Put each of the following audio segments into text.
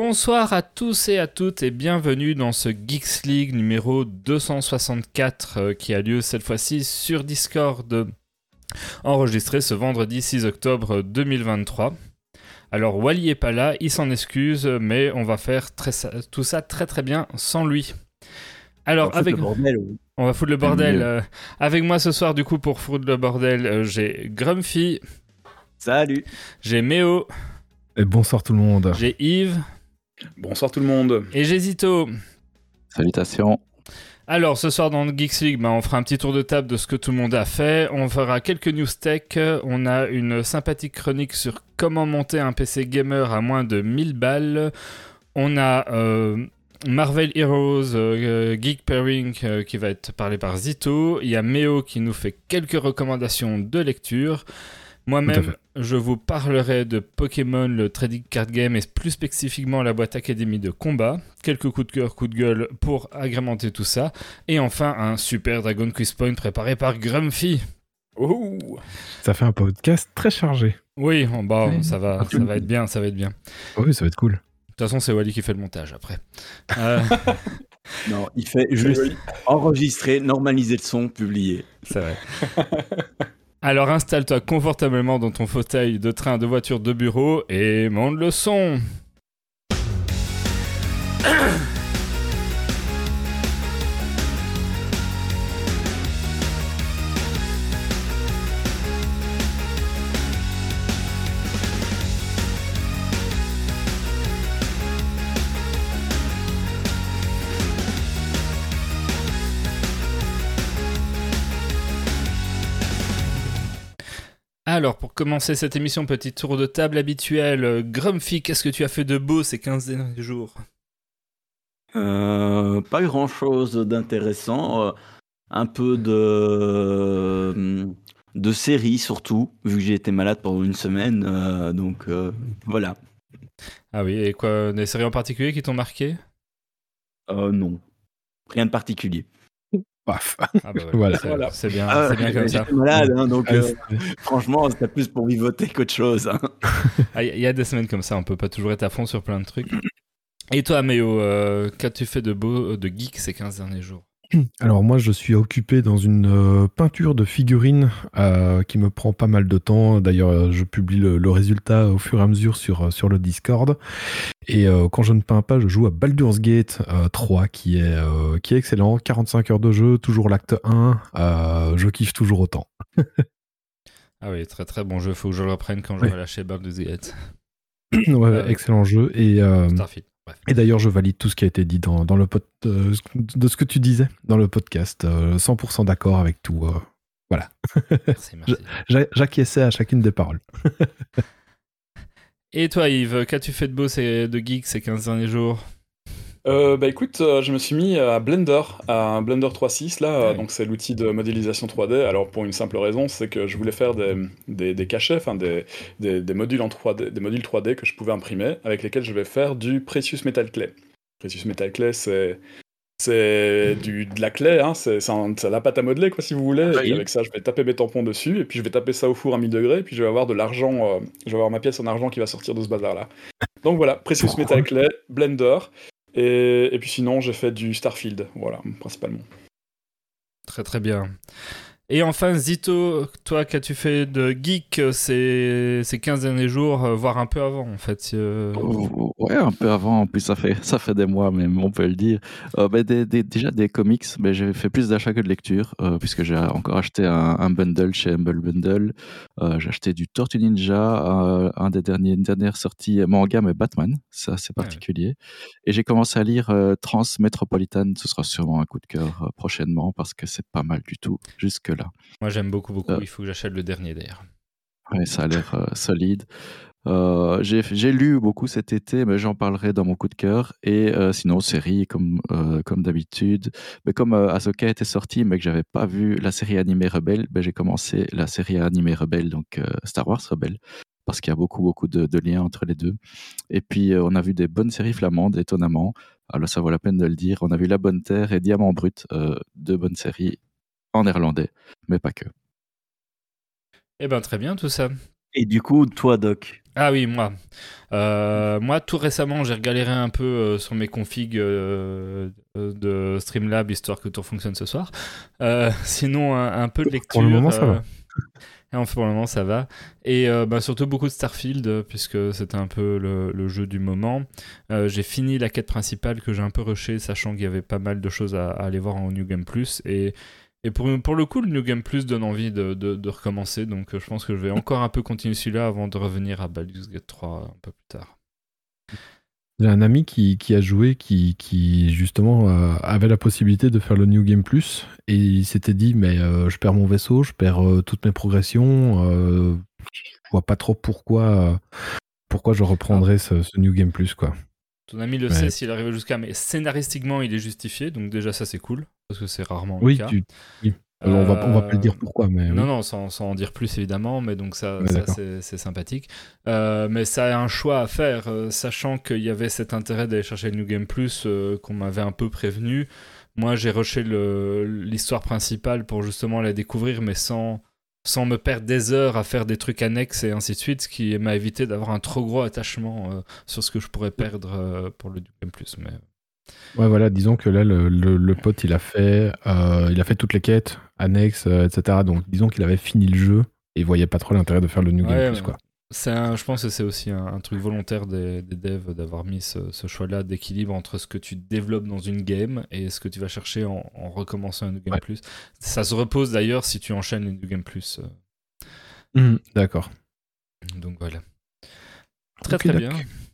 Bonsoir à tous et à toutes et bienvenue dans ce Geeks League numéro 264 qui a lieu cette fois-ci sur Discord, enregistré ce vendredi 6 octobre 2023. Alors Wally est pas là, il s'en excuse, mais on va faire tout ça très très bien sans lui. Alors on va foutre le bordel. Avec moi ce soir du coup pour foutre le bordel, j'ai Grumpy. Salut. J'ai Méo. Et bonsoir tout le monde. J'ai Yves. Bonsoir tout le monde. Et j'ai Zito. Salutations. Alors, ce soir dans le Geeks League, on fera un petit tour de table de ce que tout le monde a fait. On fera quelques news tech. On a une sympathique chronique sur comment monter un PC gamer à moins de 1000 balles. On a Marvel Heroes Geek Pairing qui va être parlé par Zito. Il y a Méo qui nous fait quelques recommandations de lecture. Moi-même, je vous parlerai de Pokémon, le trading card game et plus spécifiquement la boîte Académie de combat. Quelques coups de cœur, coups de gueule pour agrémenter tout ça. Et enfin, un super Dragon Quiz Point préparé par Grumpy. Oh, ça fait un podcast très chargé. Oui, ça va être bien, ça va être bien. Oui, ça va être cool. De toute façon, c'est Wally qui fait le montage après. Non, il fait juste enregistrer, normaliser le son, publier. C'est vrai. Alors installe-toi confortablement dans ton fauteuil de train, de voiture, de bureau et monte le son. Alors, pour commencer cette émission, petit tour de table habituel. Grumpy, qu'est-ce que tu as fait de beau ces 15 derniers jours ? Pas grand-chose d'intéressant. Un peu de séries surtout, vu que j'ai été malade pendant une semaine. Donc voilà. Ah oui, et quoi, des séries en particulier qui t'ont marqué ? Non, rien de particulier. Paf. Ah bah voilà. C'est bien, c'est bien comme ça. J'étais malade, donc franchement, c'était plus pour vivoter qu'autre chose. Il y a des semaines comme ça, on peut pas toujours être à fond sur plein de trucs. Et toi, Méo, qu'as-tu fait de beau, de geek ces 15 derniers jours ? Alors moi, je suis occupé dans une peinture de figurines qui me prend pas mal de temps. D'ailleurs, je publie le résultat au fur et à mesure sur le Discord. Et quand je ne peins pas, je joue à Baldur's Gate 3 qui est excellent. 45 heures de jeu, toujours l'acte 1. Je kiffe toujours autant. Ah oui, très très bon jeu. Faut que je le reprenne quand j'aurai lâché Baldur's Gate. Ouais, excellent jeu. Et Starfield. Bref. Et d'ailleurs, je valide tout ce qui a été dit dans le de ce que tu disais dans le podcast. 100% d'accord avec tout. Voilà. Merci. J'acquiesçais à chacune des paroles. Et toi, Yves, qu'as-tu fait de beau de geek ces 15 derniers jours ? Écoute, je me suis mis à Blender 3.6 là, donc c'est l'outil de modélisation 3D. Alors pour une simple raison, c'est que je voulais faire des cachets, enfin des modules en 3D, des modules 3D que je pouvais imprimer, avec lesquels je vais faire du Precious Metal Clay. Precious Metal Clay, c'est de la claie, hein, c'est la pâte à modeler quoi si vous voulez. Et puis avec ça, je vais taper mes tampons dessus, et puis je vais taper ça au four à 1000 degrés, et puis je vais avoir de l'argent, je vais avoir ma pièce en argent qui va sortir de ce bazar là. Donc voilà, Precious Metal Clay, Blender. Et puis sinon, j'ai fait du Starfield, voilà, principalement. Très très bien. Et enfin, Zito, toi, qu'as-tu fait de geek ces 15 derniers jours, voire un peu avant, en fait Ouais, un peu avant, en plus, ça fait des mois, même, on peut le dire. Déjà, des comics, j'ai fait plus d'achats que de lecture, puisque j'ai encore acheté un bundle chez Humble Bundle. J'ai acheté du Tortue Ninja, une dernière sortie manga, mais Batman, c'est assez particulier. Et j'ai commencé à lire Transmétropolitan, ce sera sûrement un coup de cœur prochainement, parce que c'est pas mal du tout, jusque-là. Moi, j'aime beaucoup. Il faut que j'achète le dernier, d'ailleurs. Oui, ça a l'air solide. J'ai lu beaucoup cet été, mais j'en parlerai dans mon coup de cœur. Et sinon, série, comme d'habitude. Mais comme Ahsoka était sortie, mais que j'avais pas vu la série animée Rebelle, j'ai commencé la série animée Rebelle, donc Star Wars Rebelle, parce qu'il y a beaucoup de liens entre les deux. Et puis, on a vu des bonnes séries flamandes, étonnamment. Alors, ça vaut la peine de le dire. On a vu La Bonne Terre et Diamant Brut, deux bonnes séries en néerlandais, mais pas que. Eh ben très bien tout ça. Et du coup, toi, Doc? Ah oui, moi. Moi, tout récemment, j'ai galéré un peu sur mes configs de Streamlab, histoire que tout fonctionne ce soir. Sinon, un peu de lecture. Pour le moment, ça va. Pour le moment, ça va. Et surtout beaucoup de Starfield, puisque c'était un peu le jeu du moment. J'ai fini la quête principale que j'ai un peu rushée, sachant qu'il y avait pas mal de choses à aller voir en New Game Plus. Et pour le coup, le New Game Plus donne envie de recommencer. Donc je pense que je vais encore un peu continuer celui-là avant de revenir à Baldur's Gate 3 un peu plus tard. J'ai un ami qui a joué, qui justement avait la possibilité de faire le New Game Plus, et il s'était dit, mais je perds mon vaisseau, je perds toutes mes progressions, je vois pas trop pourquoi je reprendrais ce New Game Plus, quoi. Ton ami le sait s'il arrive jusqu'à, mais scénaristiquement, il est justifié, donc déjà ça c'est cool, parce que c'est rarement le cas. Oui. On va pas le dire pourquoi, mais non, sans en dire plus évidemment, mais donc ça c'est sympathique. Mais ça a un choix à faire, sachant qu'il y avait cet intérêt d'aller chercher le New Game Plus qu'on m'avait un peu prévenu. Moi j'ai rushé l'histoire principale pour justement la découvrir, mais sans me perdre des heures à faire des trucs annexes et ainsi de suite, ce qui m'a évité d'avoir un trop gros attachement sur ce que je pourrais perdre pour le New Game Plus. Mais... Ouais, voilà, disons que là, le pote, il a fait toutes les quêtes annexes, etc. Donc, disons qu'il avait fini le jeu et il voyait pas trop l'intérêt de faire le New Game Plus, quoi. Je pense que c'est aussi un truc volontaire des devs d'avoir mis ce choix-là d'équilibre entre ce que tu développes dans une game et ce que tu vas chercher en recommençant un New Game Plus. Ça se repose d'ailleurs si tu enchaînes les New Game Plus. D'accord. Donc voilà. Très bien.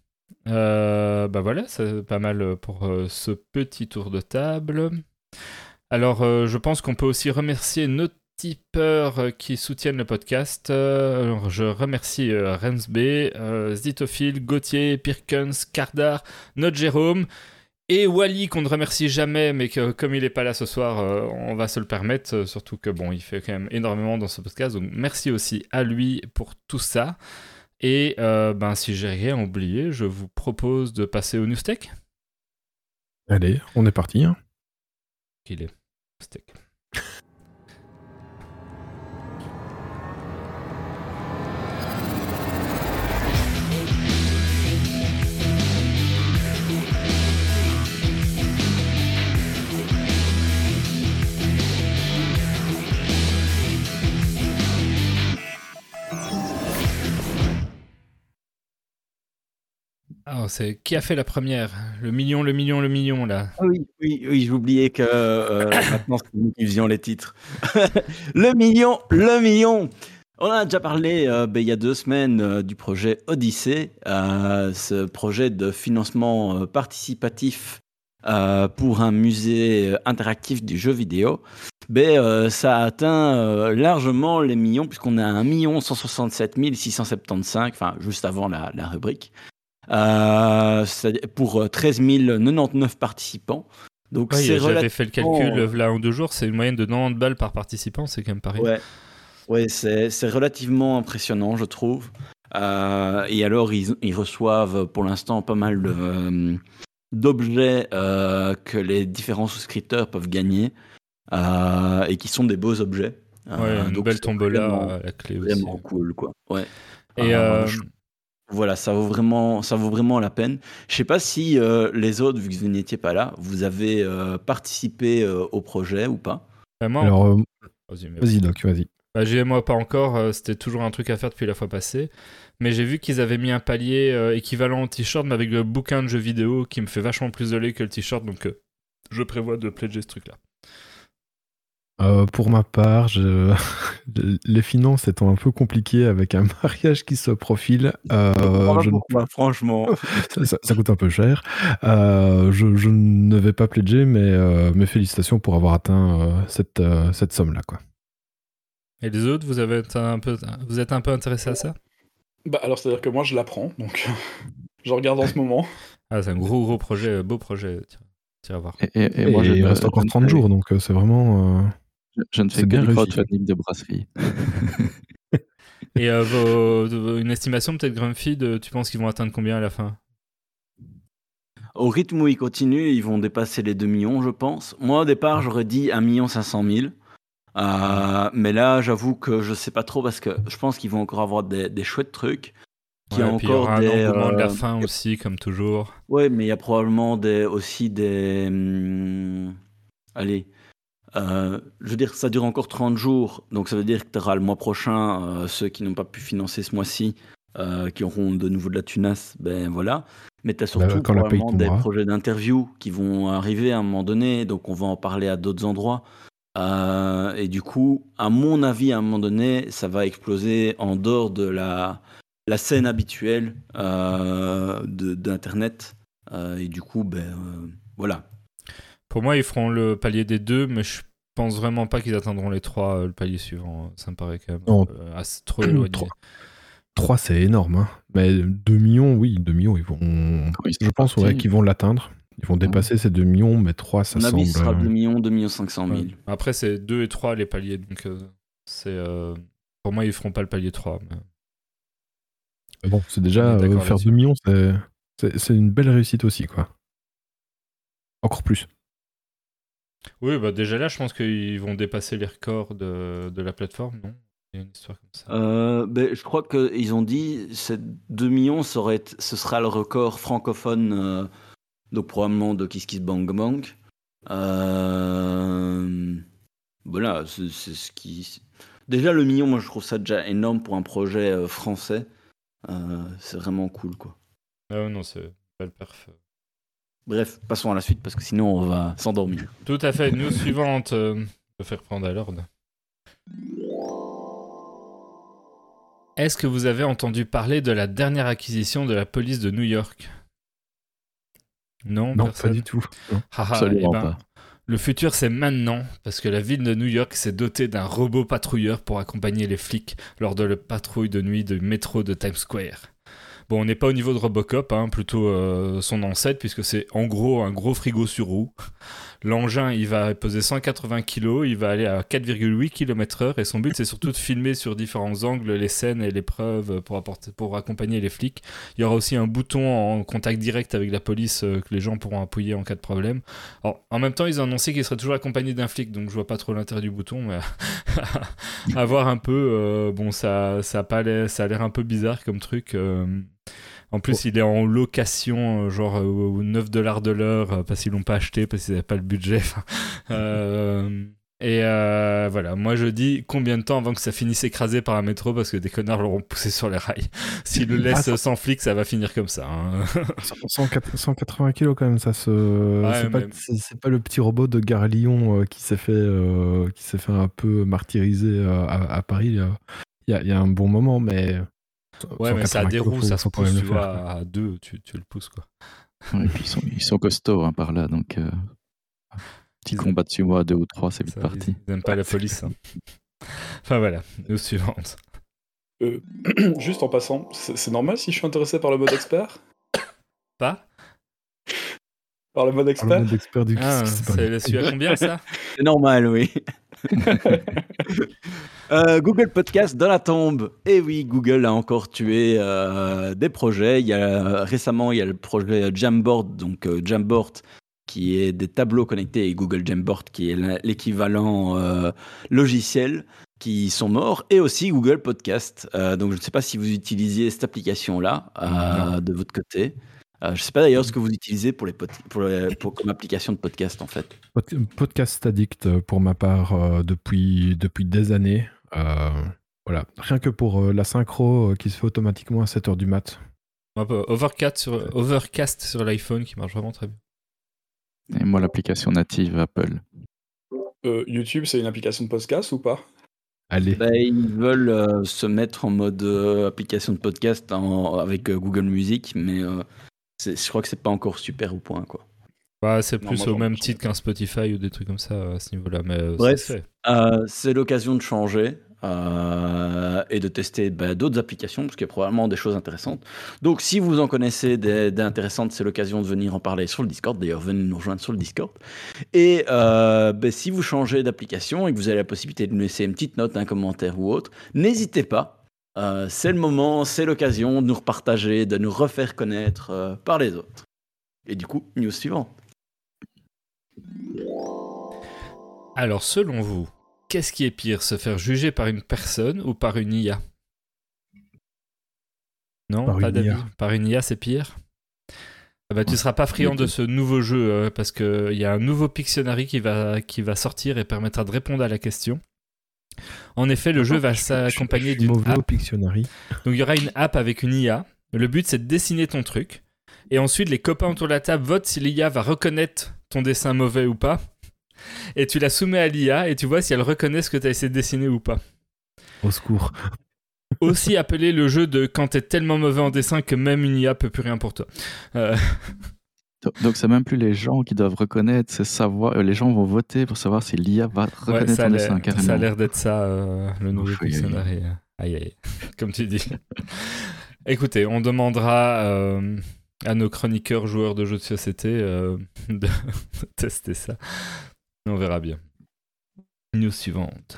Voilà, c'est pas mal pour ce petit tour de table. Alors, je pense qu'on peut aussi remercier nos tipeurs qui soutiennent le podcast. Alors, je remercie Rensb, Zitophile, Gauthier, Pirkens, Kardar, notre Jérôme et Wally qu'on ne remercie jamais, mais que comme il n'est pas là ce soir, on va se le permettre, surtout que bon, il fait quand même énormément dans ce podcast. Donc merci aussi à lui pour tout ça. Et si j'ai rien oublié, je vous propose de passer au Newstech. Allez, on est parti. Hein. Qu'il est Newstech. Ah, c'est qui a fait la première? Le million, là. Ah oui, j'oubliais que maintenant c'est nous qui faisions les titres. Le million. On a déjà parlé il y a 2 semaines du projet Odyssée, ce projet de financement participatif pour un musée interactif du jeu vidéo. Ça a atteint largement les millions, puisqu'on a 1 167 675, enfin juste avant la rubrique. Pour 13 099 participants. Donc j'avais fait le calcul là en 2 jours, c'est une moyenne de 90 balles par participant, c'est quand même pas rien. Ouais, c'est relativement impressionnant, je trouve. Et alors, ils reçoivent pour l'instant pas mal d'objets que les différents souscripteurs peuvent gagner et qui sont des beaux objets. Une belle tombola à la clé aussi. Vraiment cool, quoi. Ouais. Et voilà, ça vaut vraiment la peine. Je sais pas si les autres, vu que vous n'étiez pas là, vous avez participé au projet ou pas. Moi, alors, vas-y Doc, vas-y. Moi pas encore, c'était toujours un truc à faire depuis la fois passée. Mais j'ai vu qu'ils avaient mis un palier équivalent au t-shirt, mais avec le bouquin de jeux vidéo qui me fait vachement plus de lait que le t-shirt, donc je prévois de pledger ce truc-là. Pour ma part, les finances étant un peu compliquées avec un mariage qui se profile, franchement, ça coûte un peu cher. Je ne vais pas pledger, mais mes félicitations pour avoir atteint cette somme-là, quoi. Et les autres, vous êtes un peu intéressés à ça? Alors c'est-à-dire que moi je l'apprends, donc je regarde en ce moment. Ah, c'est un gros projet, beau projet. Tiens à voir. Et moi, il reste encore 30 jours, donc c'est vraiment. Je ne fais que du crowdfunding de brasserie. Et une estimation peut-être, Grumpy, tu penses qu'ils vont atteindre combien à la fin? Au rythme où ils continuent, ils vont dépasser les 2 millions, je pense. Moi, au départ, j'aurais dit 1 500 000. Mais là, j'avoue que je sais pas trop parce que je pense qu'ils vont encore avoir des chouettes trucs. Qu'il y a Ouais, puis il y encore aura un des. engouement de la fin aussi, comme toujours. Ouais, mais il y a probablement aussi des. Allez. Je veux dire, ça dure encore 30 jours, donc ça veut dire que tu auras le mois prochain ceux qui n'ont pas pu financer ce mois-ci, qui auront de nouveau de la tunasse, ben voilà. Mais tu as surtout Quand la paye probablement des tombera. projets d'interview qui vont arriver à un moment donné, donc on va en parler à d'autres endroits. Et du coup, à mon avis, à un moment donné, ça va exploser en dehors de la scène habituelle d'Internet. Et du coup, voilà. Pour moi, ils feront le palier des 2, mais je pense vraiment pas qu'ils atteindront les 3, le palier suivant. Ça me paraît quand même Non. trop éloigné. 3, c'est énorme. Hein. Mais 2 millions, oui, 2 millions, ils vont. Je pense qu'ils vont l'atteindre. Ils vont dépasser ces 2 millions, mais 3, ça À mon semble. avis, ce sera 2 millions, 2 millions 500 000. Ouais. Après, c'est 2 et 3 les paliers, donc pour moi, ils feront pas le palier 3. Mais... Bon, c'est déjà faire 2 millions, c'est une belle réussite aussi, quoi. Encore plus. Oui, bah déjà là, je pense qu'ils vont dépasser les records de la plateforme, non? Il y a une histoire comme ça. Je crois qu'ils ont dit que 2 millions, ce sera le record francophone, donc probablement de Kiss Kiss Bang Bang. Voilà, c'est ce qui... Déjà, le million, moi, je trouve ça déjà énorme pour un projet français. C'est vraiment cool, quoi. Ah non, c'est belle perf. Bref, passons à la suite, parce que sinon, on va s'endormir. Tout à fait. News suivante. Je vais faire prendre à l'ordre. Est-ce que vous avez entendu parler de la dernière acquisition de la police de New York? Non, pas du tout. Absolument pas. Le futur, c'est maintenant, parce que la ville de New York s'est dotée d'un robot patrouilleur pour accompagner les flics lors de la patrouille de nuit du métro de Times Square. Bon, on n'est pas au niveau de Robocop, plutôt son ancêtre, puisque c'est en gros un gros frigo sur roue. L'engin, il va peser 180 kg, il va aller à 4,8 km/h, et son but, c'est surtout de filmer sur différents angles les scènes et les preuves pour accompagner les flics. Il y aura aussi un bouton en contact direct avec la police que les gens pourront appuyer en cas de problème. Alors, en même temps, ils ont annoncé qu'il serait toujours accompagné d'un flic, donc je vois pas trop l'intérêt du bouton, mais à voir un peu. Bon, ça a l'air un peu bizarre comme truc. En plus, il est en location, genre $9 de l'heure, parce qu'ils l'ont pas acheté, parce qu'ils n'avaient pas le budget. Voilà, moi je dis combien de temps avant que ça finisse écrasé par un métro, parce que des connards l'auront poussé sur les rails. S'ils le laissent sans flic, ça va finir comme ça. 180 kilos quand même, ça se. Ouais, c'est pas le petit robot de Gare à Lyon qui s'est fait un peu martyriser à Paris. Il y a un bon moment, mais. Ouais, mais ça a des roues, ça se pousse, tu vois, à 2, tu le pousses, quoi. Ouais, et puis ils sont costauds par là, donc petit combat dessus moi à 2 ou 3, c'est vite parti. Ils n'aiment pas la police. Enfin voilà, news suivante. Juste en passant, c'est normal si je suis intéressé par le mode expert? Pas? Par le mode expert? Par le mode expert du c'est celui à combien, ça? C'est normal, oui. Google Podcast dans la tombe. Et oui, Google a encore tué des projets. Récemment, il y a le projet Jamboard, donc Jamboard, qui est des tableaux connectés, et Google Jamboard, qui est l'équivalent logiciel, qui sont morts, et aussi Google Podcast. Donc, je ne sais pas si vous utilisiez cette application-là de votre côté. Je ne sais pas d'ailleurs ce que vous utilisez comme application de podcast, en fait. Podcast Addict pour ma part depuis des années. Voilà. Rien que pour la synchro qui se fait automatiquement à 7h du mat. Un peu Overcast sur l'iPhone qui marche vraiment très bien. Et moi, l'application native Apple. YouTube, c'est une application de podcast ou pas? Allez. Ils veulent se mettre en mode application de podcast avec Google Music, mais je crois que c'est pas encore super au point, quoi. Bah, c'est plus au même titre qu'un Spotify ou des trucs comme ça à ce niveau-là, mais bref, c'est l'occasion de changer et de tester d'autres applications, parce qu'il y a probablement des choses intéressantes. Donc, si vous en connaissez d'intéressantes, c'est l'occasion de venir en parler sur le Discord. D'ailleurs, venez nous rejoindre sur le Discord. Et si vous changez d'application et que vous avez la possibilité de nous laisser une petite note, un commentaire ou autre, n'hésitez pas. C'est le moment, c'est l'occasion de nous repartager, de nous refaire connaître par les autres. Et du coup, news suivant. Alors, selon vous, qu'est-ce qui est pire, se faire juger par une personne ou par une IA? Non, Par pas une d'avis. IA. Par une IA, c'est pire. Ah bah, tu seras pas friand de ce nouveau jeu parce qu'il y a un nouveau Pictionary qui va sortir et permettra de répondre à la question. En effet, le jeu va s'accompagner Je suis d'une mauvais au app. Pictionary. Donc il y aura une app avec une IA. Le but, c'est de dessiner ton truc. Et ensuite, les copains autour de la table votent si l'IA va reconnaître ton dessin mauvais ou pas. Et tu la soumets à l'IA et tu vois si elle reconnaît ce que tu as essayé de dessiner ou pas. Au secours. Aussi appelé le jeu de quand t'es tellement mauvais en dessin que même une IA peut plus rien pour toi. Donc c'est même plus les gens qui doivent reconnaître, c'est savoir. Les gens vont voter pour savoir si l'IA va reconnaître ça, ton dessin carrément. ça a l'air d'être ça, le nouveau Ouf, aïe, aïe. Pictionary. Aïe aïe, comme tu dis. Écoutez, on demandera à nos chroniqueurs joueurs de jeux de société de tester ça. On verra bien. News suivante.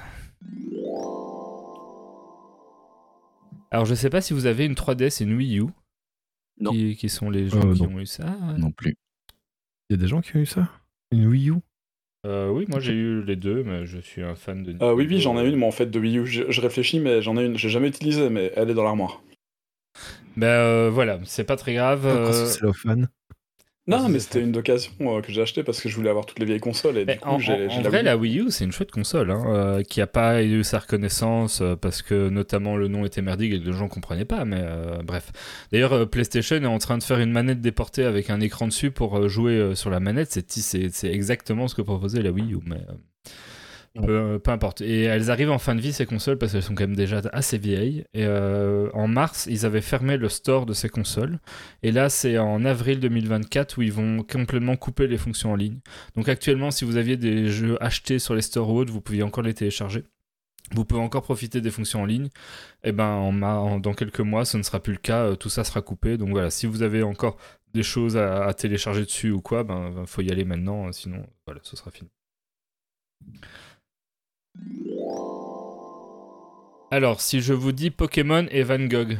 Alors, je sais pas si vous avez une 3DS et une Wii U. Non. Qui sont les gens qui non. ont eu ça. Ouais. Non plus. Il y a des gens qui ont eu ça? Une Wii U? Oui, moi j'ai eu les deux, mais je suis un fan de. Oui, j'en ai une, moi, en fait, de Wii U. Je réfléchis, mais j'en ai une. J'ai jamais utilisé, mais elle est dans l'armoire. Voilà, c'est pas très grave. C'est cellophane. Non, c'est mais ça. c'était une d'occasion que j'ai acheté parce que je voulais avoir toutes les vieilles consoles. Et Mais du coup, en j'ai vrai, la Wii U, c'est une chouette console qui a pas eu sa reconnaissance parce que notamment le nom était merdique et que les gens comprenaient pas. Mais bref. D'ailleurs, PlayStation est en train de faire une manette déportée avec un écran dessus pour jouer sur la manette. C'est exactement ce que proposait la Wii U. Mais peu importe. Et elles arrivent en fin de vie, ces consoles, parce qu'elles sont quand même déjà assez vieilles. Et en mars, ils avaient fermé le store de ces consoles. Et là, c'est en avril 2024 où ils vont complètement couper les fonctions en ligne. Donc actuellement, si vous aviez des jeux achetés sur les stores ou autres, vous pouviez encore les télécharger. Vous pouvez encore profiter des fonctions en ligne. Et dans quelques mois, ce ne sera plus le cas. Tout ça sera coupé. Donc voilà, si vous avez encore des choses à télécharger dessus ou quoi, faut y aller maintenant. Sinon, voilà, ce sera fini. Alors, si je vous dis Pokémon et Van Gogh.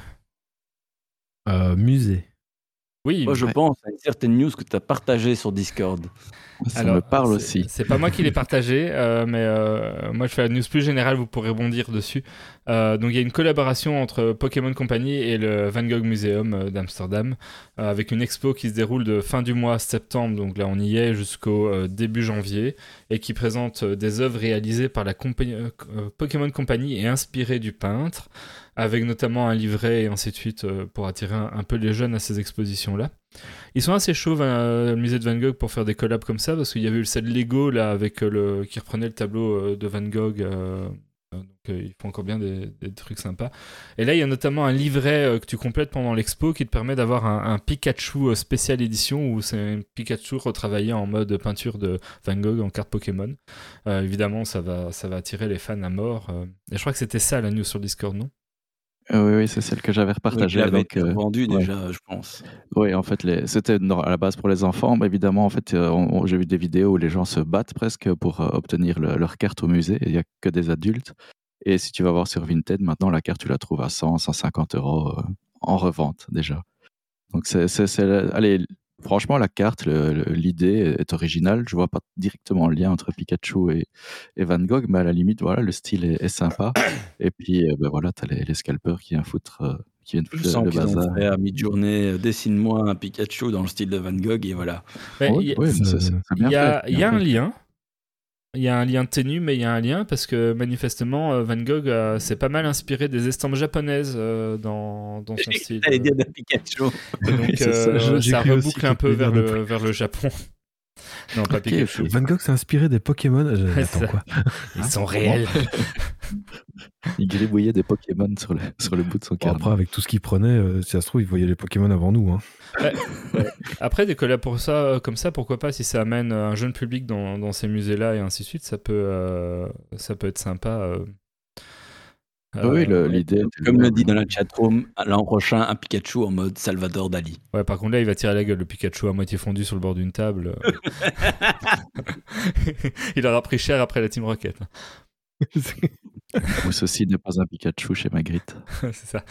Musée. Oui, Moi, je pense à une certaine news que tu as partagée sur Discord. Ça me parle aussi. C'est pas moi qui l'ai partagé, mais moi je fais la news plus générale, vous pourrez rebondir dessus. Donc il y a une collaboration entre Pokémon Company et le Van Gogh Museum d'Amsterdam, avec une expo qui se déroule de fin du mois septembre, donc là on y est, jusqu'au début janvier, et qui présente des œuvres réalisées par la Pokémon Company et inspirées du peintre, avec notamment un livret et ainsi de suite pour attirer un peu les jeunes à ces expositions-là. Ils sont assez chauds, le musée de Van Gogh, pour faire des collabs comme ça, parce qu'il y avait eu le set Lego là, avec qui reprenait le tableau de Van Gogh. Donc ils font encore bien des trucs sympas. Et là, il y a notamment un livret que tu complètes pendant l'expo qui te permet d'avoir un Pikachu spécial édition, où c'est un Pikachu retravaillé en mode peinture de Van Gogh en carte Pokémon. Évidemment, ça va attirer les fans à mort. Et je crois que c'était ça la news sur Discord, non ? Oui, c'est celle que j'avais repartagée. Elle avait donc, été vendue ouais. déjà, je pense. Oui, en fait, c'était à la base pour les enfants, mais évidemment, en fait, j'ai vu des vidéos où les gens se battent presque pour obtenir leur carte au musée. Il n'y a que des adultes. Et si tu vas voir sur Vinted, maintenant, la carte, tu la trouves à 100, 150 € en revente déjà. Donc, allez, franchement, la carte, l'idée est originale. Je vois pas directement le lien entre Pikachu et Van Gogh, mais à la limite, voilà, le style est sympa. Et puis, voilà, tu as les scalpers qui viennent foutre Je sens le qu'ils ont bazar. fait à mi-journée, dessine-moi un Pikachu dans le style de Van Gogh, et voilà. Oui, mais c'est bien fait. Il y a un lien. Il y a un lien ténu, mais il y a un lien parce que manifestement, Van Gogh s'est pas mal inspiré des estampes japonaises dans son style. J'allais dire de Pikachu. Et donc, ça reboucle un peu vers le Japon. Non, pas Pikachu. Van Gogh s'est inspiré des Pokémon. Attends, quoi? Ils sont réels. Il gribouillait des Pokémon sur le bout de son Bon, carnet. après, avec tout ce qu'il prenait, si ça se trouve, il voyait les Pokémon avant nous. Hein. Ouais. Après, des collabs comme ça, pourquoi pas, si ça amène un jeune public dans ces musées-là et ainsi de suite, ça peut être sympa. Oui, l'idée. Comme le dit dans la chatroom, l'an prochain, un Pikachu en mode Salvador Dali. Ouais, par contre, là, il va tirer la gueule, le Pikachu à moitié fondu sur le bord d'une table. Il aura pris cher après la Team Rocket. Ou ceci n'est pas un Pikachu chez Magritte. C'est ça.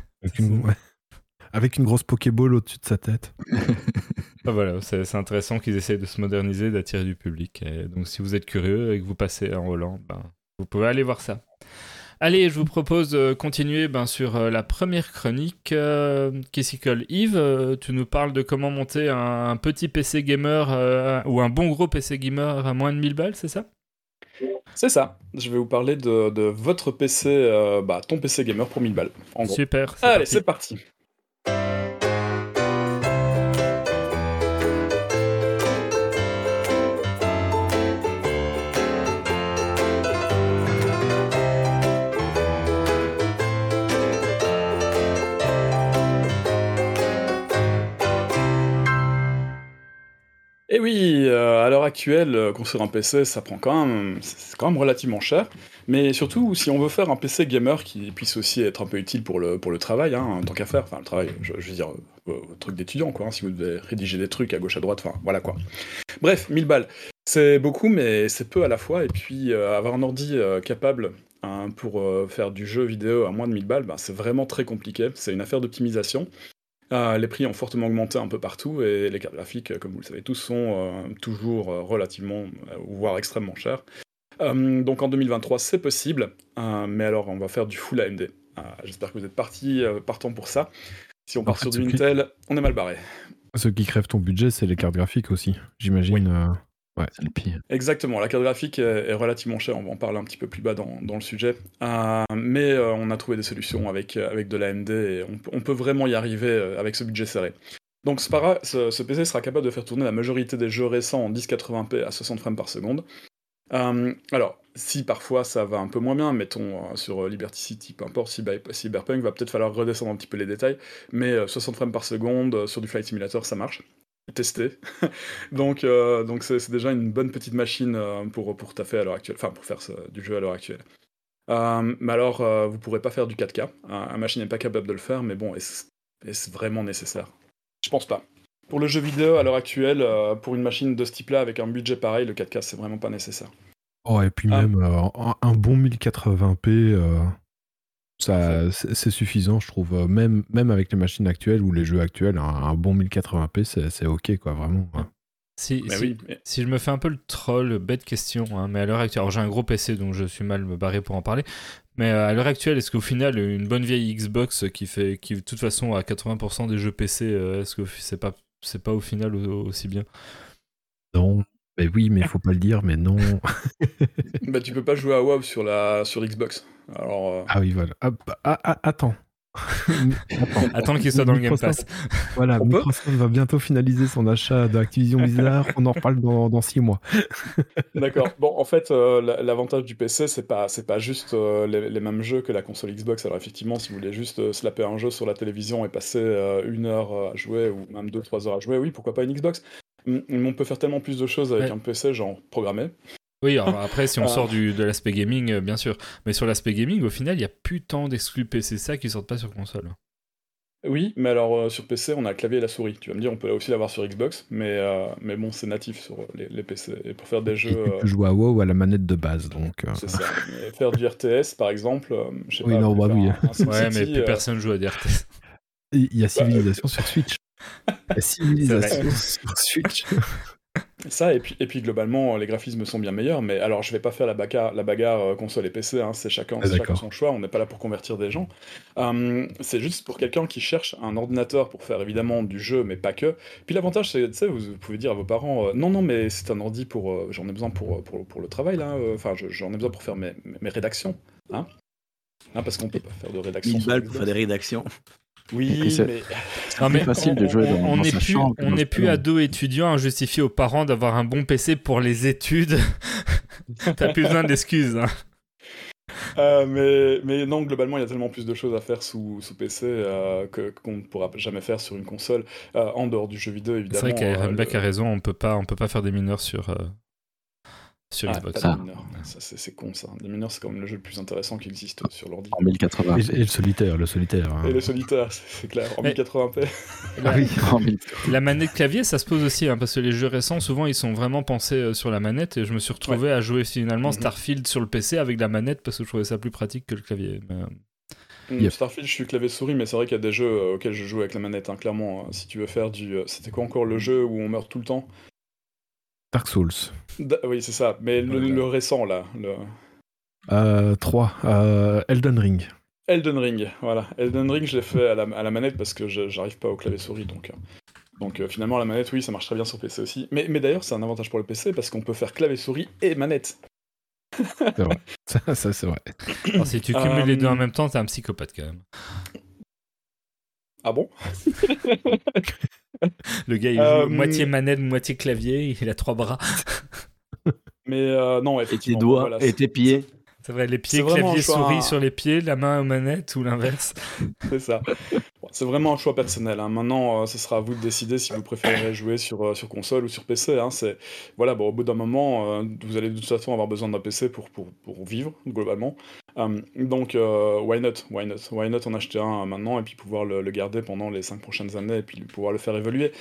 Avec une grosse Pokéball au-dessus de sa tête. Voilà, c'est intéressant qu'ils essayent de se moderniser, d'attirer du public. Et donc, si vous êtes curieux et que vous passez en Hollande, Vous pouvez aller voir ça. Allez, je vous propose de continuer sur la première chronique qui s'y colle. Yves, tu nous parles de comment monter un petit PC gamer ou un bon gros PC gamer à moins de 1000 balles, c'est ça ? C'est ça. Je vais vous parler de votre PC, ton PC gamer pour 1000 balles, en gros. Super. Allez, c'est parti. Et oui, à l'heure actuelle, construire un PC, ça prend c'est quand même relativement cher. Mais surtout, si on veut faire un PC gamer qui puisse aussi être un peu utile pour le travail, hein, tant qu'à faire, enfin le travail, je veux dire, truc d'étudiant, quoi, hein, si vous devez rédiger des trucs à gauche, à droite, enfin voilà quoi. Bref, 1000 balles, c'est beaucoup, mais c'est peu à la fois, et puis avoir un ordi capable pour faire du jeu vidéo à moins de 1000 balles, c'est vraiment très compliqué, c'est une affaire d'optimisation. Les prix ont fortement augmenté un peu partout et les cartes graphiques, comme vous le savez tous, sont toujours relativement, voire extrêmement chères. Donc en 2023, c'est possible, mais alors on va faire du full AMD. J'espère que vous êtes partant pour ça. Si on part sur du Intel, on est mal barré. Ce qui crève ton budget, c'est les cartes graphiques aussi, j'imagine. Oui. Ouais. C'est le pire. Exactement, la carte graphique est relativement chère, on va en parler un petit peu plus bas dans le sujet. Mais on a trouvé des solutions avec de l'AMD et on peut vraiment y arriver avec ce budget serré. Donc ce PC sera capable de faire tourner la majorité des jeux récents en 1080p à 60 frames par seconde. Alors, si parfois ça va un peu moins bien, mettons sur Liberty City, peu importe, Cyberpunk, va peut-être falloir redescendre un petit peu les détails, mais 60 frames par seconde sur du Flight Simulator, ça marche. Testé. donc c'est déjà une bonne petite machine pour taffer à l'heure actuelle, enfin pour faire du jeu à l'heure actuelle. Mais alors, vous pourrez pas faire du 4K, la machine n'est pas capable de le faire, mais bon, est-ce vraiment nécessaire ? Je pense pas. Pour le jeu vidéo à l'heure actuelle, pour une machine de ce type-là, avec un budget pareil, le 4K c'est vraiment pas nécessaire. Oh, et puis même un bon 1080p, c'est suffisant, je trouve. Même avec les machines actuelles ou les jeux actuels, un bon 1080p, c'est ok, quoi, vraiment. Ouais. Si je me fais un peu le troll, bête question, hein, mais à l'heure actuelle, alors j'ai un gros PC donc je suis mal me barré pour en parler, mais à l'heure actuelle, est-ce qu'au final, une bonne vieille Xbox qui de toute façon à 80% des jeux PC, est-ce que c'est pas au final aussi bien ? Non, mais oui, mais faut pas le dire, mais non. Tu peux pas jouer à WoW sur Xbox. Alors, Ah oui, voilà. Attends. Attends qu'il soit dans le Game Pass. Voilà, Microsoft va bientôt finaliser son achat d'Activision Blizzard. On en reparle dans 6 mois. D'accord. Bon, en fait, l'avantage du PC, c'est pas juste les mêmes jeux que la console Xbox. Alors effectivement, si vous voulez juste slapper un jeu sur la télévision et passer 1 heure à jouer, ou même 2-3 heures à jouer, oui, pourquoi pas une Xbox ? On peut faire tellement plus de choses avec un PC, genre programmer. Oui, alors après, si on sort de l'aspect gaming, bien sûr. Mais sur l'aspect gaming, au final, il n'y a plus tant d'exclus PC ça qui sortent pas sur console. Oui, mais alors sur PC, on a le clavier et la souris. Tu vas me dire, on peut aussi l'avoir sur Xbox, mais bon, c'est natif sur les PC. Et pour faire des jeux... Tu peux jouer à WoW à la manette de base, donc... C'est ça. Mais faire du RTS, par exemple, je sais oui, pas... Non, bah oui. Ouais, mais plus personne joue à du RTS. Il y a Civilization sur Switch. La Civilization sur Switch. Ça, et puis globalement, les graphismes sont bien meilleurs, mais alors je vais pas faire la bagarre console et PC, hein, c'est chacun son choix, on n'est pas là pour convertir des gens. C'est juste pour quelqu'un qui cherche un ordinateur pour faire évidemment du jeu, mais pas que. Puis l'avantage, c'est, tu sais, vous pouvez dire à vos parents, non, mais c'est un ordi j'en ai besoin pour le travail, là, enfin, j'en ai besoin pour faire mes rédactions, hein, parce qu'on peut pas faire de rédaction. 1000 balles pour faire des rédactions. Oui, mais... C'est plus facile de jouer dans sa chambre. On n'est plus ado étudiant à justifier aux parents d'avoir un bon PC pour les études. T'as plus besoin d'excuses. Hein. Mais non, globalement, il y a tellement plus de choses à faire sous PC qu'on ne pourra jamais faire sur une console, en dehors du jeu vidéo, évidemment. C'est vrai qu'Ironback a raison, on peut pas faire des mineurs sur Xbox. Pas des mineurs. Ça, c'est con, ça. Des mineurs, c'est quand même le jeu le plus intéressant qui existe sur l'ordi. En 1080. Et le solitaire. Hein. Et le solitaire, c'est clair. En 1080p. Ah oui. La manette clavier, ça se pose aussi, hein, parce que les jeux récents, souvent, ils sont vraiment pensés sur la manette, et je me suis retrouvé à jouer finalement Starfield sur le PC avec la manette, parce que je trouvais ça plus pratique que le clavier. Mais... Starfield, je suis clavier-souris, mais c'est vrai qu'il y a des jeux auxquels je joue avec la manette, hein, clairement. Si tu veux faire c'était quoi encore le jeu où on meurt tout le temps ? Dark Souls. Oui, c'est ça, mais le récent, là. 3. Elden Ring. Elden Ring, voilà. Elden Ring, je l'ai fait à la manette parce que j'arrive pas au clavier souris, donc finalement la manette, oui, ça marche très bien sur PC aussi. Mais d'ailleurs, c'est un avantage pour le PC parce qu'on peut faire clavier souris et manette. C'est vrai. Ça, c'est vrai. Alors, si tu cumules les deux en même temps, t'es un psychopathe quand même. Ah bon? Le gars, il joue moitié manette, moitié clavier, il a 3 bras. Mais non, Et tes effectivement. doigts voilà, et tes pieds. C'est vrai, les pieds, C'est vraiment clavier, un choix, souris sur les pieds, la main aux manettes ou l'inverse. c'est ça. Bon, c'est vraiment un choix personnel, hein. Maintenant, ce sera à vous de décider si vous préférez jouer sur console ou sur PC, hein. Voilà, bon, au bout d'un moment, vous allez de toute façon avoir besoin d'un PC pour vivre, globalement. Donc, why not en acheter un maintenant et puis pouvoir le garder pendant les 5 prochaines années et puis pouvoir le faire évoluer.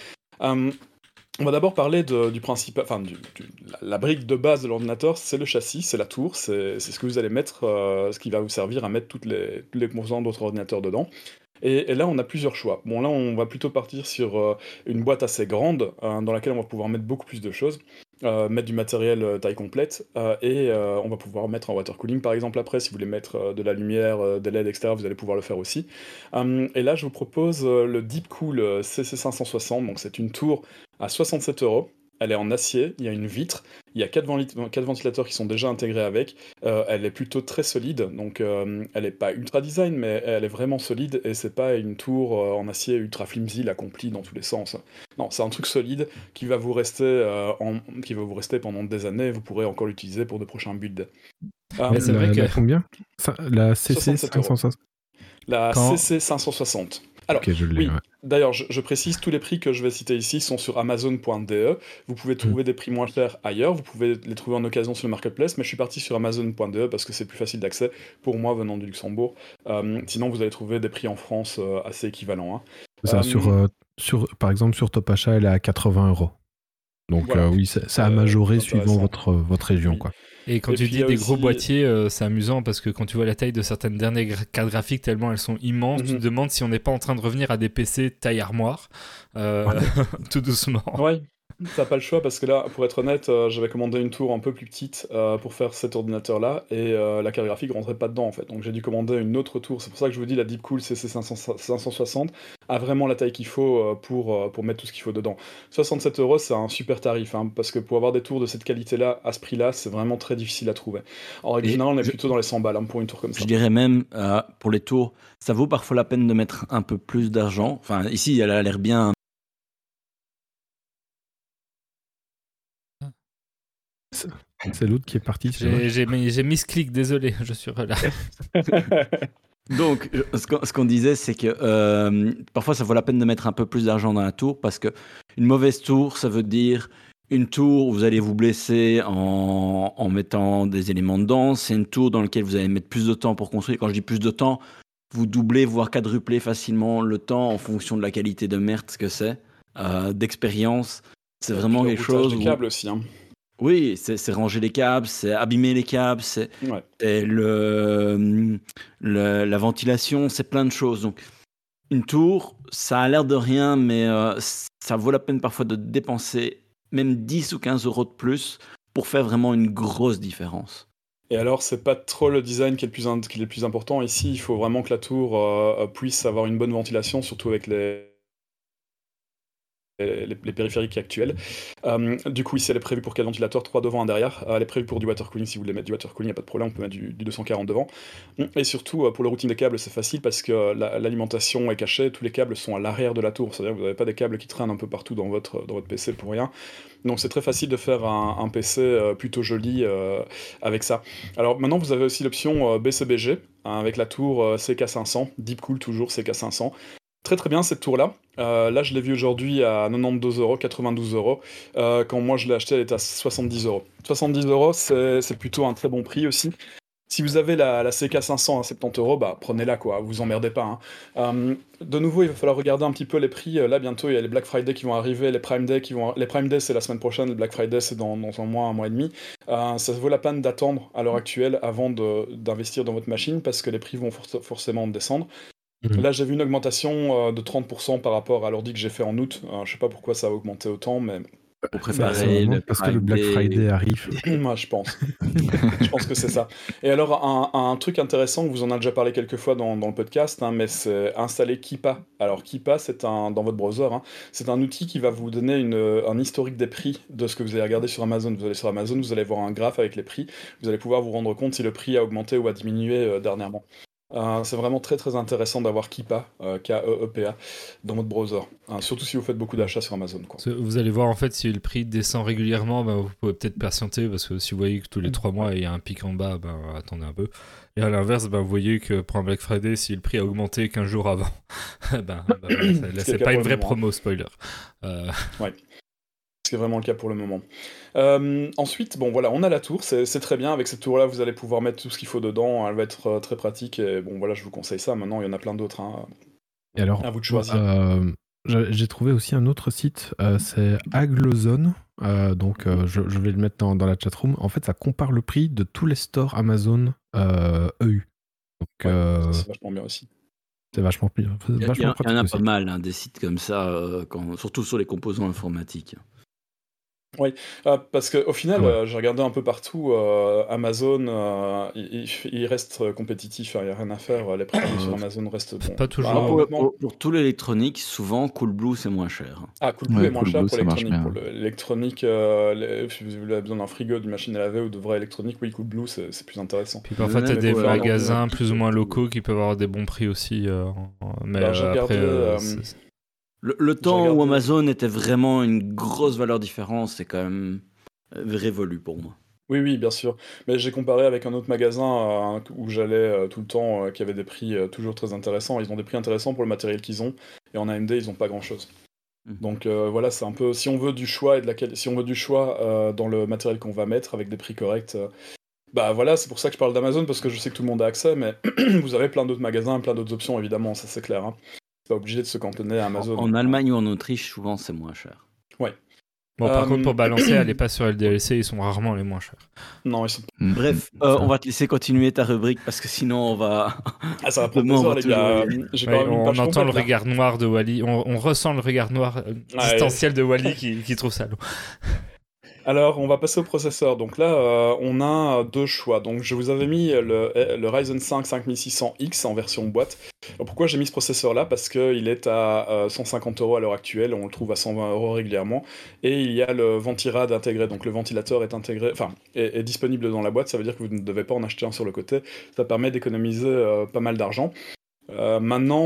On va d'abord parler du principe, enfin, la brique de base de l'ordinateur, c'est le châssis, c'est la tour, c'est ce que vous allez mettre, ce qui va vous servir à mettre toutes les composants de votre ordinateur dedans. Et là, on a plusieurs choix. Bon, là, on va plutôt partir sur une boîte assez grande, dans laquelle on va pouvoir mettre beaucoup plus de choses, mettre du matériel taille complète, et on va pouvoir mettre un water cooling, par exemple, après, si vous voulez mettre de la lumière, des LED, etc., vous allez pouvoir le faire aussi. Et là, je vous propose le Deepcool CC560, donc c'est une tour à 67 €. Elle est en acier, il y a une vitre, il y a 4 ventilateurs qui sont déjà intégrés avec. Elle est plutôt très solide, donc elle n'est pas ultra design, mais elle est vraiment solide et c'est pas une tour en acier ultra flimsy, l'accompli dans tous les sens. Non, c'est un truc solide qui va vous rester, pendant des années et vous pourrez encore l'utiliser pour de prochains builds. Mais c'est vrai que- Combien La CC 67 €. 560. La Quand- CC 560. Alors, Ok, je l'ai. oui, Ouais. d'ailleurs, je précise, tous les prix que je vais citer ici sont sur Amazon.de. Vous pouvez trouver des prix moins chers ailleurs, vous pouvez les trouver en occasion sur le marketplace, mais je suis parti sur Amazon.de parce que c'est plus facile d'accès pour moi venant du Luxembourg. Sinon, vous allez trouver des prix en France assez équivalents, hein. Ça, par exemple, sur Top Achat, elle est à 80 €. Donc Voilà. oui, ça a majoré c'est suivant intéressant. votre région. Oui. Quoi. Et quand Et tu puis, dis il y a des gros aussi- boîtiers, c'est amusant parce que quand tu vois la taille de certaines dernières cartes graphiques, tellement elles sont immenses, tu te demandes si on n'est pas en train de revenir à des PC taille armoire, tout doucement. Ouais, t'as pas le choix parce que là, pour être honnête, j'avais commandé une tour un peu plus petite pour faire cet ordinateur-là et la carte graphique rentrait pas dedans en fait. Donc j'ai dû commander une autre tour. C'est pour ça que je vous dis la Deepcool CC560 a vraiment la taille qu'il faut pour mettre tout ce qu'il faut dedans. 67 €, c'est un super tarif hein, parce que pour avoir des tours de cette qualité-là à ce prix-là, c'est vraiment très difficile à trouver. En règle Et générale, on est je- plutôt dans les 100 balles hein, pour une tour comme ça. Je dirais même, pour les tours, ça vaut parfois la peine de mettre un peu plus d'argent. Enfin, ici, elle a l'air bien. C'est l'autre qui est parti. C'est vrai. J'ai mis ce clic, désolé, je suis là. Donc, ce qu'on disait, c'est que parfois, ça vaut la peine de mettre un peu plus d'argent dans la tour parce que une mauvaise tour, ça veut dire une tour où vous allez vous blesser en mettant des éléments dedans. C'est une tour dans laquelle vous allez mettre plus de temps pour construire. Quand je dis plus de temps, vous doublez, voire quadruplez facilement le temps en fonction de la qualité de merde que c'est, d'expérience. C'est vraiment quelque chose. Des câbles aussi. Hein. Oui, c'est ranger les câbles, c'est abîmer les câbles, c'est Ouais. la ventilation, c'est plein de choses. Donc, une tour, ça a l'air de rien, mais ça vaut la peine parfois de dépenser même 10 ou 15 € de plus pour faire vraiment une grosse différence. Et alors, c'est pas trop le design qui est le plus important. Ici, il faut vraiment que la tour puisse avoir une bonne ventilation, surtout avec les périphériques actuels. Du coup, ici, elle est prévue pour 4 ventilateurs, 3 devant, 1 derrière. Elle est prévue pour du water cooling. Si vous voulez mettre du water cooling, il n'y a pas de problème, on peut mettre du 240 devant. Et surtout, pour le routing des câbles, c'est facile parce que l'alimentation est cachée. Tous les câbles sont à l'arrière de la tour. C'est-à-dire que vous n'avez pas des câbles qui traînent un peu partout dans votre PC pour rien. Donc c'est très facile de faire un PC plutôt joli avec ça. Alors maintenant, vous avez aussi l'option BCBG avec la tour CK500, Deepcool toujours CK500. Très très bien cette tour-là. Là, je l'ai vue aujourd'hui à 92 €, 92 €. Quand moi je l'ai acheté, elle était à 70 €. 70 €, c'est plutôt un très bon prix aussi. Si vous avez la CK500 à 70 €, bah prenez-la quoi, vous emmerdez pas. Hein. De nouveau, il va falloir regarder un petit peu les prix. Là, bientôt, il y a les Black Friday qui vont arriver, les Prime Day Les Prime Day, c'est la semaine prochaine, le Black Friday, c'est dans un mois et demi. Ça vaut la peine d'attendre à l'heure actuelle avant d'investir dans votre machine parce que les prix vont forcément descendre. Là, j'ai vu une augmentation de 30% par rapport à l'ordi que j'ai fait en août. Je sais pas pourquoi ça a augmenté autant, mais Pour C'est préparer vraiment le parce que le Black Friday arrive. Moi, je pense. Je pense que c'est ça. Et alors, un truc intéressant, vous en avez déjà parlé quelques fois dans le podcast, hein, mais c'est installer Keepa. Alors, Keepa, dans votre browser, hein, c'est un outil qui va vous donner un historique des prix de ce que vous allez regarder sur Amazon. Vous allez sur Amazon, vous allez voir un graphe avec les prix. Vous allez pouvoir vous rendre compte si le prix a augmenté ou a diminué dernièrement. C'est vraiment très très intéressant d'avoir Keepa, Keepa, dans votre browser. Surtout si vous faites beaucoup d'achats sur Amazon, quoi. Vous allez voir en fait si le prix descend régulièrement, vous pouvez peut-être patienter parce que si vous voyez que tous les 3 mois il y a un pic en bas, attendez un peu. Et à l'inverse, vous voyez que pour un Black Friday, si le prix a augmenté 15 jours avant, voilà, là, c'est pas une vraie promo, spoiler. Ouais. C'est vraiment le cas pour le moment. Ensuite, bon voilà, on a la tour, c'est très bien. Avec cette tour-là, vous allez pouvoir mettre tout ce qu'il faut dedans. Elle va être très pratique. Et bon voilà, je vous conseille ça. Maintenant, il y en a plein d'autres. Hein. Et alors, à vous de choisir. J'ai trouvé aussi un autre site, c'est Aglozone. Donc, je vais le mettre dans la chatroom. En fait, ça compare le prix de tous les stores Amazon EU. Donc, c'est vachement bien aussi. C'est vachement plus. Il y en a pas mal, hein, des sites comme ça, surtout sur les composants informatiques. Oui, parce qu'au final, j'ai regardé un peu partout, Amazon, il reste compétitif, il n'y a rien à faire, les prix sur Amazon restent bons. Pas toujours. Pour tout l'électronique, souvent Coolblue c'est moins cher. Ah, Coolblue est moins cher pour l'électronique. Pour l'électronique, si vous avez besoin d'un frigo, d'une machine à laver ou de vraie électronique, oui, Coolblue c'est plus intéressant. Puis parfois, tu as des magasins plus ou moins locaux qui peuvent avoir des bons prix aussi. Mais après. Le temps où Amazon était vraiment une grosse valeur différence, c'est quand même révolu pour moi. Oui, bien sûr. Mais j'ai comparé avec un autre magasin où j'allais tout le temps, qui avait des prix toujours très intéressants. Ils ont des prix intéressants pour le matériel qu'ils ont, et en AMD, ils n'ont pas grand-chose. Donc voilà, c'est un peu... Si on veut du choix, si on veut du choix dans le matériel qu'on va mettre, avec des prix corrects... voilà, c'est pour ça que je parle d'Amazon, parce que je sais que tout le monde a accès, mais vous avez plein d'autres magasins, plein d'autres options, évidemment, ça c'est clair. Hein. Pas obligé de se cantonner à Amazon. En Allemagne ou en Autriche, souvent c'est moins cher. Ouais. Bon, par contre, pour balancer, allez pas sur LDLC, ils sont rarement les moins chers. Non, ils sont... Bref, on va te laisser continuer ta rubrique parce que sinon on va. Ça va prendre des heures, les gars. On entend le regard noir de Wally, on ressent le regard noir distanciel de Wally qui trouve ça long. Alors, on va passer au processeur. Donc là, on a deux choix. Donc, je vous avais mis le Ryzen 5 5600X en version boîte. Alors, pourquoi j'ai mis ce processeur-là ? Parce qu'il est à 150 € à l'heure actuelle. On le trouve à 120 € régulièrement. Et il y a le Ventirad intégré. Donc, le ventilateur est intégré, est disponible dans la boîte. Ça veut dire que vous ne devez pas en acheter un sur le côté. Ça permet d'économiser pas mal d'argent. Maintenant,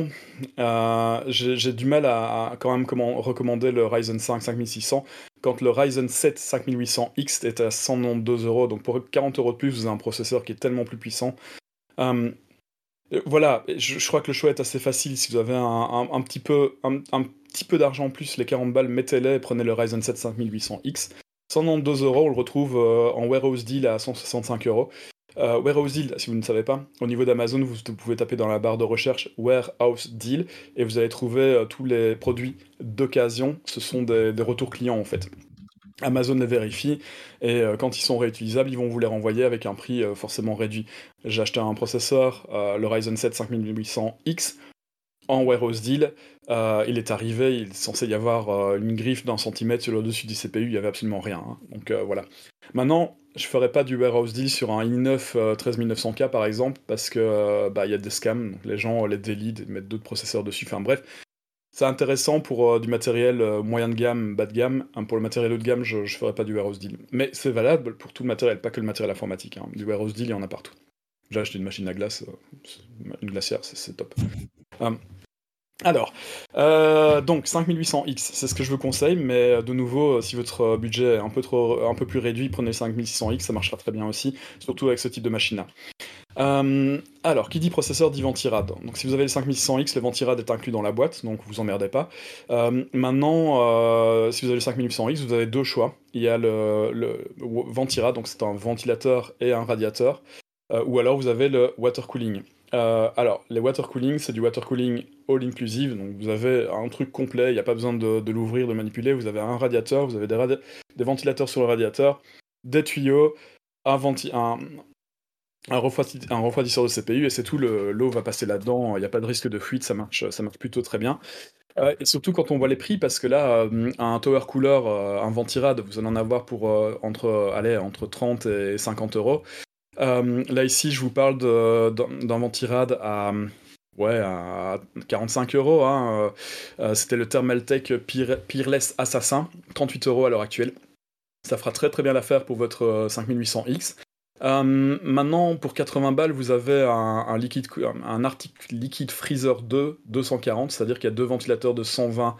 j'ai du mal à quand même recommander le Ryzen 5 5600 quand le Ryzen 7 5800X est à 192 €. Donc pour 40 € de plus, vous avez un processeur qui est tellement plus puissant. Voilà, je crois que le choix est assez facile. Si vous avez un petit peu d'argent en plus, les 40 balles, mettez-les et prenez le Ryzen 7 5800X. 192 €, on le retrouve en warehouse deal à 165 €. Warehouse Deal, si vous ne savez pas, au niveau d'Amazon, vous pouvez taper dans la barre de recherche Warehouse Deal et vous allez trouver tous les produits d'occasion. Ce sont des retours clients en fait. Amazon les vérifie et quand ils sont réutilisables, ils vont vous les renvoyer avec un prix forcément réduit. J'ai acheté un processeur, le Ryzen 7 5800X, en Warehouse Deal. Il est arrivé, il est censé y avoir une griffe d'1 centimètre sur le dessus du CPU, il n'y avait absolument rien. Hein. Donc voilà. Maintenant, je ferai pas du Warehouse Deal sur un i9 13900K par exemple, parce que y a des scams, donc les gens les délient et mettent d'autres processeurs dessus. Enfin bref, c'est intéressant pour du matériel moyen de gamme, bas de gamme. Pour le matériel haut de gamme, je ferai pas du Warehouse Deal. Mais c'est valable pour tout le matériel, pas que le matériel informatique. Hein. Du Warehouse Deal, il y en a partout. J'ai acheté une machine à glace, une glacière, c'est top. Alors, donc 5800X, c'est ce que je vous conseille, mais de nouveau, si votre budget est un peu plus réduit, prenez le 5600X, ça marchera très bien aussi, surtout avec ce type de machine-là. Alors, qui dit processeur dit Ventirad. Donc si vous avez le 5600X, le Ventirad est inclus dans la boîte, donc vous emmerdez pas. Maintenant, si vous avez le 5800X, vous avez deux choix. Il y a le Ventirad, donc c'est un ventilateur et un radiateur, ou alors vous avez le water cooling. Alors, les water cooling, c'est du water cooling all inclusive, donc vous avez un truc complet, il n'y a pas besoin de l'ouvrir, de manipuler, vous avez un radiateur, vous avez des ventilateurs sur le radiateur, des tuyaux, un refroidisseur de CPU, et c'est tout, l'eau va passer là-dedans, il n'y a pas de risque de fuite, ça marche plutôt très bien. Et surtout quand on voit les prix, parce que là, un tower cooler, un Ventirad, vous allez en avoir pour entre 30 et 50 euros. Là, ici, je vous parle d'un Ventirad à 45 euros. Hein. C'était le Thermaltake Peerless Assassin, 38 euros à l'heure actuelle. Ça fera très très bien l'affaire pour votre 5800X. Maintenant, pour 80 balles, vous avez un Arctic Liquid Freezer 2 240, c'est-à-dire qu'il y a deux ventilateurs de 120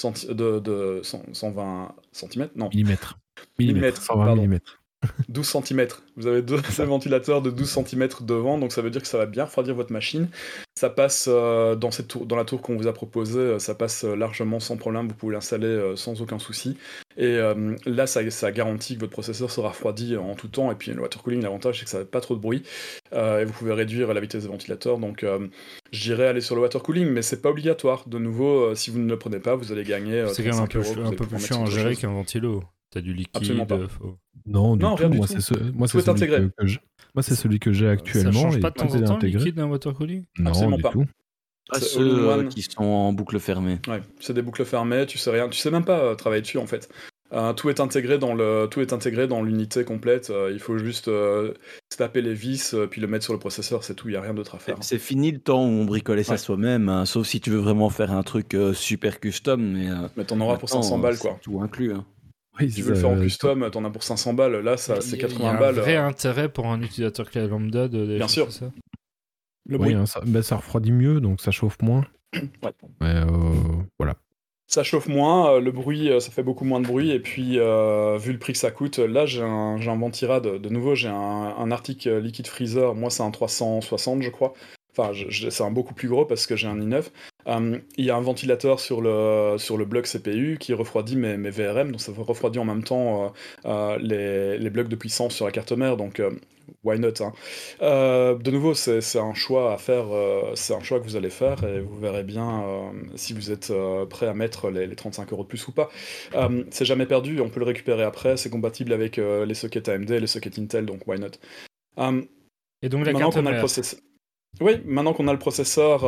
120 cm. Non. Millimètres. 120 pardon. mm. 12 cm. Vous avez deux ventilateurs de 12 cm devant, donc ça veut dire que ça va bien refroidir votre machine. Ça passe dans la tour qu'on vous a proposée, ça passe largement sans problème, vous pouvez l'installer sans aucun souci. Et là, ça garantit que votre processeur sera refroidi en tout temps. Et puis le water cooling, l'avantage, c'est que ça n'a pas trop de bruit. Et vous pouvez réduire la vitesse des ventilateurs. Donc je dirais aller sur le water cooling, mais c'est pas obligatoire. De nouveau, si vous ne le prenez pas, vous allez gagner. C'est quand même un peu plus chiant à gérer qu'un qu'un ventilo. T'as du liquide. Absolument pas. Non, du rien tout. du Moi, tout. c'est celui que j'ai. Moi, c'est celui que j'ai actuellement. Ça change pas de tout temps est en temps le intégré. liquide d'un water cooling? Non, Absolument du pas. tout. Ah, C'est ceux all-in-one. qui sont en boucle fermée. Ouais, c'est des boucles fermées, tu sais rien, tu sais même pas travailler dessus en fait. Tout est intégré dans l'unité complète. Il faut juste se taper les vis, puis le mettre sur le processeur, c'est tout. Il y a rien d'autre à faire. C'est fini le temps où on bricolait ça Ouais. soi-même, hein, sauf si tu veux vraiment faire un truc super custom. Mais t'en auras pour 500 balles quoi. C'est tout inclus. Hein. Oui, Si tu veux le faire en custom, t'en as pour 500 balles. Là, ça, c'est 80 Il y a balles. un vrai intérêt pour un utilisateur clé lambda de Bien sûr. ça. Le Oui, bruit. hein, ça refroidit mieux, donc ça chauffe moins. Ouais. Mais voilà. Ça chauffe moins, le bruit, ça fait beaucoup moins de bruit, et puis vu le prix que ça coûte, là j'ai un Ventirad, de nouveau j'ai un Arctic Liquid Freezer, moi c'est un 360 je crois, enfin c'est un beaucoup plus gros parce que j'ai un i9. Il y a un ventilateur sur le bloc CPU qui refroidit mes VRM, donc ça refroidit en même temps les blocs de puissance sur la carte mère, donc why not hein. De nouveau, c'est un choix à faire, c'est un choix que vous allez faire et vous verrez bien si vous êtes prêt à mettre les 35 euros de plus ou pas. C'est jamais perdu, on peut le récupérer après, c'est compatible avec les sockets AMD et les sockets Intel, donc why not. Et donc la Maintenant carte qu'on a le mère. processeur. Oui, maintenant qu'on a le processeur,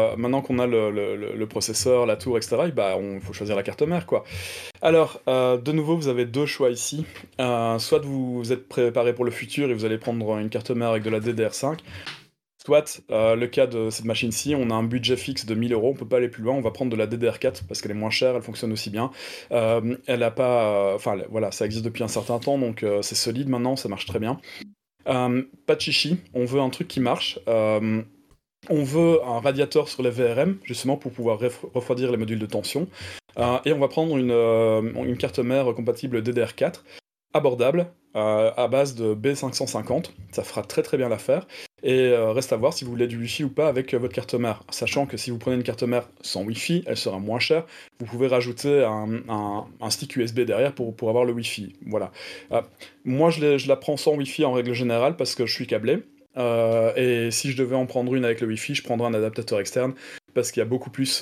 le processeur, la tour, etc., bah, on faut choisir la carte mère, quoi. Alors, de nouveau, vous avez deux choix ici. Soit vous êtes préparé pour le futur et vous allez prendre une carte mère avec de la DDR5. Soit, le cas de cette machine-ci, on a un budget fixe de 1000 euros, on peut pas aller plus loin, on va prendre de la DDR4 parce qu'elle est moins chère, elle fonctionne aussi bien. Elle a pas, voilà, ça existe depuis un certain temps, donc c'est solide maintenant, ça marche très bien. Pas de chichi, on veut un truc qui marche. On veut un radiateur sur les VRM, justement pour pouvoir refroidir les modules de tension. Et on va prendre une carte mère compatible DDR4, abordable, à base de B550. Ça fera très très bien l'affaire. Et reste à voir si vous voulez du Wi-Fi ou pas avec votre carte mère. Sachant que si vous prenez une carte mère sans Wi-Fi, elle sera moins chère. Vous pouvez rajouter un stick USB derrière pour avoir le Wi-Fi. Voilà. Moi, je la prends sans Wi-Fi en règle générale parce que je suis câblé. Et si je devais en prendre une avec le Wi-Fi, je prendrais un adaptateur externe parce qu'il y a beaucoup plus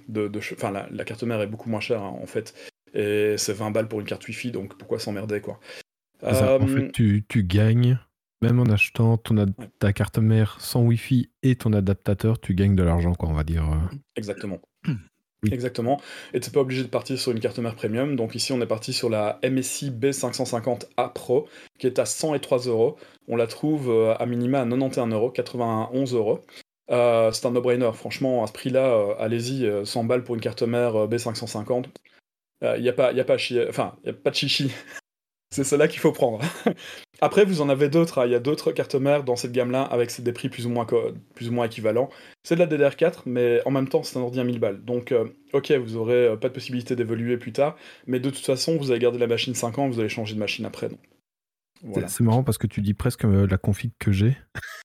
la carte mère est beaucoup moins chère hein, en fait. Et c'est 20 balles pour une carte Wi-Fi, donc pourquoi s'emmerder quoi. Ça, en fait, tu gagnes, même en achetant ta carte mère sans Wi-Fi et ton adaptateur, tu gagnes de l'argent, quoi, on va dire. Exactement. Oui. Exactement. Et tu n'es pas obligé de partir sur une carte mère premium. Donc ici, on est parti sur la MSI B550A Pro, qui est à 103 euros. On la trouve à minima à 91 euros, 91 euros. C'est un no-brainer. Franchement, à ce prix-là, allez-y, 100 balles pour une carte mère B550. Il n'y a pas de chichi. C'est celle-là qu'il faut prendre. Après, vous en avez d'autres. Hein. Il y a d'autres cartes mères dans cette gamme-là avec des prix plus ou moins équivalents. C'est de la DDR4, mais en même temps, c'est un ordi à 1000 balles. Donc, ok, vous aurez pas de possibilité d'évoluer plus tard, mais de toute façon, vous allez garder la machine 5 ans, vous allez changer de machine après. Donc. Voilà. C'est marrant parce que tu dis presque la config que j'ai.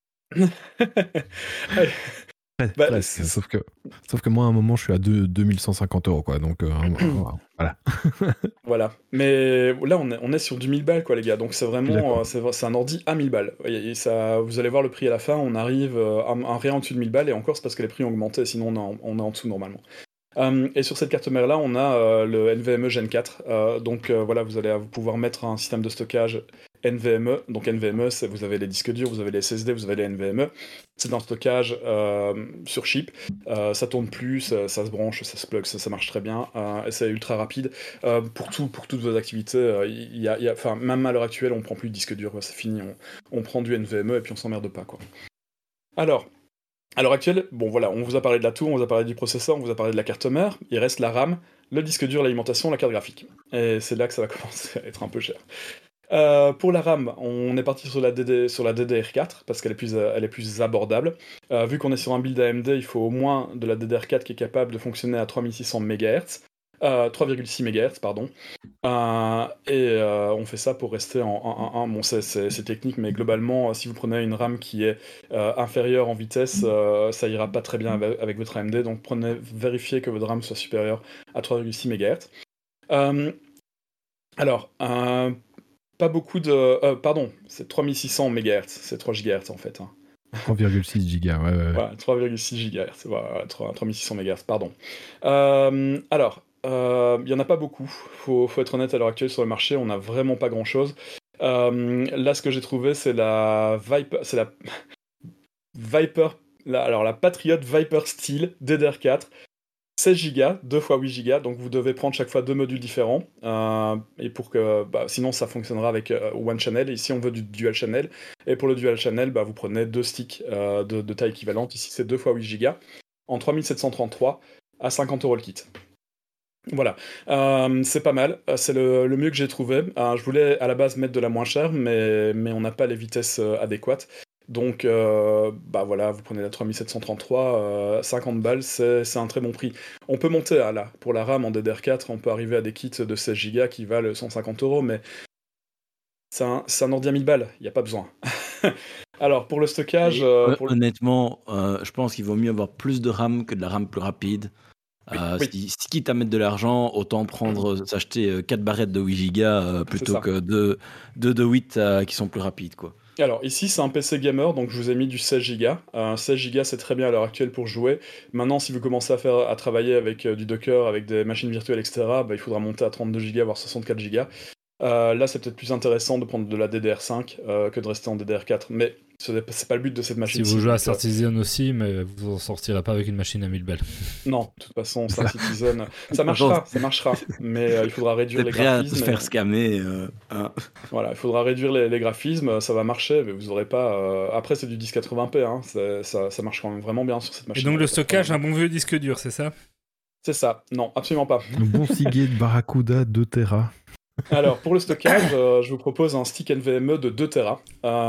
Presque. Sauf que moi, à un moment, je suis à 2150 euros, quoi. Donc, voilà. Voilà. Mais là, on est sur du 1000 balles, quoi, les gars. Donc, c'est vraiment c'est un ordi à 1000 balles. Et ça, vous allez voir le prix à la fin, on arrive à rien en dessous de 1000 balles, et encore, c'est parce que les prix ont augmenté, sinon on est en dessous normalement. Et sur cette carte mère-là, on a le NVMe Gen 4. Donc, voilà, vous allez pouvoir mettre un système de stockage NVMe. Donc NVMe, vous avez les disques durs, vous avez les SSD, vous avez les NVMe. C'est un stockage sur chip. Ça tourne plus, ça se branche, ça se plug, ça marche très bien. Et c'est ultra rapide. Pour toutes vos activités, même à l'heure actuelle, on prend plus de disque dur, c'est fini. On prend du NVMe et puis on s'emmerde pas, quoi. Alors, à l'heure actuelle, bon voilà, on vous a parlé de la tour, on vous a parlé du processeur, on vous a parlé de la carte mère, il reste la RAM, le disque dur, l'alimentation, la carte graphique. Et c'est là que ça va commencer à être un peu cher. Pour la RAM, on est parti sur la DDR4 parce qu'elle est plus abordable. Vu qu'on est sur un build AMD, il faut au moins de la DDR4 qui est capable de fonctionner à 3600 MHz. 3,6 MHz, pardon. On fait ça pour rester en 1. Bon, c'est technique, mais globalement, si vous prenez une RAM qui est inférieure en vitesse, ça ira pas très bien avec votre AMD. Donc vérifiez que votre RAM soit supérieure à 3,6 MHz. Pas beaucoup de... pardon, c'est 3600 MHz, c'est 3 GHz en fait. 3,6 Go, ouais. Ouais, 3,6 GHz, voilà, 3600 MHz, pardon. Il y en a pas beaucoup, faut être honnête, à l'heure actuelle sur le marché, on n'a vraiment pas grand-chose. Là, ce que j'ai trouvé, c'est la Patriot Viper Steel DDR4, 16 Go, 2 x 8 Go, donc vous devez prendre chaque fois 2 modules différents, et pour que, sinon ça fonctionnera avec One Channel, et ici on veut du Dual Channel, et pour le Dual Channel, vous prenez 2 sticks de taille équivalente, ici c'est 2 x 8 Go, en 3733, à 50€ le kit. Voilà, c'est pas mal, c'est le mieux que j'ai trouvé. Je voulais à la base mettre de la moins chère, mais on n'a pas les vitesses adéquates. Donc voilà, vous prenez la 3733, 50 balles, c'est un très bon prix. On peut monter pour la RAM en DDR4, on peut arriver à des kits de 16 Go qui valent 150€, mais c'est un ordi à 1000 balles, il n'y a pas besoin. Alors, pour le stockage... Honnêtement, je pense qu'il vaut mieux avoir plus de RAM que de la RAM plus rapide. Si quitte à mettre de l'argent, autant s'acheter 4 barrettes de 8 Go plutôt que 2 de 8 qui sont plus rapides, quoi. Alors, ici, c'est un PC gamer, donc je vous ai mis du 16 Go. 16 Go, c'est très bien à l'heure actuelle pour jouer. Maintenant, si vous commencez à travailler avec du Docker, avec des machines virtuelles, etc., il faudra monter à 32 Go, voire 64 Go. Là, c'est peut-être plus intéressant de prendre de la DDR5 que de rester en DDR4, mais c'est pas le but de cette machine. Si vous jouez à Star Citizen aussi, mais vous en sortirez pas avec une machine à 1000 balles. Non, de toute façon, Star Citizen, ça marchera, mais il faudra réduire les graphismes. À se faire scammer. Voilà, il faudra réduire les graphismes, ça va marcher, mais vous aurez pas... Après, c'est du 1080p, hein, ça marche quand même vraiment bien sur cette machine. Et donc le stockage, un bon vieux disque dur, c'est ça ? C'est ça, non, absolument pas. Un bon Seagate Barracuda 2 Tera. Alors, pour le stockage, je vous propose un stick NVMe de 2 Tera.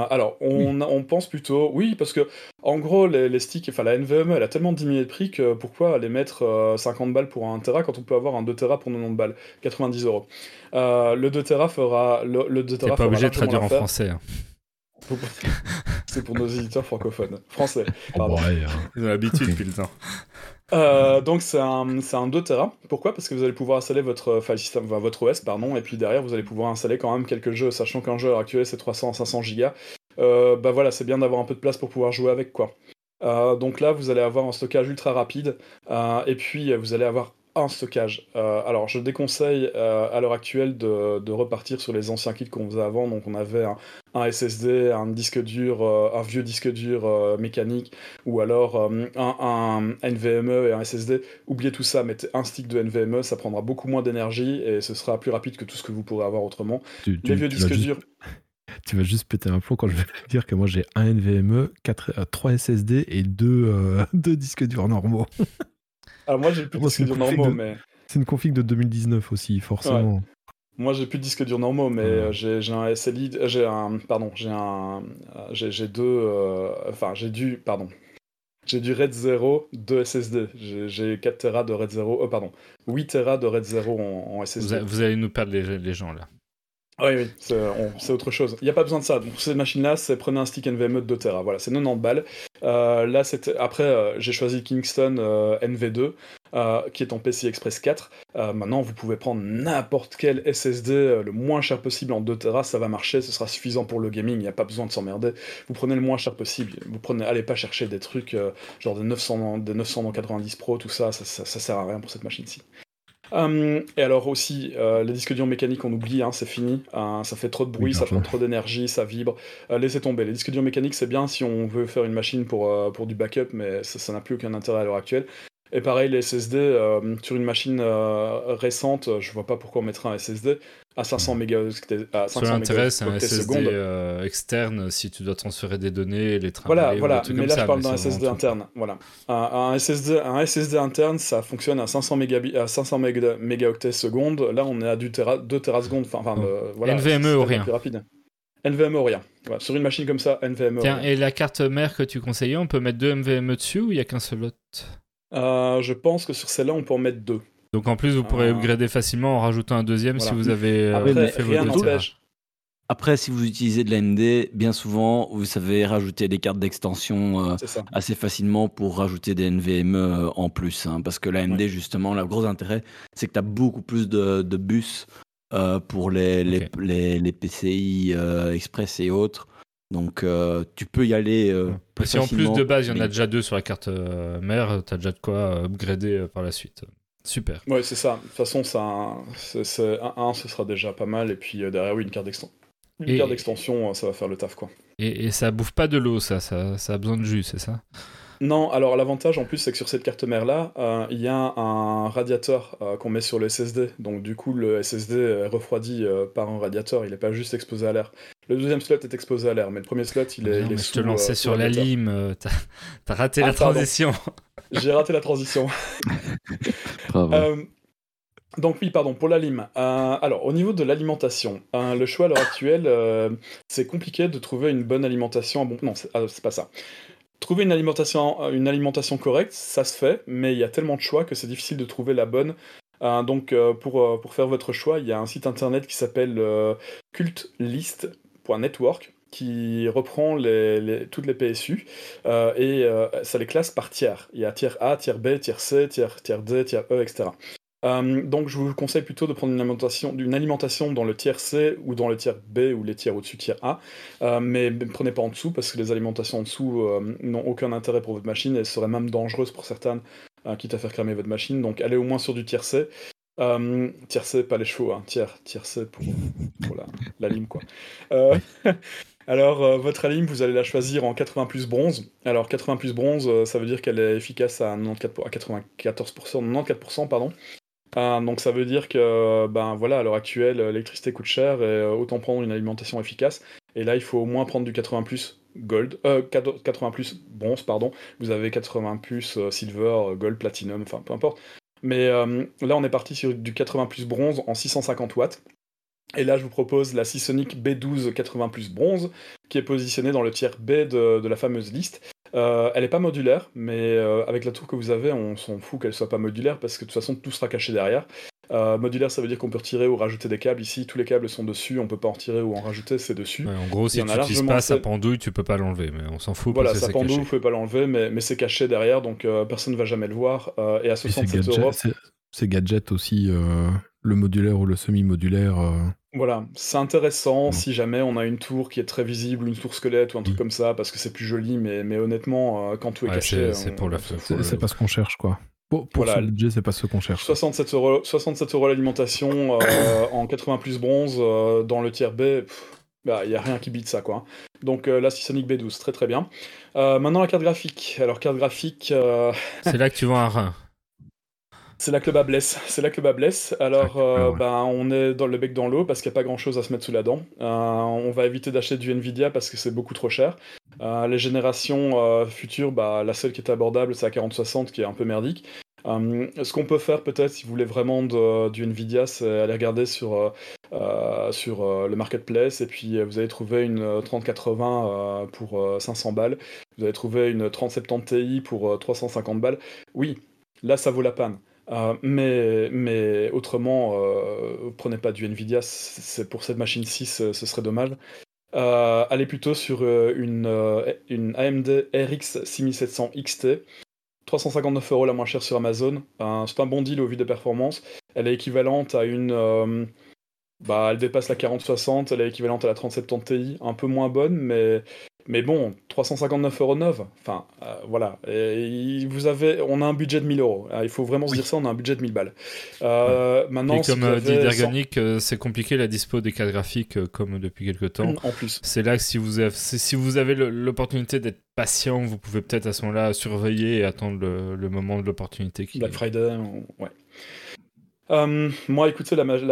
On pense plutôt... Oui, parce que, en gros, les sticks... Enfin, la NVMe, elle a tellement diminué de prix que pourquoi aller mettre 50 balles pour un Tera quand on peut avoir un 2 Tera pour 90 balles, 90€. Le 2 Tera fera... T'es pas obligé de traduire en français. Hein. C'est pour nos éditeurs francophones. Français, pardon. Ils ont l'habitude depuis le temps. Donc c'est un 2 Tera. Pourquoi ? Parce que vous allez pouvoir installer votre file system, votre OS, et puis derrière vous allez pouvoir installer quand même quelques jeux, sachant qu'un jeu à l'heure actuelle c'est 300-500 Go. Voilà, c'est bien d'avoir un peu de place pour pouvoir jouer avec, quoi. Donc là vous allez avoir un stockage ultra rapide, et puis vous allez avoir un stockage. Alors je déconseille à l'heure actuelle de repartir sur les anciens kits qu'on faisait avant. Donc on avait un SSD, un disque dur, un vieux disque dur mécanique, ou alors un NVMe et un SSD. Oubliez tout ça, mettez un stick de NVMe, ça prendra beaucoup moins d'énergie et ce sera plus rapide que tout ce que vous pourrez avoir autrement. Les vieux disques durs... Tu vas juste péter un plomb quand je vais te dire que moi j'ai un NVMe, 3 SSD et 2 disques durs normaux. Alors moi j'ai plus de disques durs normaux, mais... C'est une config de 2019 aussi, forcément. Ouais. Moi j'ai plus de disques durs normaux, mais j'ai un SLI... J'ai du RAID 0 de SSD. J'ai 4 Tera de RAID 0... 8 Tera de RAID 0 en SSD. Vous allez nous perdre les gens, là. Oui, c'est autre chose. Il n'y a pas besoin de ça. Donc, pour ces machines-là, prenez un stick NVMe de 2 Tera. Voilà, c'est 90 balles. Là, après, j'ai choisi Kingston NV2, qui est en PCI Express 4. Maintenant, vous pouvez prendre n'importe quel SSD le moins cher possible en 2 Tera, ça va marcher, ce sera suffisant pour le gaming, il n'y a pas besoin de s'emmerder. Vous prenez le moins cher possible. Allez pas chercher des trucs genre des 990 Pro, tout ça, ça sert à rien pour cette machine-ci. Et alors aussi, les disques durs mécaniques, on oublie, hein, c'est fini. Ça fait trop de bruit, ça prend trop d'énergie, ça vibre. Laissez tomber. Les disques durs mécaniques, c'est bien si on veut faire une machine pour du backup, mais ça n'a plus aucun intérêt à l'heure actuelle. Et pareil, les SSD, sur une machine récente, je vois pas pourquoi on mettrait un SSD à 500 mégaoctets Sur l'intérêt, c'est un mégaoctets SSD seconde. externe si tu dois transférer des données et les trimballer Voilà, ou des trucs mais comme là ça. je parle mais d'un c'est SSD vraiment tout. interne. Voilà. Un SSD interne, ça fonctionne à 500 mégaoctets seconde. Là, on est à 2 terasecondes. Voilà, NVMe c'est ou tellement rien. plus rapide. NVMe ou rien. Voilà, sur une machine comme ça, NVMe ou Tiens, rien. et la carte mère que tu conseillais, on peut mettre 2 NVMe dessus ou il n'y a qu'un seul slot? Je pense que sur celle-là, on peut en mettre 2. Donc en plus, vous pourrez upgrader facilement en rajoutant un deuxième si Voilà. vous avez Après, fait rien vos 2 Tera. n'empêche. Après, si vous utilisez de l'AMD, bien souvent, vous savez rajouter des cartes d'extension C'est ça. assez facilement pour rajouter des NVMe en plus. Hein, parce que l'AMD, justement, le gros intérêt, c'est que tu as beaucoup plus de bus pour les PCI Express et autres. Donc, tu peux y aller plus Si en facilement. plus de base, il y en a déjà 2 sur la carte mère, tu as déjà de quoi upgrader par la suite. Super. Ouais, c'est ça. De toute façon, ce sera déjà pas mal. Et puis derrière, oui, une carte d'extension. Carte d'extension, ça va faire le taf, quoi. Et ça bouffe pas de l'eau, ça a besoin de jus, c'est ça? Non, alors l'avantage en plus, c'est que sur cette carte mère-là, il y a un radiateur qu'on met sur le SSD. Donc du coup, le SSD est refroidi par un radiateur, il n'est pas juste exposé à l'air. Le deuxième slot est exposé à l'air, mais le premier slot, il est je sous. te lançais sous sur la radiateur. lime, t'as raté la pardon. transition. J'ai raté la transition. Bravo. Donc oui, pardon, pour la lime. Alors, au niveau de l'alimentation, le choix à l'heure actuelle, c'est compliqué de trouver une bonne alimentation. Non, c'est pas ça. Trouver une alimentation correcte, ça se fait, mais il y a tellement de choix que c'est difficile de trouver la bonne. Donc, pour faire votre choix, il y a un site internet qui s'appelle cultlist.network qui reprend toutes les PSU et ça les classe par tiers. Il y a tiers A, tiers B, tiers C, tiers D, tiers E, etc. Donc je vous conseille plutôt de prendre une alimentation dans le tiers C ou dans le tiers B ou les tiers au-dessus tiers A, mais ne prenez pas en dessous parce que les alimentations en dessous n'ont aucun intérêt pour votre machine et seraient même dangereuses pour certaines, quitte à faire cramer votre machine. Donc allez au moins sur du tiers C. Tiers C, pas les chevaux, hein. tiers C pour la lime, quoi. Alors, votre lime, vous allez la choisir en 80 plus bronze. Alors, 80 plus bronze, ça veut dire qu'elle est efficace à 94%, pardon. Donc ça veut dire que, à l'heure actuelle, l'électricité coûte cher et autant prendre une alimentation efficace. Et là, il faut au moins prendre du 80 plus gold, 80 plus bronze, pardon. Vous avez 80 plus silver, gold, platinum, enfin peu importe. Mais là, on est parti sur du 80 plus bronze en 650 watts. Et là, je vous propose la Seasonic B12 80 plus bronze, qui est positionnée dans le tiers B de la fameuse liste. Elle n'est pas modulaire, mais avec la tour que vous avez, on s'en fout qu'elle soit pas modulaire, parce que de toute façon, tout sera caché derrière. Modulaire, ça veut dire qu'on peut retirer ou rajouter des câbles. Ici, tous les câbles sont dessus, on peut pas en retirer ou en rajouter, c'est dessus. Ouais, en gros, si tu n'utilises pas sa pendouille, tu peux pas l'enlever, mais on s'en fout. Voilà, parce que sa pendouille, vous pouvez pas l'enlever, mais c'est caché derrière, donc personne ne va jamais le voir. Et à 67 euros... Ces gadgets aussi, le modulaire ou le semi-modulaire... Voilà, c'est intéressant si jamais on a une tour qui est très visible, une tour squelette ou un truc comme ça, parce que c'est plus joli, mais honnêtement, quand tout est caché... C'est pour la c'est pas ce qu'on cherche, quoi. Pour ce budget, c'est pas ce qu'on cherche. 67 euros l'alimentation en 80 plus bronze dans le tiers B, il n'y a rien qui bite ça, quoi. Donc la Seasonic B12, très très bien. Maintenant la carte graphique. Alors carte graphique... C'est là que tu vois un rein. C'est là que le bas blesse. Alors, on est dans le bec dans l'eau parce qu'il n'y a pas grand-chose à se mettre sous la dent. On va éviter d'acheter du Nvidia parce que c'est beaucoup trop cher. Les générations futures, la seule qui est abordable, c'est la 4060 qui est un peu merdique. Ce qu'on peut faire peut-être, si vous voulez vraiment du Nvidia, c'est aller regarder sur le marketplace et puis vous allez trouver une 3080 pour 500 balles. Vous allez trouver une 3070 Ti pour 350 balles. Oui, là ça vaut la panne. Mais autrement, prenez pas du Nvidia, c'est pour cette machine-ci, ce serait dommage. Allez plutôt sur une AMD RX 6700 XT, 359 € la moins chère sur Amazon. C'est un bon deal au vu des performances. Elle est équivalente à une... elle dépasse la 4060, elle est équivalente à la 3070 Ti, un peu moins bonne, mais Mais bon, 359,09 €, enfin, voilà. Et on a un budget de 1 000 €. Il faut vraiment se dire ça, on a un budget de 1 000 balles. Maintenant, Et si comme vous avez dit 100 Dergonic, c'est compliqué la dispo des cartes graphiques comme depuis quelques temps. en plus. C'est là que si vous avez l'opportunité d'être patient, vous pouvez peut-être à ce moment-là surveiller et attendre le moment de l'opportunité. Black Friday, ouais. Moi, écoutez,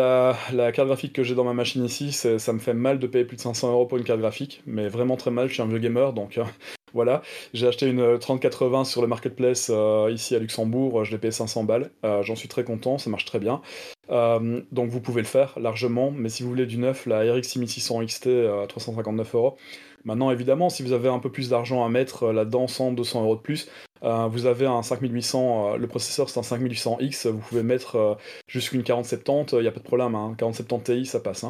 la carte graphique que j'ai dans ma machine ici, ça me fait mal de payer plus de 500 € pour une carte graphique, mais vraiment très mal. Je suis un vieux gamer, donc voilà. J'ai acheté une 3080 sur le marketplace ici à Luxembourg. Je l'ai payé 500 balles. J'en suis très content, ça marche très bien. Donc vous pouvez le faire largement, mais si vous voulez du neuf, la RX 6600 XT à 359 €. Maintenant, évidemment, si vous avez un peu plus d'argent à mettre là-dedans, 100-200 € de plus, vous avez un 5800, le processeur c'est un 5800X, vous pouvez mettre jusqu'une 4070, il n'y a pas de problème, hein, 4070 Ti ça passe. Hein.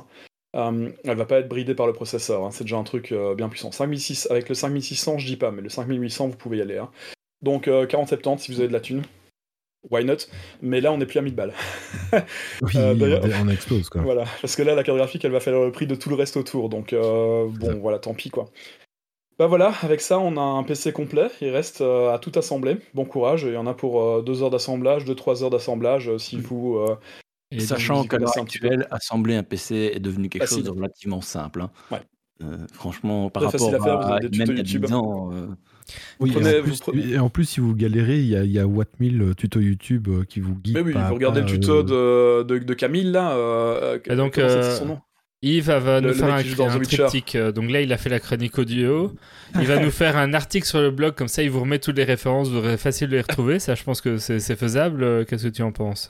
Elle va pas être bridée par le processeur, hein, c'est déjà un truc bien puissant. Avec le 5600, je dis pas, mais le 5800, vous pouvez y aller. Hein. Donc 4070 si vous avez de la thune. Why not? Mais là, on n'est plus à 1000 balles. Oui, on explose, quoi. Voilà, parce que là, la carte graphique, elle va faire le prix de tout le reste autour. Donc, bon, voilà, tant pis, quoi. Bah voilà, avec ça, on a un PC complet. Il reste à tout assembler. Bon courage. Il y en a pour 2 heures d'assemblage, 2-3 heures d'assemblage, si vous... Et sachant qu'à l'heure actuelle, assembler un PC est devenu quelque chose de relativement simple. Hein. Ouais. Franchement, par très rapport facile à faire, vous à avez des tutos YouTube. 10 ans... Oui, et en plus, si vous galérez, il y a Wattmill tuto YouTube qui vous guide. Mais oui, vous regardez le tuto de Camille, là. Et donc, son nom Yves va nous faire un triptyque. Donc là, il a fait la chronique audio. Il va nous faire un article sur le blog, comme ça, il vous remet toutes les références, vous aurez facile de les retrouver. Ça, je pense que c'est faisable. Qu'est-ce que tu en penses?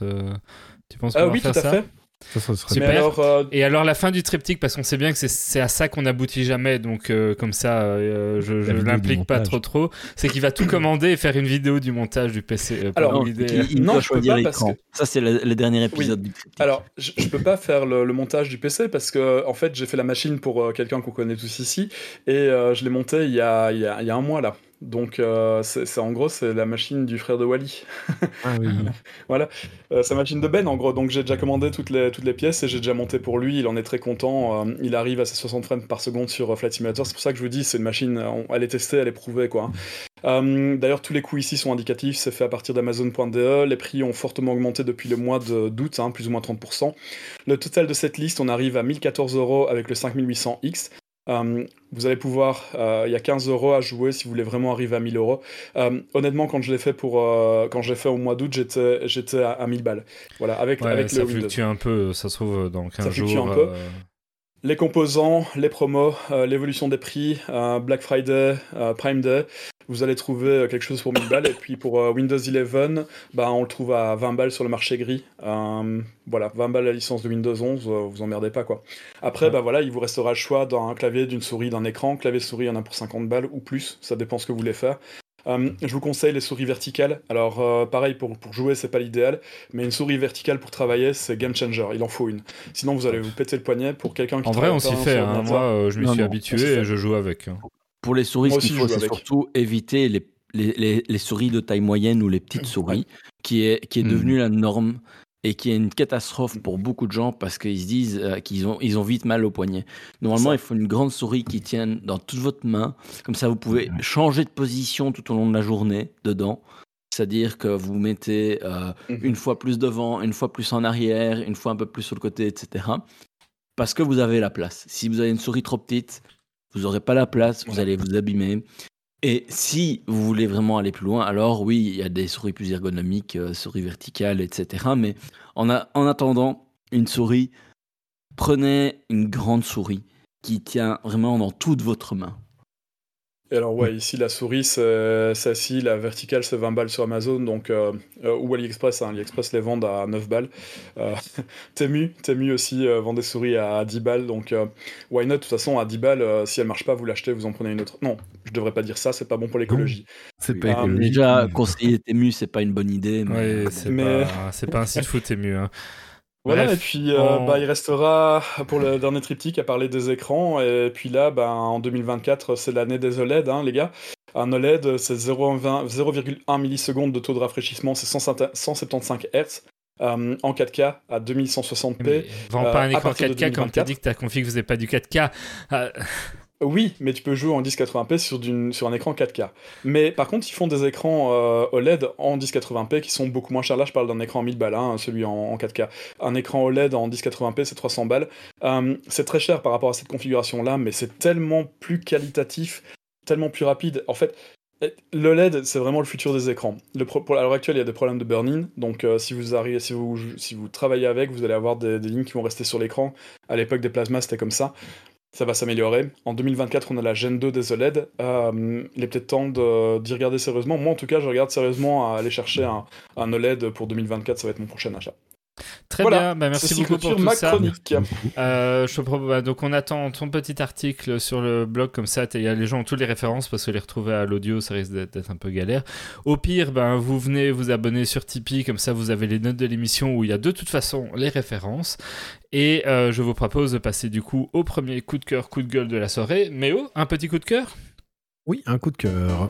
Tu penses qu'on va faire ça? Oui, tout à fait. Ça serait super. Et alors la fin du triptyque, parce qu'on sait bien que c'est à ça qu'on n'aboutit jamais, donc comme ça je l'implique pas trop, c'est qu'il va tout commander et faire une vidéo du montage du PC. Alors il doit choisir l'écran. Ça c'est le dernier épisode du triptyque. Alors je peux pas faire le montage du PC parce que en fait j'ai fait la machine pour quelqu'un qu'on connaît tous ici et je l'ai monté il y a un mois là. Donc c'est en gros c'est la machine du frère de Wally. Ah oui. Voilà, sa machine de Ben en gros. Donc j'ai déjà commandé toutes les pièces et j'ai déjà monté pour lui. Il en est très content. Il arrive à ses 60 frames par seconde sur Flight Simulator. C'est pour ça que je vous dis c'est une machine. Elle est testée, elle est prouvée quoi. D'ailleurs tous les coûts ici sont indicatifs. C'est fait à partir d'Amazon.de. Les prix ont fortement augmenté depuis le mois d'août, plus ou moins 30%. Le total de cette liste, on arrive à 1014 € avec le 5800X. Vous allez pouvoir, il y a 15 € à jouer si vous voulez vraiment arriver à 1000 €. Honnêtement, quand je l'ai fait quand je l'ai fait au mois d'août, j'étais à 1000 balles. Voilà, avec ça le Windows. fluctue un peu, ça se trouve dans 15 jours. Ça fluctue un peu. Les composants, les promos, l'évolution des prix, Black Friday, Prime Day, vous allez trouver quelque chose pour 1000 balles. Et puis pour Windows 11, on le trouve à 20 balles sur le marché gris. Voilà, 20 balles la licence de Windows 11, vous emmerdez pas quoi. Après, il vous restera le choix d'un clavier, d'une souris, d'un écran. Clavier souris, il y en a pour 50 balles ou plus, ça dépend ce que vous voulez faire. Je vous conseille les souris verticales. Alors pareil, pour jouer c'est pas l'idéal, mais une souris verticale pour travailler c'est game changer, il en faut une. Sinon vous allez vous péter le poignet. Pour quelqu'un qui... En vrai on s'y fait, moi je m'y suis habitué et je joue avec. Pour les souris, ce qu'il faut c'est surtout éviter les souris de taille moyenne ou les petites souris, qui est devenue la norme et qui est une catastrophe pour beaucoup de gens parce qu'ils se disent qu'ils ont vite mal au poignet. Normalement, il faut une grande souris qui tienne dans toute votre main. Comme ça, vous pouvez changer de position tout au long de la journée dedans. C'est-à-dire que vous mettez une fois plus devant, une fois plus en arrière, une fois un peu plus sur le côté, etc. Parce que vous avez la place. Si vous avez une souris trop petite, vous n'aurez pas la place, vous allez vous abîmer. Et si vous voulez vraiment aller plus loin, alors oui, il y a des souris plus ergonomiques, souris verticales, etc. Mais en attendant, une souris, prenez une grande souris qui tient vraiment dans toute votre main. Et alors ici la souris, celle-ci, la verticale, c'est 20 balles sur Amazon, donc ou AliExpress, AliExpress les vendent à 9 balles. Temu aussi vend des souris à 10 balles, donc why not, de toute façon à 10 balles, si elle marche pas, vous l'achetez, vous en prenez une autre. Non, je devrais pas dire ça, c'est pas bon pour l'écologie. C'est pas écologique. Déjà, conseiller Temu, c'est pas une bonne idée. C'est pas un site fou Temu. Hein. Voilà, bref, et puis il restera pour le dernier triptyque à parler des écrans, et puis là, en 2024, c'est l'année des OLED, les gars. Un OLED, c'est 0,1 millisecondes de taux de rafraîchissement, c'est 175 Hz. En 4K à 2160p. Vends pas un écran 4K quand tu as dit que ta config faisait pas du 4K. Oui, mais tu peux jouer en 1080p sur un écran 4K. Mais par contre, ils font des écrans OLED en 1080p qui sont beaucoup moins chers. Là, je parle d'un écran à 1000 balles, hein, celui en 4K. Un écran OLED en 1080p, c'est 300 balles. C'est très cher par rapport à cette configuration-là, mais c'est tellement plus qualitatif, tellement plus rapide. En fait, l'OLED, c'est vraiment le futur des écrans. À l'heure actuelle, il y a des problèmes de burn-in. Donc, si vous travaillez avec, vous allez avoir des lignes qui vont rester sur l'écran. À l'époque des plasmas, c'était comme ça. Ça va s'améliorer. En 2024, on a la Gen 2 des OLED. Il est peut-être temps d'y regarder sérieusement. Moi, en tout cas, je regarde sérieusement à aller chercher un OLED pour 2024. Ça va être mon prochain achat. Très Voilà, bien, merci ceci beaucoup pour clôture tout ma ça. chronique. Je te propose, donc on attend ton petit article sur le blog, comme ça les gens ont toutes les références, parce que les retrouver à l'audio ça risque d'être un peu galère. Au pire, vous venez vous abonner sur Tipeee, comme ça vous avez les notes de l'émission où il y a de toute façon les références. Et je vous propose de passer du coup au premier coup de cœur, coup de gueule de la soirée. Méo, un petit coup de cœur ? Oui, un coup de cœur.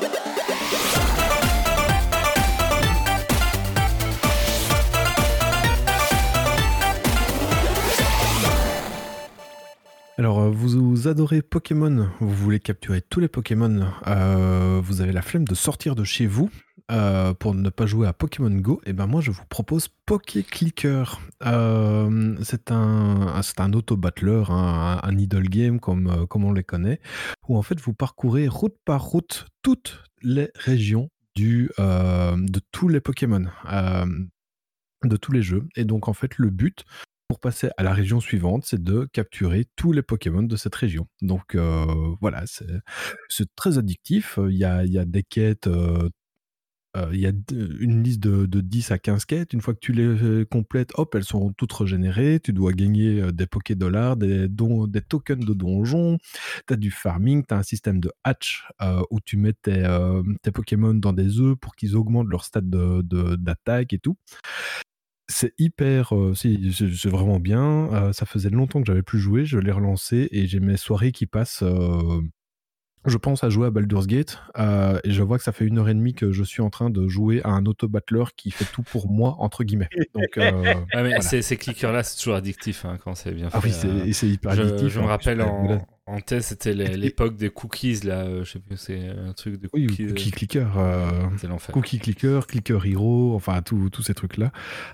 Alors, vous adorez Pokémon, vous voulez capturer tous les Pokémon, vous avez la flemme de sortir de chez vous pour ne pas jouer à Pokémon Go, et ben moi je vous propose Poké Clicker. C'est un auto-battleur, un idle game comme on les connaît, où en fait vous parcourez route par route toutes les régions de tous les Pokémon, de tous les jeux. Et donc en fait le but pour passer à la région suivante, c'est de capturer tous les Pokémon de cette région. Donc voilà, c'est très addictif. Il y a des quêtes, il y a une liste de 10 à 15 quêtes. Une fois que tu les complètes, hop, elles sont toutes régénérées. Tu dois gagner des Poké-dollars, des tokens de donjons. Tu as du farming, tu as un système de hatch où tu mets tes Pokémon dans des œufs pour qu'ils augmentent leur stade d'attaque et tout. C'est hyper, c'est vraiment bien. Ça faisait longtemps que j'avais plus joué, je l'ai relancé et j'ai mes soirées qui passent. Je pense à jouer à Baldur's Gate et je vois que ça fait 1h30 que je suis en train de jouer à un auto-battler qui fait tout pour moi, entre guillemets. Donc, ouais, mais voilà. ces clickers-là, c'est toujours addictif quand c'est bien fait. Ah oui, c'est hyper addictif. Je me rappelle en thèse, c'était l'époque des cookies, là. Je sais plus, c'est un truc de cookies. Oui, Cookie Clicker. C'est l'enfer. Cookie Clicker, Clicker Hero, enfin tous ces trucs-là.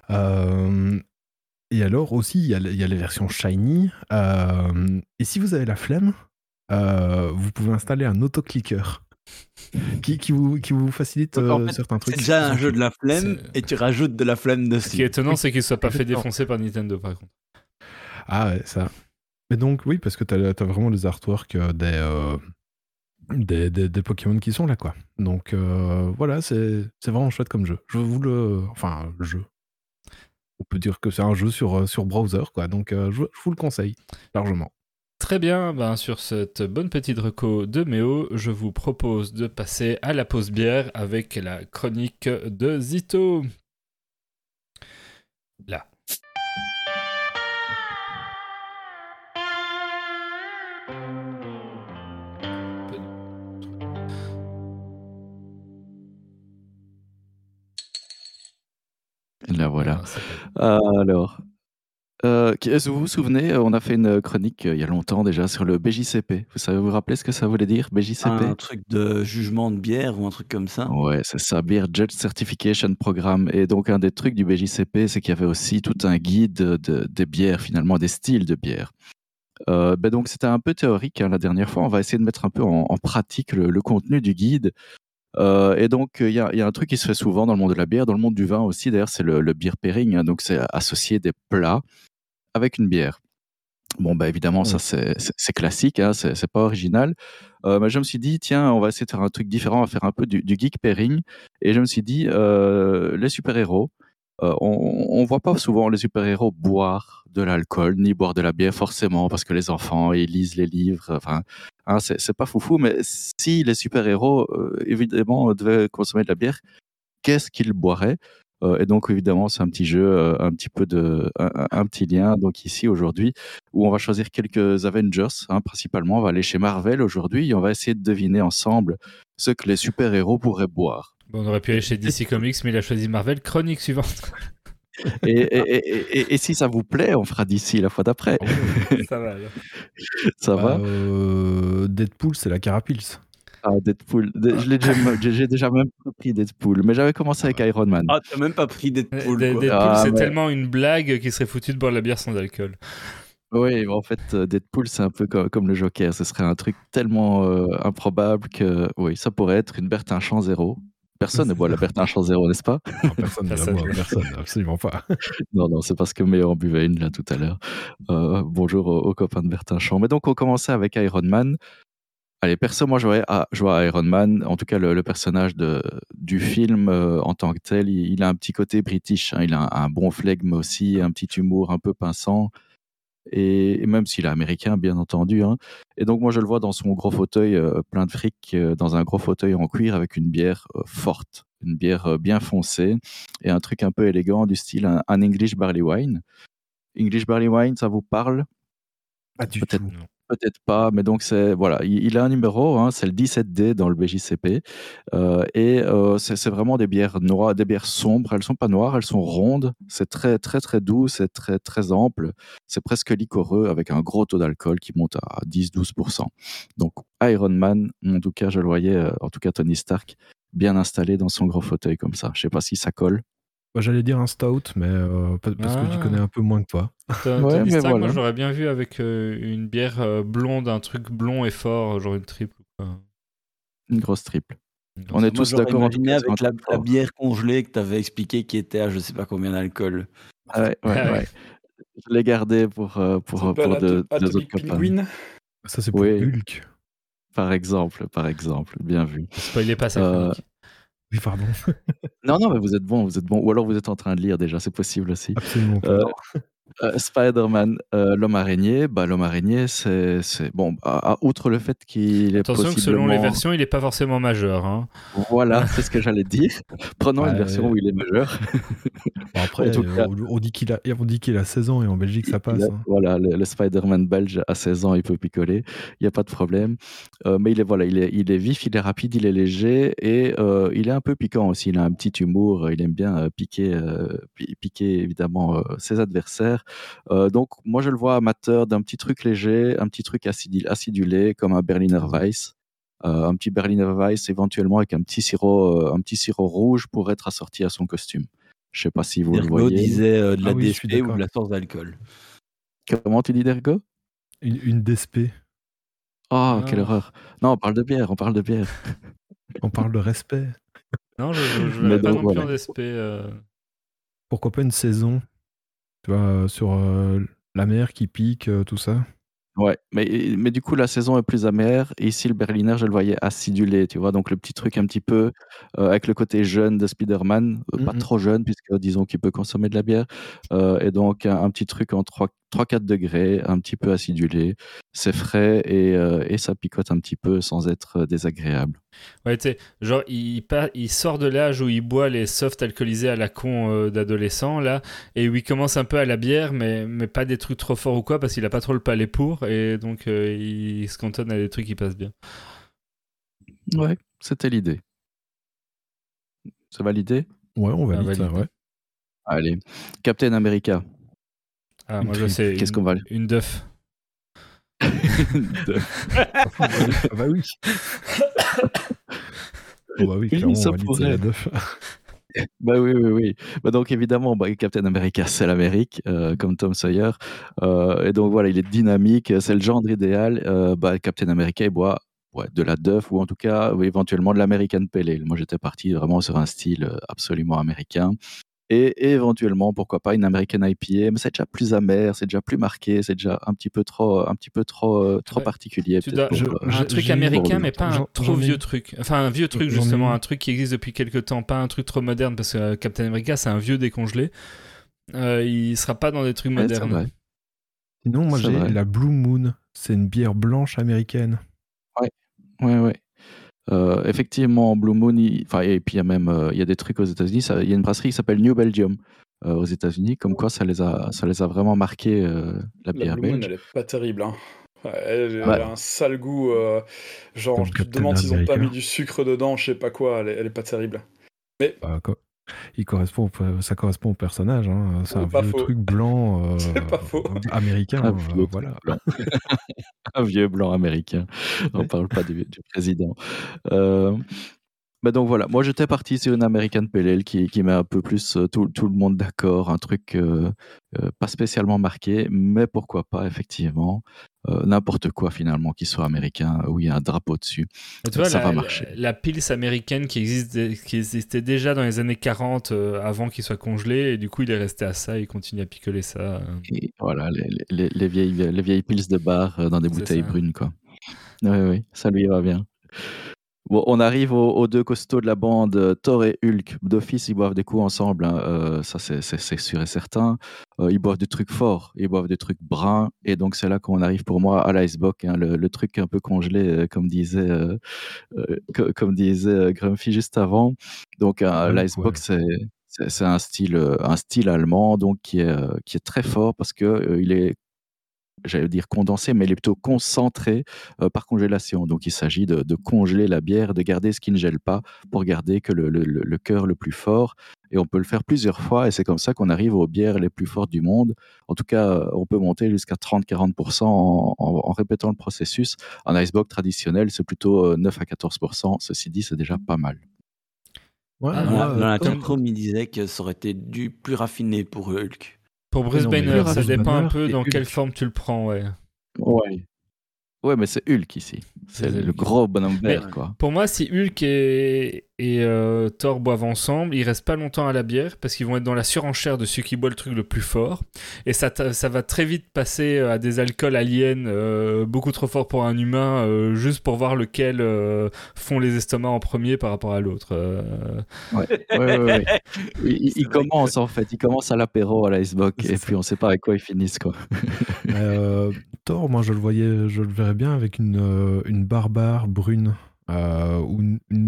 Et alors aussi, il y a les versions Shiny. Et si vous avez la flemme, vous pouvez installer un auto-clicker qui vous facilite En fait, certains trucs. C'est déjà un jeu de la flemme et tu rajoutes de la flemme dessus. Ce qui est étonnant, c'est qu'il ne soit pas fait défoncer par Nintendo, par contre. Ah ouais, ça. Mais donc, oui, parce que t'as vraiment les artworks des Pokémon qui sont là, quoi. Donc, voilà, c'est vraiment chouette comme jeu. Enfin, jeu. On peut dire que c'est un jeu sur browser, quoi. Donc, je vous le conseille, largement. Très bien, sur cette bonne petite reco de Méo, je vous propose de passer à la pause bière avec la chronique de Zito. Là. La voilà. Alors, est-ce que vous vous souvenez, on a fait une chronique il y a longtemps déjà sur le BJCP. Vous savez vous rappeler ce que ça voulait dire, BJCP? Un truc de jugement de bière ou un truc comme ça. Ouais, c'est ça, Beer Judge Certification Programme. Et donc, un des trucs du BJCP, c'est qu'il y avait aussi tout un guide des bières, finalement, des styles de bière. Donc, c'était un peu théorique la dernière fois. On va essayer de mettre un peu en pratique le contenu du guide. Et donc, il y a un truc qui se fait souvent dans le monde de la bière, dans le monde du vin aussi, d'ailleurs, c'est le beer pairing. Donc, c'est associer des plats avec une bière. Bon, évidemment, ça, c'est classique, hein, c'est pas original. Mais je me suis dit, tiens, on va essayer de faire un truc différent, on va faire un peu du geek pairing. Et je me suis dit, les super-héros, on voit pas souvent les super-héros boire de l'alcool, ni boire de la bière forcément, parce que les enfants, ils lisent les livres, enfin, hein, c'est pas foufou, mais si les super-héros, évidemment, devaient consommer de la bière, qu'est-ce qu'ils boiraient? Et donc évidemment, c'est un petit jeu, un petit peu un petit lien, donc ici aujourd'hui, où on va choisir quelques Avengers, hein, principalement. On va aller chez Marvel aujourd'hui et on va essayer de deviner ensemble ce que les super-héros pourraient boire. Bon, on aurait pu aller chez DC Comics, mais il a choisi Marvel. Chronique suivante. Et si ça vous plaît, on fera d'ici la fois d'après. Ça va alors. Ça va? Deadpool, c'est la Carapils. Ah, Deadpool. J'ai déjà même pas pris Deadpool, mais j'avais commencé avec Iron Man. Ah, t'as même pas pris Deadpool, quoi. Deadpool, Ah, c'est mais- tellement une blague qu'il serait foutu de boire de la bière sans alcool. Oui, en fait, Deadpool, c'est un peu comme le Joker. Ce serait un truc tellement improbable que, oui, ça pourrait être une Bertin-Champ 0. Personne ne boit la Bertin-Champ 0, n'est-ce pas? Non, personne ne la Personne. boit, personne, absolument pas. Non, c'est parce que Méo en buvait une là tout à l'heure. Bonjour aux copains de Bertin-Champ. Mais donc, on commençait avec Iron Man. Allez, perso, moi, je vois Iron Man. En tout cas, le personnage du film en tant que tel, il a un petit côté british. Hein. Il a un bon flegme aussi, un petit humour un peu pinçant. Et même s'il est américain, bien entendu. Hein. Et donc, moi, je le vois dans son gros fauteuil plein de fric, dans un gros fauteuil en cuir avec une bière forte, une bière bien foncée et un truc un peu élégant du style un English Barley Wine. English Barley Wine, ça vous parle? Pas du Peut-être tout. Peut-être pas, mais donc voilà, il a un numéro, hein, c'est le 17D dans le BJCP, et c'est vraiment des bières noires, des bières sombres. Elles sont pas noires, elles sont rondes. C'est très très très doux, c'est très très ample. C'est presque liquoreux avec un gros taux d'alcool qui monte à 10-12%. Donc Iron Man, en tout cas, je le voyais, en tout cas Tony Stark, bien installé dans son gros fauteuil comme ça. Je sais pas si ça colle. Bah, j'allais dire un stout, mais parce que j'y connais un peu moins que toi. Ouais, Tony mais Stark, moi voilà. j'aurais bien vu avec une bière blonde, un truc blond et fort, genre une triple. Une grosse triple. Une On est Moi, tous j'aurais d'accord en tout imaginé cas sur un avec la truc fort. bière congelée que t'avais expliqué qui était à je sais pas combien d'alcool. Ouais. Je l'ai gardé pour deux autres Atomic copains. Penguin. Ça, c'est pour Oui, Hulk. par exemple, bien vu. Spoilez pas sa chronique. Oui, pardon. Non, mais vous êtes bon. Ou alors vous êtes en train de lire déjà, c'est possible aussi. Absolument pas. Spider-Man, l'homme araignée. Bah, l'homme araignée, c'est bon. Outre le fait qu'il est Attention que possiblement. selon les versions, il est pas forcément majeur. Hein. Voilà, c'est ce que j'allais dire. Prenons une Ouais. version où il est majeur. Bon, après, En tout cas, on dit qu'il a 16 ans et en Belgique, ça passe. Hein. Voilà, le Spider-Man belge à 16 ans, il peut picoler, il n'y a pas de problème. Mais il est vif, il est rapide, il est léger et il est un peu piquant aussi. Il a un petit humour, il aime bien piquer évidemment ses adversaires. Donc moi je le vois amateur d'un petit truc léger, un petit truc acidulé comme un Berliner Weiss. Un petit Berliner Weiss éventuellement avec un petit sirop rouge pour être assorti à son costume. Je sais pas si vous le Ergo voyez. disait de la Ah oui, je suis DSP ou d'accord. de la source d'alcool. Comment tu dis, Dergo? Une DSP. Oh, Ah. quelle horreur. Non, on parle de bière. On parle de respect. Non, je Mais verrais pas donc, non plus voilà. en DSP. Pourquoi pas une saison, tu vois, sur la mer qui pique, tout ça. Ouais, mais du coup, la saison est plus amère. Et ici, le Berliner, je le voyais acidulé, tu vois. Donc, le petit truc un petit peu avec le côté jeune de Spider-Man, pas trop jeune, puisque disons qu'il peut consommer de la bière. Et donc, un petit truc en 3-4 degrés, un petit peu acidulé. C'est frais et ça picote un petit peu sans être désagréable. Ouais, tu sais, genre, il sort de l'âge où il boit les softs alcoolisés à la con d'adolescent, là, et où il commence un peu à la bière, mais pas des trucs trop forts ou quoi, parce qu'il a pas trop le palais pour, et donc il se cantonne à des trucs qui passent bien. Ouais, c'était l'idée. C'est validé? Ouais, on valide valide. ça, ouais. Allez. Captain America. Ah, moi je sais, Qu'est-ce qu'on va... une Duff. Ah bah oui. Oh bah oui, clairement, ça on valide pourrait. la Duff. Bah oui. Bah donc évidemment, Captain America, c'est l'Amérique, comme Tom Sawyer. Et donc voilà, il est dynamique, c'est le genre idéal. Captain America, il boit de la Duff ou en tout cas éventuellement de l'American Pale Ale. Moi, j'étais parti vraiment sur un style absolument américain. Et éventuellement, pourquoi pas une American IPA, mais c'est déjà plus amer, c'est déjà plus marqué, c'est déjà un petit peu trop particulier. Un truc américain, mais pas un trop vieux truc. Enfin, un vieux truc, justement, un truc qui existe depuis quelques temps, pas un truc trop moderne, parce que Captain America, c'est un vieux décongelé. Il sera pas dans des trucs modernes. Sinon, moi, j'ai la Blue Moon. C'est une bière blanche américaine. Ouais. Effectivement, Blue Moon, et puis il y a des trucs aux États-Unis. Il y a une brasserie qui s'appelle New Belgium aux États-Unis, comme quoi ça les a vraiment marqué la bière Blue Moon, belge. elle est pas terrible. Hein. Elle a un sale goût. Genre, Comme tu te demandes s'ils ont pas America. mis du sucre dedans, je sais pas quoi. Elle est pas terrible. Mais Ça correspond au personnage. Hein. C'est un Pas vieux faux. truc blanc C'est pas faux. américain. Un vieux truc Voilà. blanc. Un vieux blanc américain. On Ouais. parle pas du président. Euh, Bah donc voilà, moi j'étais parti sur une American Pale Ale qui met un peu plus tout le monde d'accord, un truc pas spécialement marqué, mais pourquoi pas effectivement, n'importe quoi finalement qui soit américain, où il y a un drapeau dessus, Et tu vois, ça va marcher. la Pils américaine qui existait déjà dans les années 40 avant qu'il soit congelé, et du coup il est resté à ça, il continue à picoler ça. Et voilà, les vieilles pils de bar dans des C'est bouteilles ça. brunes quoi. Oui, oui, ça lui va bien. Bon, on arrive aux deux costauds de la bande, Thor et Hulk. D'office, ils boivent des coups ensemble, hein, ça c'est sûr et certain. Ils boivent des trucs forts, ils boivent des trucs bruns, et donc c'est là qu'on arrive pour moi à l'icebox, hein, le truc un peu congelé, comme disait Grumpy juste avant. Donc Hulk, ouais. l'icebox, c'est un style allemand, donc qui est très fort parce que il est, j'allais dire condensé, mais il est plutôt concentré par congélation. Donc il s'agit de congeler la bière, de garder ce qui ne gèle pas pour garder que le cœur le plus fort. Et on peut le faire plusieurs fois, et c'est comme ça qu'on arrive aux bières les plus fortes du monde. En tout cas, on peut monter jusqu'à 30-40% en répétant le processus. Un icebox traditionnel, c'est plutôt 9 à 14%. Ceci dit, c'est déjà pas mal. Ouais, Ah, moi, Dans la Thor, chatroom, il disait que ça aurait été du plus raffiné pour Hulk. Pour Bruce non, mais Banner, Bruce ça dépend un Banner peu et dans quelle Hulk. forme tu le prends, ouais. Ouais. Ouais, mais c'est Hulk ici. C'est C'est le Hulk. gros bonhomme Mais vert, quoi. pour moi, si Hulk et Thor boivent ensemble, ils restent pas longtemps à la bière parce qu'ils vont être dans la surenchère de celui qui boit le truc le plus fort. Et ça va très vite passer à des alcools aliens beaucoup trop forts pour un humain, juste pour voir lequel font les estomacs en premier par rapport à l'autre. Ouais. Il C'est vrai que commence en fait, il commence à l'apéro à l'icebox C'est et ça. puis on sait pas avec quoi ils finissent quoi. Thor, moi, je le verrais bien avec une barbare brune ou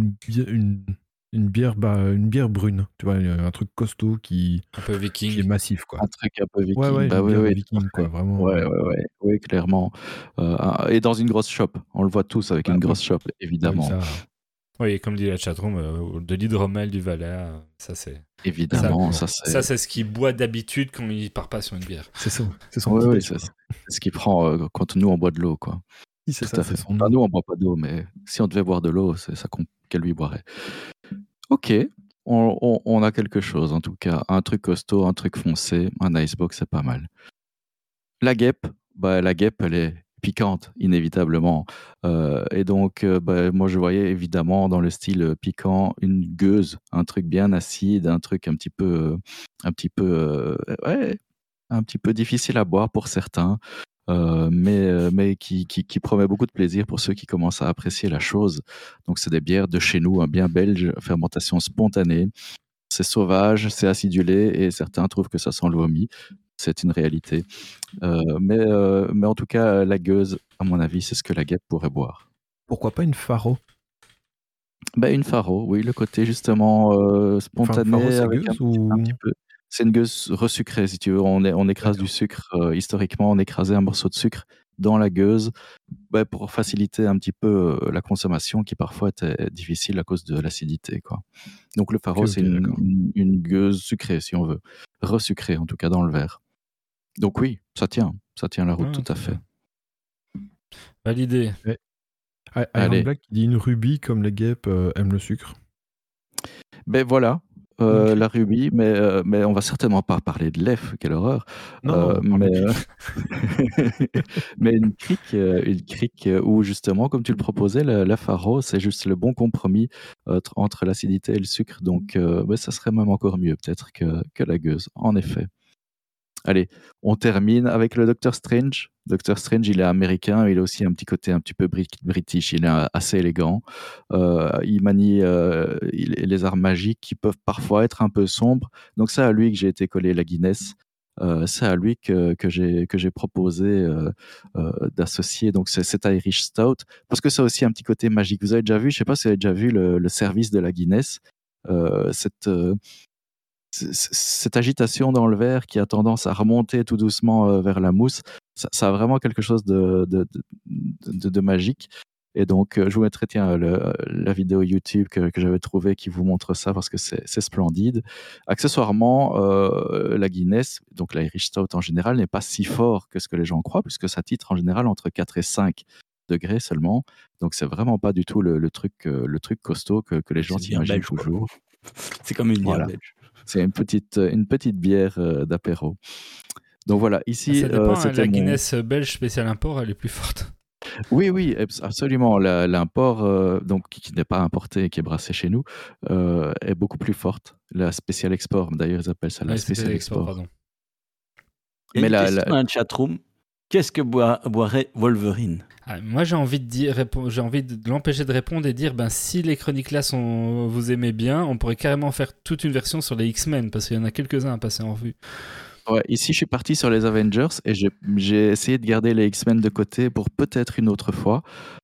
une bière brune. Tu vois, un truc costaud Un peu qui est viking. massif, quoi. Un truc un peu viking, Ouais, bah une oui, bière de oui, tout à viking, quoi, fait. vraiment. Ouais, clairement. Et dans une grosse shop, on le voit tous avec Bah, une oui, grosse shop, oui, évidemment. ça. Oui, comme dit la chatroom, de l'hydromel du Valais, ça c'est Évidemment, ça ça c'est. c'est ce qu'il boit d'habitude quand il part pas sur une bière. C'est son Oui, petit oui, déj, c'est quoi. c'est ce qu'il prend quand nous on boit de l'eau, quoi. Oui, c'est Tout ça, à c'est fait. son Enfin, nom. nous on boit pas d'eau, mais si on devait boire de l'eau, c'est ça qu'elle lui boirait. Ok, on a quelque chose en tout cas. Un truc costaud, un truc foncé, un icebox, c'est pas mal. La guêpe, bah, la guêpe, elle est piquante, inévitablement. Et donc, bah, moi, je voyais évidemment dans le style piquant une gueuse, un truc bien acide, un truc un petit peu, ouais, un petit peu difficile à boire pour certains, mais qui promet beaucoup de plaisir pour ceux qui commencent à apprécier la chose. Donc, c'est des bières de chez nous, hein, bien belges, fermentation spontanée. C'est sauvage, c'est acidulé et certains trouvent que ça sent le vomi. C'est une réalité. Mais en tout cas, la gueuse, à mon avis, c'est ce que la guêpe pourrait boire. Pourquoi pas une faro? Bah, une faro, oui, le côté justement Enfin, faro, spontané c'est avec gueuse un petit ou... peu. C'est une gueuse resucrée, si tu veux. On écrase du D'accord. sucre. Historiquement, on écrasait un morceau de sucre dans la gueuse, bah, pour faciliter un petit peu la consommation qui parfois était difficile à cause de l'acidité, quoi. Donc le faro, c'est Ok, d'accord. une gueuse sucrée, si on veut. Resucrée, en tout cas, dans le verre. Donc oui, ça tient la route, Ah, tout à très fait. bien. Validé. Ouais. Iron Allez. Black qui dit une rubis comme les guêpes aiment le sucre. Ben voilà, Ok. la rubis, mais on va certainement pas parler de l'EF, quelle horreur. Non, on va parler Mais de... mais une crique, où justement, comme tu le proposais, la faro, c'est juste le bon compromis, entre l'acidité et le sucre, donc ouais, ça serait même encore mieux peut-être que la gueuse, en effet. Allez, on termine avec le Docteur Strange. Docteur Strange, il est américain, il a aussi un petit côté un petit peu british, il est assez élégant. Il manie les arts magiques qui peuvent parfois être un peu sombres. Donc c'est à lui que j'ai été coller la Guinness. C'est à lui que j'ai proposé d'associer donc cet Irish Stout, parce que c'est aussi un petit côté magique. Vous avez déjà vu, je ne sais pas si vous avez déjà vu le service de la Guinness, cette agitation dans le verre qui a tendance à remonter tout doucement vers la mousse, ça a vraiment quelque chose de magique. Et donc, je vous mettrai la vidéo YouTube que j'avais trouvée qui vous montre ça parce que c'est splendide. Accessoirement, la Guinness, donc l'Irish Stout en général, n'est pas si fort que ce que les gens croient, puisque ça titre en général entre 4 et 5 degrés seulement. Donc, c'est vraiment pas du tout le truc costaud que les gens C'est une bière s'imaginent belge, quoi. toujours. C'est comme une bière Voilà. belge. C'est une petite bière d'apéro. Donc voilà, ici, Ça dépend, c'était la mon... Guinness belge spécial import, elle est plus forte. Oui, absolument. L'import, donc qui n'est pas importé, qui est brassé chez nous, est beaucoup plus forte. La Special Export, d'ailleurs, ils appellent ça la Ouais, Special spécial Export. pardon. Il y a Mais une la- question la- dans le chatroom. Qu'est-ce que boirait Wolverine? Moi, j'ai envie de l'empêcher de répondre et dire, si les chroniques là vous aimez bien, on pourrait carrément faire toute une version sur les X-Men, parce qu'il y en a quelques-uns à passer en revue. Ouais, ici, je suis parti sur les Avengers et j'ai essayé de garder les X-Men de côté pour peut-être une autre fois.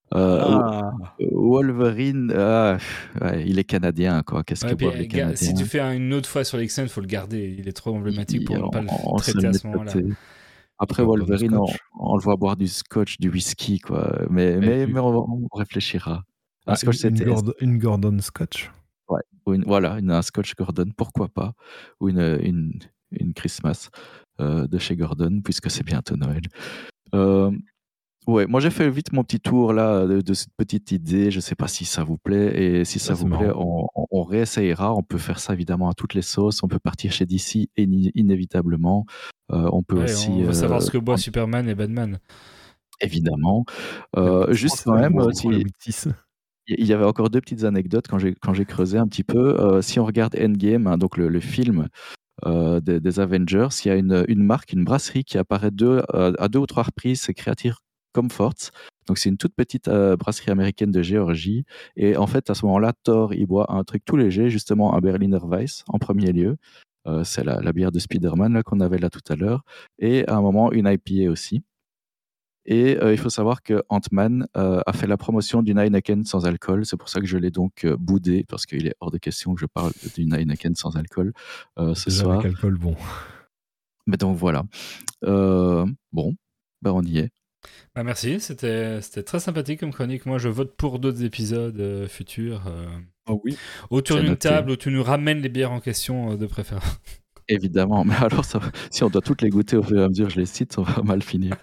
Wolverine, ouais, il est canadien, quoi. Qu'est-ce que boivent les Si Canadiens? tu fais une autre fois sur les X-Men, il faut le garder. Il est trop emblématique pour ne pas On le se traiter le à met ce de moment-là. côté. Après On va boire du Wolverine, scotch. on le voit boire du scotch, du whisky, quoi. Mais on réfléchira. Un scotch, c'était Une Gordon Scotch. ouais, voilà, un scotch Gordon, pourquoi pas, ou une Christmas de chez Gordon, puisque c'est bientôt Noël. Ouais, moi j'ai fait vite mon petit tour là de cette petite idée. Je sais pas si ça vous plaît, et si ça Ah, c'est vous plaît, marrant. on réessayera. On peut faire ça évidemment à toutes les sauces. On peut partir chez DC inévitablement. On peut Ouais, aussi, on veut savoir ce que boit Superman et Batman. évidemment. Je Juste pense quand que même, moi, pour la 8-6. il y avait encore deux petites anecdotes quand j'ai creusé un petit peu. Si on regarde Endgame, hein, donc le film des Avengers, il y a une marque, une brasserie qui apparaît à deux ou trois reprises, c'est Creative Comforts. Donc c'est une toute petite brasserie américaine de Géorgie. Et en fait, à ce moment-là, Thor, il boit un truc tout léger, justement un Berliner Weiss en premier lieu. C'est la bière de Spider-Man là, qu'on avait là tout à l'heure. Et à un moment, une IPA aussi. Et il faut savoir que Ant-Man a fait la promotion d'une Heineken sans alcool. C'est pour ça que je l'ai donc boudé, parce qu'il est hors de question que je parle d'une Heineken sans alcool ce Déjà soir. avec alcool, bon. Mais donc voilà. Bon, on y est. Merci, c'était très sympathique comme chronique. Moi, je vote pour d'autres épisodes futurs. Oui. Autour C'est d'une noté. table où tu nous ramènes les bières en question de préférence. Évidemment, mais alors si on doit toutes les goûter au fur et à mesure, je les cite, on va mal finir.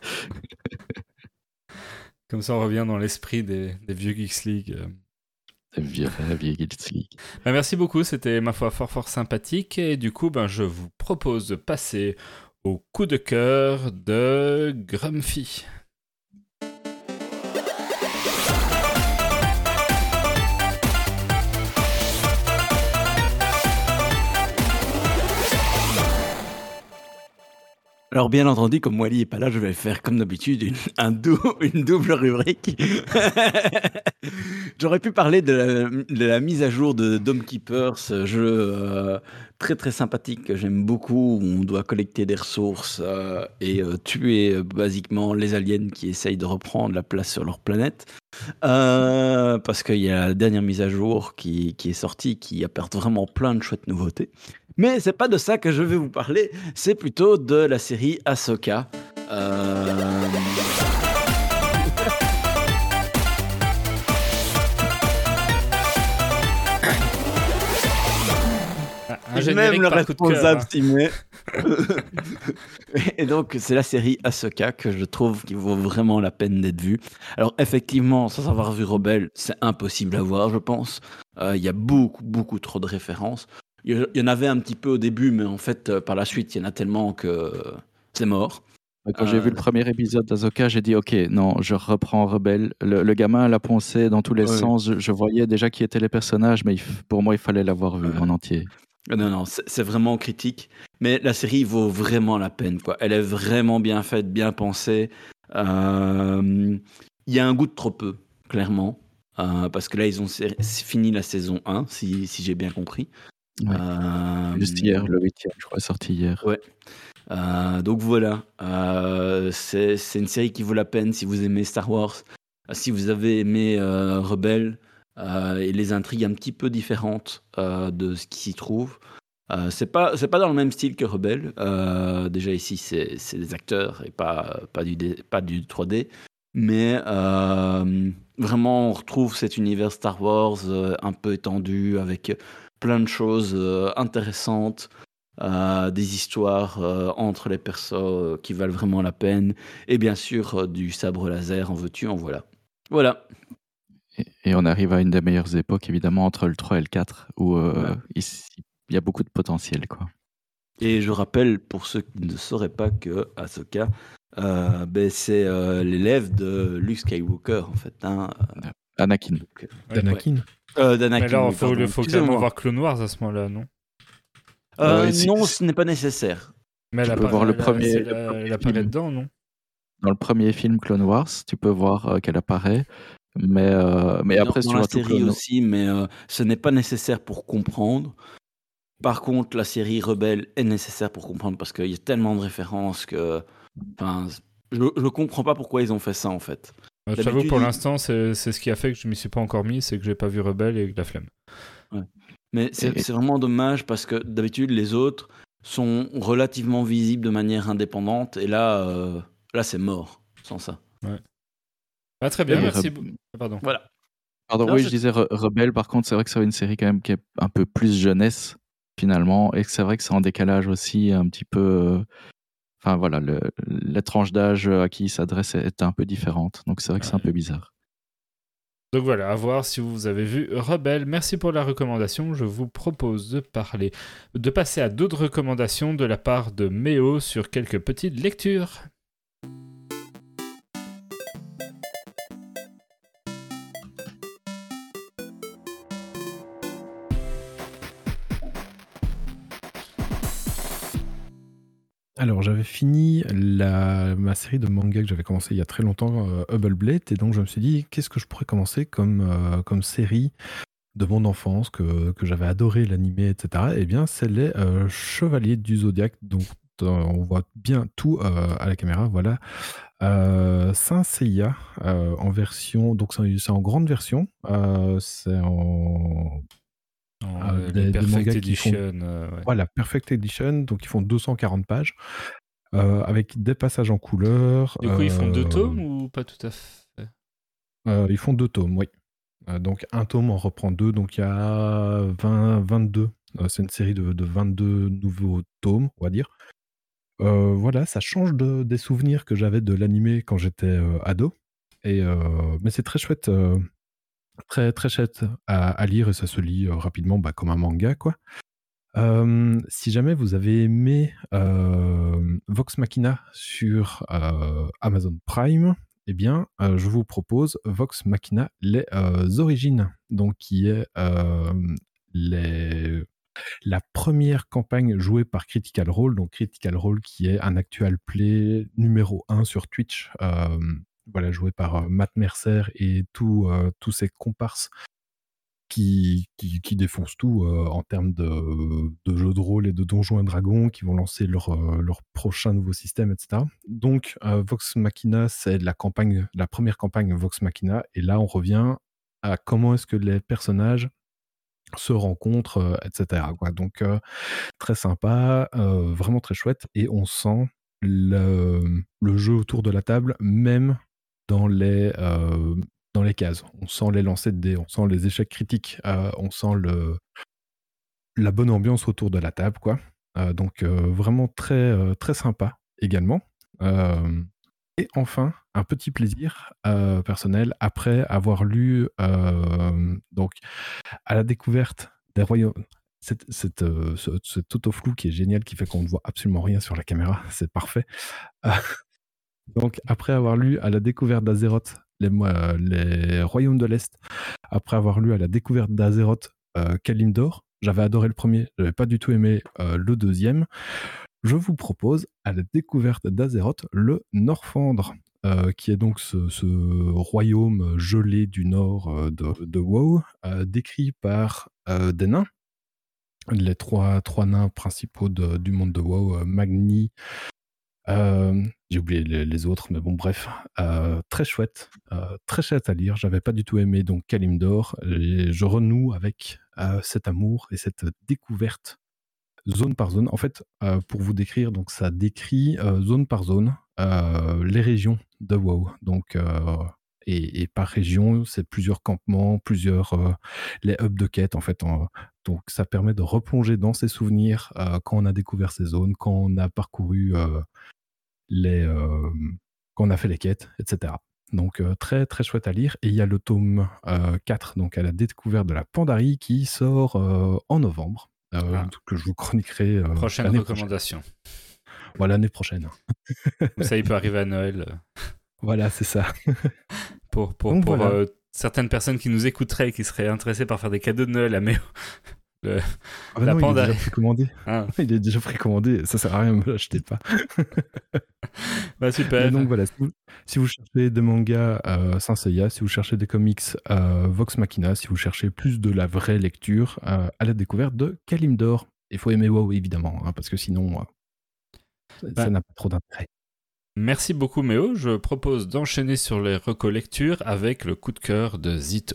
Comme ça, on revient dans l'esprit des vieux Geeks League. La vieille Geeks League. Merci beaucoup, c'était ma foi fort sympathique. Et du coup, je vous propose de passer au coup de cœur de Grumpy. Alors bien entendu, comme Wally n'est pas là, je vais faire comme d'habitude une double rubrique. J'aurais pu parler de la mise à jour de Dome Keeper, ce jeu très sympathique que j'aime beaucoup, où on doit collecter des ressources et tuer basiquement les aliens qui essayent de reprendre la place sur leur planète. Parce qu'il y a la dernière mise à jour qui est sortie, qui apporte vraiment plein de chouettes nouveautés. Mais c'est pas de ça que je vais vous parler, c'est plutôt de la série Ahsoka. Même le responsable s'y met. Et donc, c'est la série Ahsoka que je trouve qui vaut vraiment la peine d'être vue. Alors, effectivement, sans avoir vu Rebelle, c'est impossible à voir, je pense. Il y a beaucoup trop de références. Il y en avait un petit peu au début, mais en fait, par la suite, il y en a tellement que c'est mort. Quand j'ai vu le premier épisode d'Ahsoka, j'ai dit ok, non, je reprends Rebelle. Le gamin l'a poncé dans tous les sens. Je voyais déjà qui étaient les personnages, mais pour moi, il fallait l'avoir vu en entier. Non, c'est vraiment critique. Mais la série vaut vraiment la peine, quoi. Elle est vraiment bien faite, bien pensée. Il y a un goût de trop peu, clairement. Parce que là, ils ont fini la saison 1, si j'ai bien compris. Ouais. Juste hier, le 8e, je crois, sorti hier. Ouais. Donc voilà. C'est une série qui vaut la peine si vous aimez Star Wars. Si vous avez aimé Rebelle et les intrigues un petit peu différentes de ce qui s'y trouve. C'est pas dans le même style que Rebelle. Déjà ici, c'est des acteurs et pas du 3D. Mais vraiment, on retrouve cet univers Star Wars un peu étendu avec plein de choses intéressantes, des histoires entre les persos qui valent vraiment la peine, et bien sûr du sabre laser, en veux-tu, en voilà. Voilà. Et on arrive à une des meilleures époques, évidemment, entre le 3 et le 4, où Ouais. ici, il y a beaucoup de potentiel, quoi. Et je rappelle, pour ceux qui ne sauraient pas, que Ahsoka, c'est l'élève de Luke Skywalker, en fait. Anakin. Donc, D'Anakin. Mais d'Anakin, là, oui, pardon. il faut carrément Excusez-moi. voir Clone Wars à ce moment-là, non? Non, ce n'est pas nécessaire. Mais Tu peux voir le premier elle apparaît film. dedans, non? Dans le premier film Clone Wars, tu peux voir qu'elle apparaît, mais après, si Dans tu la vois tout série Clone aussi, mais ce n'est pas nécessaire pour comprendre. Par contre, la série Rebelle est nécessaire pour comprendre parce qu'il y a tellement de références que. Enfin, je ne comprends pas pourquoi ils ont fait ça, en fait. Je t'avoue, D'habitude, pour ils- l'instant, c'est ce qui a fait que je m'y suis pas encore mis, c'est que j'ai pas vu Rebelle et que la flemme. Mais c'est vraiment dommage parce que d'habitude, les autres sont relativement visibles de manière indépendante. Et là, c'est mort sans ça. Ah, très bien, Mais bon, merci. Pardon. Voilà. Pardon, Non, oui, c'est- je disais Rebelle, par contre, c'est vrai que c'est une série quand même qui est un peu plus jeunesse, finalement, et que c'est vrai que c'est en décalage aussi un petit peu. Enfin voilà, la tranche d'âge à qui il s'adresse est un peu différente, donc c'est vrai que c'est un peu bizarre. Donc voilà, à voir si vous avez vu Rebelle. Merci pour la recommandation. Je vous propose de passer à d'autres recommandations de la part de Méo sur quelques petites lectures. Alors, j'avais fini ma série de manga que j'avais commencé il y a très longtemps, Hubble Blade, et donc je me suis dit, qu'est-ce que je pourrais commencer comme série de mon enfance, que j'avais adoré l'animé, etc. Eh bien, c'est les Chevaliers du Zodiaque, donc on voit bien tout à la caméra, voilà. Saint Seiya, en version, donc c'est en grande version, c'est en... Les des Perfect mangas qui font... Edition. Ouais. Voilà, Perfect Edition, donc ils font 240 pages, avec des passages en couleur. Du coup, ils font 2 tomes ou pas tout à fait? Ils font 2 tomes, oui. Donc un tome en reprend 2, donc il y a 22. C'est une série de 22 nouveaux tomes, on va dire. Voilà, ça change des souvenirs que j'avais de l'animé quand j'étais ado. Mais c'est très chouette, très, très chouette à lire, et ça se lit rapidement, comme un manga, quoi. Si jamais vous avez aimé Vox Machina sur Amazon Prime, eh bien, je vous propose Vox Machina, les origines, donc qui est la première campagne jouée par Critical Role, donc Critical Role qui est un actual play numéro 1 sur Twitch, voilà, joué par Matt Mercer et tous ses comparses qui défoncent tout en termes de jeux de rôle et de Donjons et Dragons, qui vont lancer leur prochain nouveau système, etc. Donc, Vox Machina, c'est la première campagne Vox Machina, et là, on revient à comment est-ce que les personnages se rencontrent, etc., quoi. Donc, très sympa, vraiment très chouette, et on sent le jeu autour de la table, même dans les cases. On sent les lancers de dés, on sent les échecs critiques, on sent la bonne ambiance autour de la table, quoi. Donc vraiment très, très sympa également. Et enfin, un petit plaisir personnel après avoir lu donc à la découverte des royaumes. Cet autoflou qui est génial, qui fait qu'on ne voit absolument rien sur la caméra, c'est parfait. Donc, après avoir lu à la découverte d'Azeroth, les royaumes de l'Est, après avoir lu à la découverte d'Azeroth, Kalimdor, j'avais adoré le premier, j'avais pas du tout aimé le deuxième. Je vous propose à la découverte d'Azeroth le Norfandre, qui est donc ce royaume gelé du nord de WoW, décrit par des nains, les trois nains principaux du monde de WoW, Magni. J'ai oublié les autres, mais bon, bref, très chouette à lire. J'avais pas du tout aimé donc Kalimdor, et je renoue avec cet amour et cette découverte zone par zone. En fait, pour vous décrire, donc ça décrit zone par zone les régions de WoW. Donc Et par région, c'est plusieurs campements, les hubs de quête en fait. Donc ça permet de replonger dans ses souvenirs quand on a découvert ces zones, quand on a parcouru les, quand on a fait les quêtes, etc. Donc très très chouette à lire. Et il y a le tome 4, donc à la découverte de la Pandarie, qui sort en novembre, que je vous chroniquerai Prochaine l'année recommandation. Voilà, l'année prochaine. Comme ça, il peut arriver à Noël. Voilà, c'est ça. Pour Donc, voilà. Certaines personnes qui nous écouteraient et qui seraient intéressées par faire des cadeaux de Noël à Méo. Non, Pandarie. il est déjà précommandé. Ah. Il est déjà précommandé. Ça sert à rien, ne me l'achetez pas. Bah, super. Et donc voilà, si vous cherchez des mangas Saint Seiya, si vous cherchez des comics Vox Machina, si vous cherchez plus de la vraie lecture, à la découverte de Kalimdor. Il faut aimer WoW évidemment, parce que sinon ça n'a pas trop d'intérêt. Merci beaucoup Méo. Je propose d'enchaîner sur les reco-lectures avec le coup de cœur de Zito.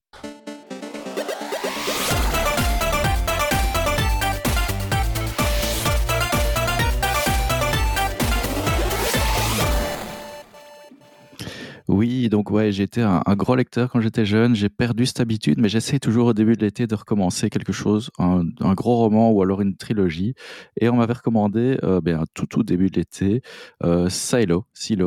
Oui, donc ouais, j'étais un gros lecteur quand j'étais jeune. J'ai perdu cette habitude, mais j'essaie toujours au début de l'été de recommencer quelque chose, un gros roman ou alors une trilogie. Et on m'avait recommandé, un tout début de l'été, Silo.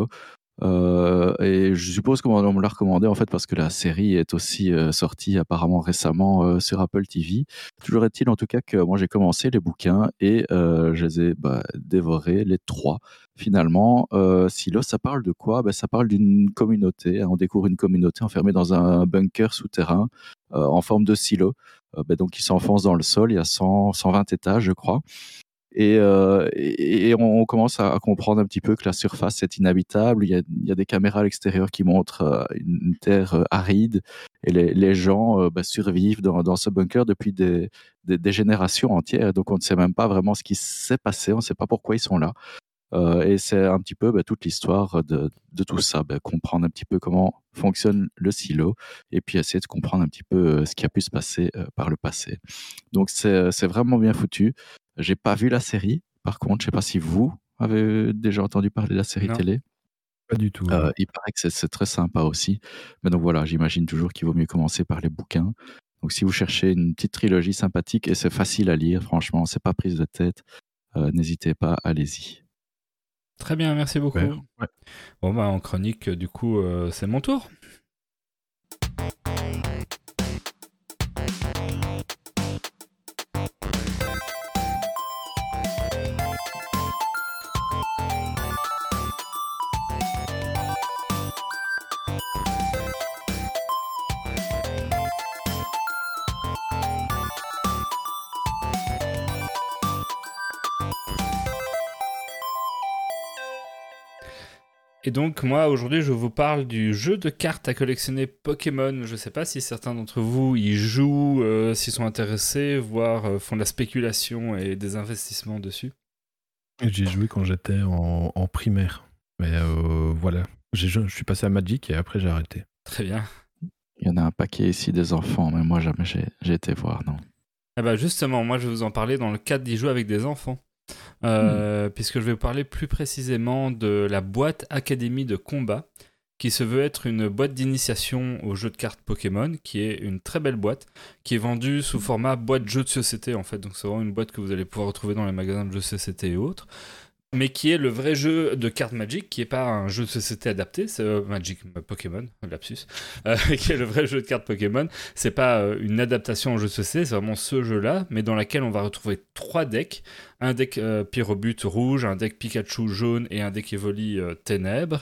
Et je suppose qu'on me l'a recommandé en fait parce que la série est aussi sortie apparemment récemment sur Apple TV. Toujours est-il en tout cas que moi j'ai commencé les bouquins et je les ai dévorés, les 3 finalement. Silo, ça parle de quoi? Ça parle d'une communauté, hein. On découvre une communauté enfermée dans un bunker souterrain en forme de silo. Donc qui s'enfonce dans le sol, il y a 120 étages je crois. Et on commence à comprendre un petit peu que la surface est inhabitable. Il y a des caméras à l'extérieur qui montrent une terre aride et les gens survivent dans ce bunker depuis des générations entières. Donc on ne sait même pas vraiment ce qui s'est passé, on ne sait pas pourquoi ils sont là. Et c'est un petit peu toute l'histoire de tout ça, comprendre un petit peu comment fonctionne le silo et puis essayer de comprendre un petit peu ce qui a pu se passer par le passé. Donc c'est vraiment bien foutu. J'ai pas vu la série, par contre, je sais pas si vous avez déjà entendu parler de la série Non. télé? Pas du tout. Il paraît que c'est très sympa aussi. Mais donc voilà, j'imagine toujours qu'il vaut mieux commencer par les bouquins. Donc si vous cherchez une petite trilogie sympathique et c'est facile à lire, franchement, c'est pas prise de tête, n'hésitez pas, allez-y. Très bien, merci beaucoup. Ouais. Bon, en chronique, du coup, c'est mon tour. Et donc, moi, aujourd'hui, je vous parle du jeu de cartes à collectionner Pokémon. Je ne sais pas si certains d'entre vous y jouent, s'ils sont intéressés, voire font de la spéculation et des investissements dessus. J'ai joué quand j'étais en primaire. Mais voilà. Je suis passé à Magic et après j'ai arrêté. Très bien. Il y en a un paquet ici des enfants, mais moi jamais j'ai été voir, non. Justement, moi, je vais vous en parler dans le cadre d'y jouer avec des enfants. Puisque je vais vous parler plus précisément de la boîte Académie de combat, qui se veut être une boîte d'initiation au jeu de cartes Pokémon, qui est une très belle boîte, qui est vendue sous format boîte jeu de société en fait. Donc c'est vraiment une boîte que vous allez pouvoir retrouver dans les magasins de jeux de société et autres, mais qui est le vrai jeu de cartes Magic, qui est pas un jeu de société adapté, c'est Magic Pokémon, lapsus, qui est le vrai jeu de cartes Pokémon. C'est pas une adaptation en jeu de société, c'est vraiment ce jeu-là, mais dans laquelle on va retrouver 3 decks. Un deck Pyrobut rouge, un deck Pikachu jaune et un deck Evoli ténèbres,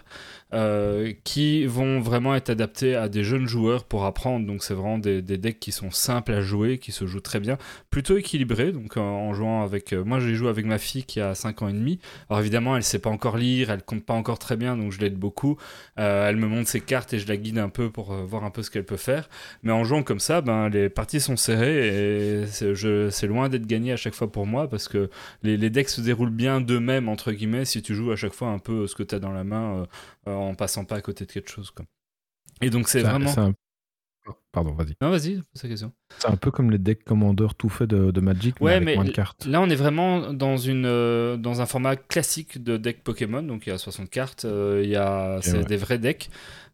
qui vont vraiment être adaptés à des jeunes joueurs pour apprendre. Donc c'est vraiment des decks qui sont simples à jouer, qui se jouent très bien, plutôt équilibrés. Donc en jouant avec... moi j'ai joué avec ma fille qui a 5 ans et demi. Alors évidemment elle sait pas encore lire, elle compte pas encore très bien, donc je l'aide beaucoup. Elle me montre ses cartes et je la guide un peu pour voir un peu ce qu'elle peut faire. Mais en jouant comme ça, les parties sont serrées et c'est loin d'être gagné à chaque fois pour moi, parce que les decks se déroulent bien d'eux-mêmes, entre guillemets, si tu joues à chaque fois un peu ce que tu as dans la main en passant pas à côté de quelque chose, quoi. Et donc c'est vraiment... Pardon, vas-y. Non, vas-y, pose ta question. C'est un peu comme les decks Commander tout fait de Magic, mais Ouais, avec mais moins de cartes. là, on est vraiment dans un format classique de deck Pokémon. Donc, il y a 60 cartes, c'est ouais. des vrais decks.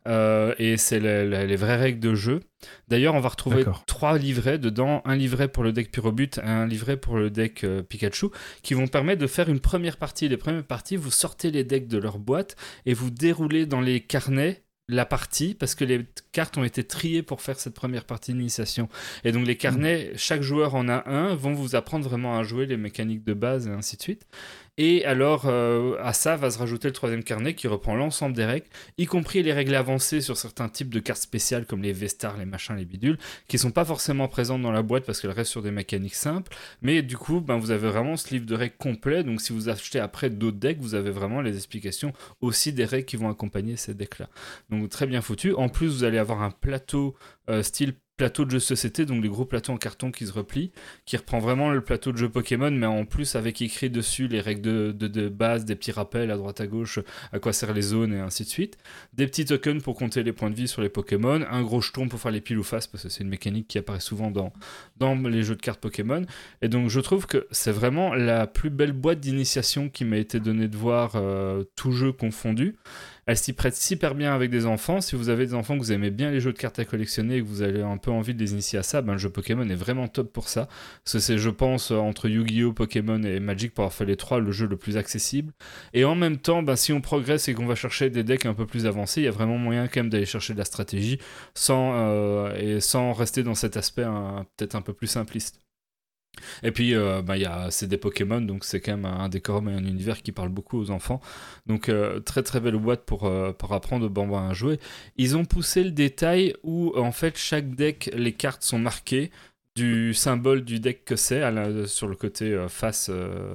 Et c'est les vraies règles de jeu. D'ailleurs, on va retrouver D'accord. 3 livrets dedans, un livret pour le deck Pyrobut, un livret pour le deck Pikachu, qui vont permettre de faire une première partie. Les premières parties, vous sortez les decks de leur boîte et vous déroulez dans les carnets la partie, parce que les cartes ont été triées pour faire cette première partie d'initiation. Et donc les carnets, chaque joueur en a un, vont vous apprendre vraiment à jouer les mécaniques de base et ainsi de suite. Et alors, à ça va se rajouter le 3e carnet qui reprend l'ensemble des règles, y compris les règles avancées sur certains types de cartes spéciales comme les V-Stars, les machins, les bidules, qui sont pas forcément présentes dans la boîte parce qu'elles restent sur des mécaniques simples. Mais du coup, vous avez vraiment ce livre de règles complet. Donc si vous achetez après d'autres decks, vous avez vraiment les explications aussi des règles qui vont accompagner ces decks-là. Donc très bien foutu. En plus, vous allez avoir un plateau style plateau de jeu société, donc les gros plateaux en carton qui se replient, qui reprend vraiment le plateau de jeu Pokémon, mais en plus avec écrit dessus les règles de base, des petits rappels à droite à gauche, à quoi servent les zones et ainsi de suite. Des petits tokens pour compter les points de vie sur les Pokémon, un gros jeton pour faire les piles ou face, parce que c'est une mécanique qui apparaît souvent dans les jeux de cartes Pokémon. Et donc je trouve que c'est vraiment la plus belle boîte d'initiation qui m'a été donnée de voir, tout jeu confondu. Elle s'y prête super bien avec des enfants. Si vous avez des enfants que vous aimez bien les jeux de cartes à collectionner et que vous avez un peu envie de les initier à ça, le jeu Pokémon est vraiment top pour ça. Parce que c'est, je pense, entre Yu-Gi-Oh, Pokémon et Magic, pour avoir fait les 3, le jeu le plus accessible. Et en même temps, si on progresse et qu'on va chercher des decks un peu plus avancés, il y a vraiment moyen quand même d'aller chercher de la stratégie sans rester dans cet aspect peut-être un peu plus simpliste. Et puis, c'est des Pokémon, donc c'est quand même un décorum et un univers qui parle beaucoup aux enfants. Donc, très très belle boîte pour apprendre à jouer. Ils ont poussé le détail où, en fait, chaque deck, les cartes sont marquées du symbole du deck que c'est sur le côté face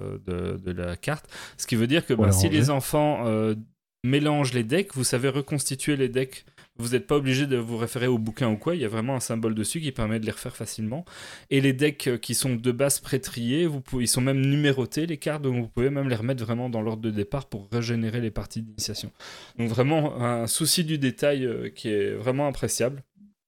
de la carte. Ce qui veut dire que si les enfants mélangent les decks, vous savez reconstituer les decks. Vous n'êtes pas obligé de vous référer au bouquin ou quoi, il y a vraiment un symbole dessus qui permet de les refaire facilement. Et les decks qui sont de base pré-triés, ils sont même numérotés les cartes, donc vous pouvez même les remettre vraiment dans l'ordre de départ pour régénérer les parties d'initiation. Donc vraiment un souci du détail qui est vraiment appréciable.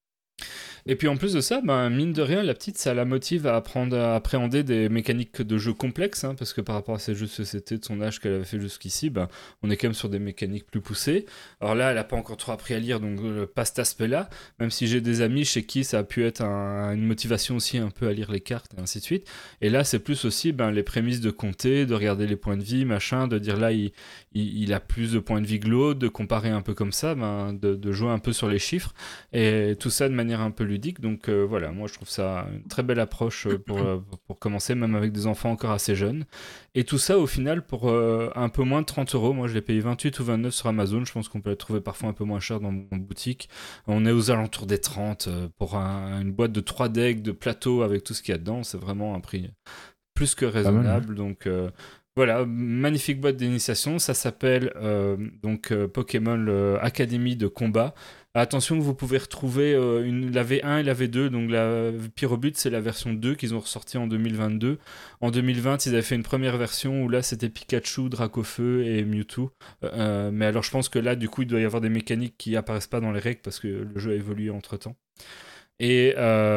Et puis en plus de ça, mine de rien, la petite, ça la motive à apprendre à appréhender des mécaniques de jeu complexes, parce que par rapport à ces jeux de société de son âge qu'elle avait fait jusqu'ici, on est quand même sur des mécaniques plus poussées. Alors là, elle n'a pas encore trop appris à lire, donc pas cet aspect-là, même si j'ai des amis chez qui ça a pu être une motivation aussi un peu à lire les cartes et ainsi de suite. Et là, c'est plus aussi les prémices de compter, de regarder les points de vie, machin, de dire là, il a plus de points de vie que l'autre, de comparer un peu comme ça, de jouer un peu sur les chiffres, et tout ça de manière un peu ludique. Donc voilà, moi je trouve ça une très belle approche pour commencer, même avec des enfants encore assez jeunes. Et tout ça au final pour un peu moins de 30€. Moi je l'ai payé 28 ou 29 sur Amazon. Je pense qu'on peut le trouver parfois un peu moins cher dans mon boutique. On est aux alentours des 30 pour une boîte de 3 decks de plateau avec tout ce qu'il y a dedans. C'est vraiment un prix plus que raisonnable. Donc voilà, magnifique boîte d'initiation. Ça s'appelle Pokémon Académie de combat. Attention que vous pouvez retrouver la V1 et la V2, donc la Pyrobut c'est la version 2 qu'ils ont ressorti en 2022. En 2020 ils avaient fait une première version où là c'était Pikachu, Dracofeu et Mewtwo. Mais alors je pense que là du coup il doit y avoir des mécaniques qui apparaissent pas dans les règles parce que le jeu a évolué entre temps. Et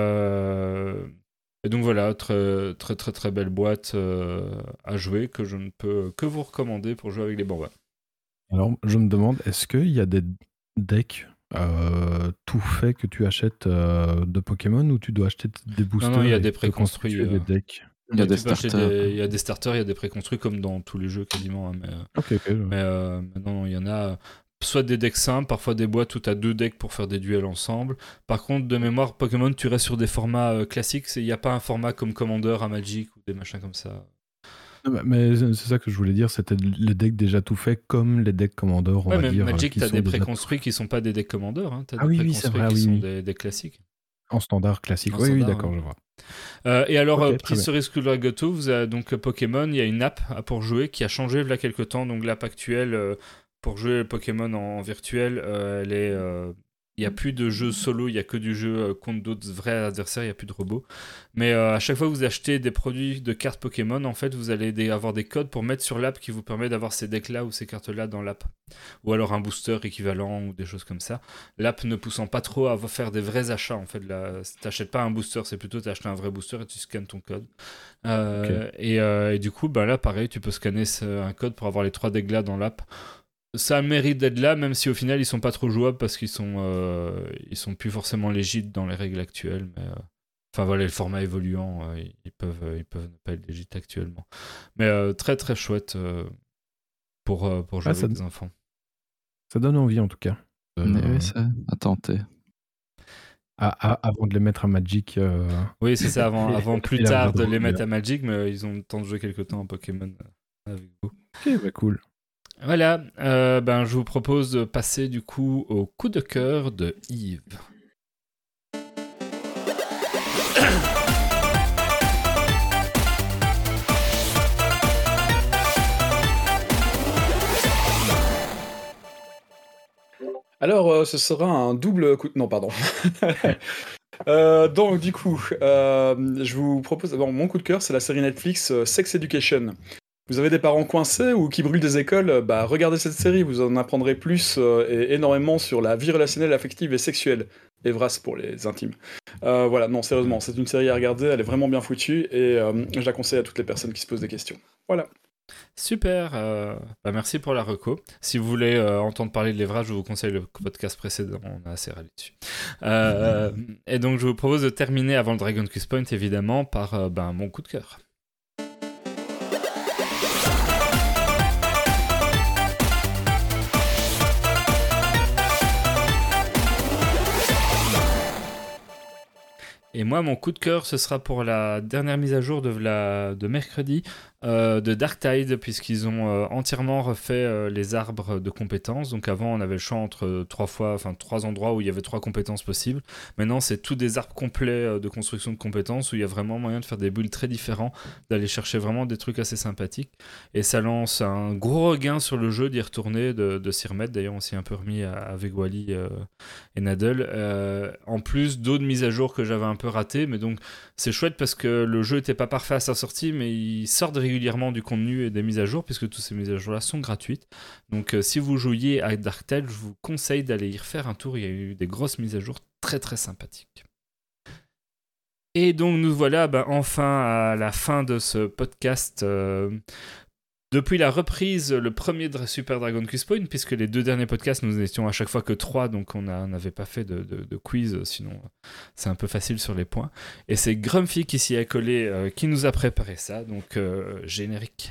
donc voilà, très très très très belle boîte à jouer que je ne peux que vous recommander pour jouer avec les bambas. Alors je me demande, est-ce qu'il y a des decks tout fait que tu achètes de Pokémon ou tu dois acheter des boosters? Non, il y a des préconstruits. Des decks. Il y a des starters. Il y a des starters, il y a des préconstruits comme dans tous les jeux quasiment. Mais non, il y en a soit des decks simples, parfois des boîtes où tu as 2 decks pour faire des duels ensemble. Par contre, de mémoire, Pokémon, tu restes sur des formats classiques. Il n'y a pas un format comme Commander à Magic ou des machins comme ça. Mais c'est ça que je voulais dire, c'était les decks déjà tout faits comme les decks Commander, on va dire. Magic, t'as des préconstruits qui sont pas des decks Commander, t'as des préconstruits c'est vrai, qui sont des classiques. En standard classique, oui, d'accord, je vois. Et alors, petite cerise sur le gâteau, vous avez donc Pokémon, il y a une app pour jouer qui a changé il y a quelques temps, donc l'app actuelle pour jouer Pokémon en virtuel, elle est Il n'y a plus de jeu solo, il n'y a que du jeu contre d'autres vrais adversaires, il n'y a plus de robots. Mais à chaque fois que vous achetez des produits de cartes Pokémon, en fait, vous allez avoir des codes pour mettre sur l'app qui vous permet d'avoir ces decks-là ou ces cartes-là dans l'app. Ou alors un booster équivalent ou des choses comme ça. L'app ne poussant pas trop à faire des vrais achats, en fait. Tu n'achètes pas un booster, c'est plutôt t'achètes un vrai booster et tu scannes ton code. Et du coup, là, pareil, tu peux scanner un code pour avoir les 3 decks-là dans l'app. Ça a le mérite d'être là, même si au final ils sont pas trop jouables parce qu'ils sont plus forcément légites dans les règles actuelles. Mais enfin voilà, le format évoluant, ils peuvent ne pas être légites actuellement. Mais très très chouette pour jouer avec des enfants. Ça donne envie en tout cas. Oui, ça à tenter. Avant de les mettre à Magic. Oui, c'est ça, avant plus tard de les mettre à Magic, mais ils ont le temps de jouer quelques temps à Pokémon avec vous. Ok, cool. Voilà, je vous propose de passer du coup au coup de cœur de Yves. Alors, ce sera un double coup de... Non, pardon. Donc, du coup, je vous propose... Bon, mon coup de cœur, c'est la série Netflix Sex Education. Vous avez des parents coincés ou qui brûlent des écoles, regardez cette série, vous en apprendrez plus et énormément sur la vie relationnelle, affective et sexuelle. Evras pour les intimes. Voilà, non, sérieusement, c'est une série à regarder, elle est vraiment bien foutue et je la conseille à toutes les personnes qui se posent des questions. Voilà. Super, merci pour la reco. Si vous voulez entendre parler de l'Evras, je vous conseille le podcast précédent, on a assez râlé dessus. Et donc je vous propose de terminer avant le Dragon Quest Point évidemment par mon coup de cœur. Et moi, mon coup de cœur, ce sera pour la dernière mise à jour de mercredi de Darktide, puisqu'ils ont entièrement refait les arbres de compétences. Donc avant, on avait le choix entre 3 endroits où il y avait 3 compétences possibles. Maintenant, c'est tous des arbres complets de construction de compétences où il y a vraiment moyen de faire des builds très différents, d'aller chercher vraiment des trucs assez sympathiques. Et ça lance un gros regain sur le jeu d'y retourner, de s'y remettre. D'ailleurs, on s'y est un peu remis avec Wally et Nadal. En plus d'autres mises à jour que j'avais un peu ratées, mais donc c'est chouette parce que le jeu n'était pas parfait à sa sortie, mais il sort régulièrement du contenu et des mises à jour, puisque toutes ces mises à jour-là sont gratuites. Donc si vous jouiez à Darktide, je vous conseille d'aller y refaire un tour. Il y a eu des grosses mises à jour très très sympathiques. Et donc nous voilà enfin à la fin de ce podcast. Depuis la reprise, le premier Super Dragon Quest Point, puisque les 2 derniers podcasts, nous n'étions à chaque fois que 3, donc on n'avait pas fait de quiz, sinon c'est un peu facile sur les points. Et c'est Grumpy qui s'y est collé, qui nous a préparé ça, donc générique.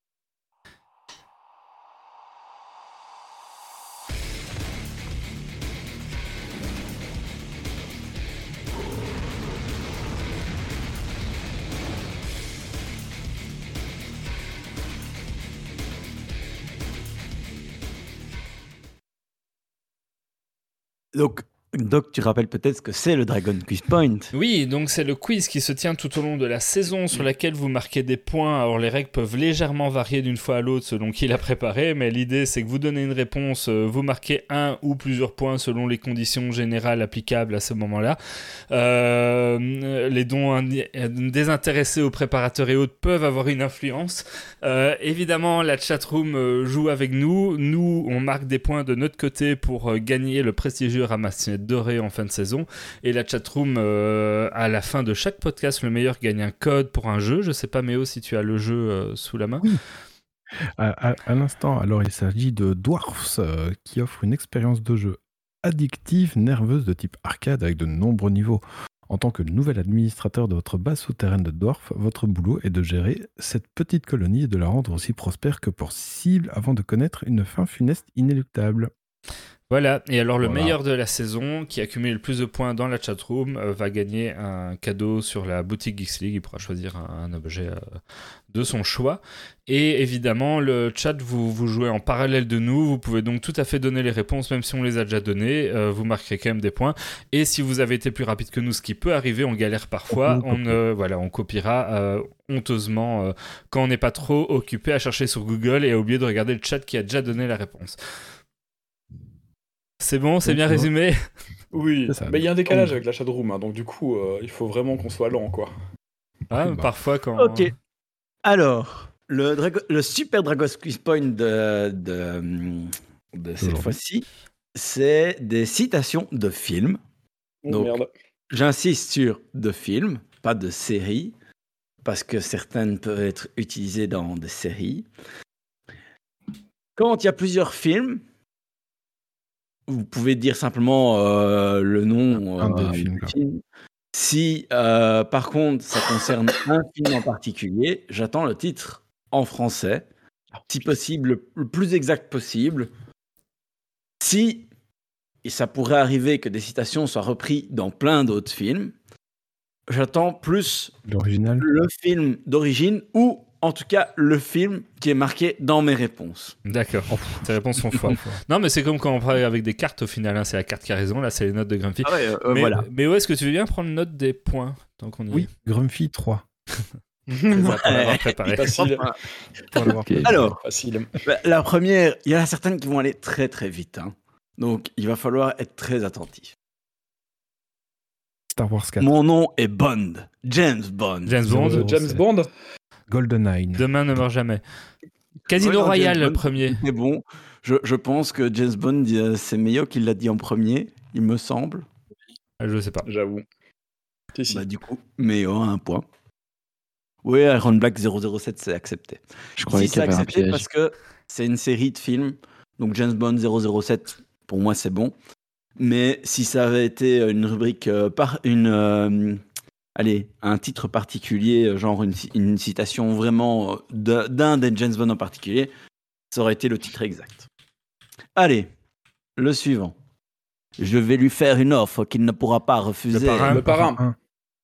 Donc, tu rappelles peut-être ce que c'est le Dragon Quest Point. Oui, donc c'est le quiz qui se tient tout au long de la saison sur laquelle vous marquez des points. Alors les règles peuvent légèrement varier d'une fois à l'autre selon qui l'a préparé, mais l'idée c'est que vous donnez une réponse, vous marquez un ou plusieurs points selon les conditions générales applicables à ce moment-là. Les dons désintéressés aux préparateurs et autres peuvent avoir une influence. Évidemment, la chatroom joue avec nous. Nous, on marque des points de notre côté pour gagner le prestigieux ramasse-miettes doré en fin de saison. Et la chatroom, à la fin de chaque podcast, le meilleur gagne un code pour un jeu. Je sais pas, Méo, si tu as le jeu sous la main. Oui. À l'instant, alors il s'agit de Dwarfs, qui offre une expérience de jeu addictive, nerveuse de type arcade avec de nombreux niveaux. En tant que nouvel administrateur de votre base souterraine de Dwarf, votre boulot est de gérer cette petite colonie et de la rendre aussi prospère que possible avant de connaître une fin funeste inéluctable. Voilà, et alors le meilleur de la saison, qui accumule le plus de points dans la chatroom, va gagner un cadeau sur la boutique Geeks League. Il pourra choisir un objet de son choix. Et évidemment, le chat, vous jouez en parallèle de nous. Vous pouvez donc tout à fait donner les réponses, même si on les a déjà données. Vous marquerez quand même des points. Et si vous avez été plus rapide que nous, ce qui peut arriver, on galère parfois, on copiera honteusement quand on n'est pas trop occupé à chercher sur Google et à oublier de regarder le chat qui a déjà donné la réponse. C'est bon, c'est Donc, bien tu vois. résumé. Oui, C'est ça. mais il y a un décalage avec la chatroom, hein, donc du coup, il faut vraiment qu'on soit lent, quoi. Ah, bah. parfois quand. Ok. Alors, le super Dragos Quiz Point de cette Aujourd'hui. fois-ci, c'est des citations de films. Oh Donc, merde. J'insiste sur de films, pas de séries, parce que certaines peuvent être utilisées dans des séries. Quand il y a plusieurs films, vous pouvez dire simplement le nom Un des du films, quoi. film. Si, par contre, ça concerne un film en particulier, j'attends le titre en français, si possible, le plus exact possible. Si, et ça pourrait arriver que des citations soient reprises dans plein d'autres films, j'attends plus L'original. le film d'origine ou en tout cas le film qui est marqué dans mes réponses. D'accord, tes réponses sont fortes. Non, mais c'est comme quand on parle avec des cartes au final, hein. C'est la carte qui a raison, là c'est les notes de Grumpy. Ah ouais, mais, voilà. mais où est-ce que tu veux bien prendre note des points tant qu'on y Oui, Grumpy 3. est C'est ça, pour l'avoir préparé. Facile. Pour l'avoir Ok. Alors, Facile. la première, il y en a certaines qui vont aller très très vite, hein. Donc il va falloir être très attentif. Star Wars 4. Mon nom est Bond, James Bond. James Bond, 007. James Bond. GoldenEye. Demain ne meurt jamais. Casino Ouais, non, Royale, James le Bond, premier. C'est bon. Je pense que James Bond, c'est Mayo qui l'a dit en premier, il me semble. Je sais pas. J'avoue. Si. Bah, du coup, Mayo a un point. Oui, Iron Black 007, c'est accepté. Je croyais Si qu'il c'est y avait un accepté piège. parce que c'est une série de films, donc James Bond 007, pour moi, c'est bon. Mais si ça avait été une rubrique un titre particulier, genre une citation vraiment d'un des James Bond en particulier, ça aurait été le titre exact. Allez, le suivant. Je vais lui faire une offre qu'il ne pourra pas refuser. Parrain. Le parrain. 1.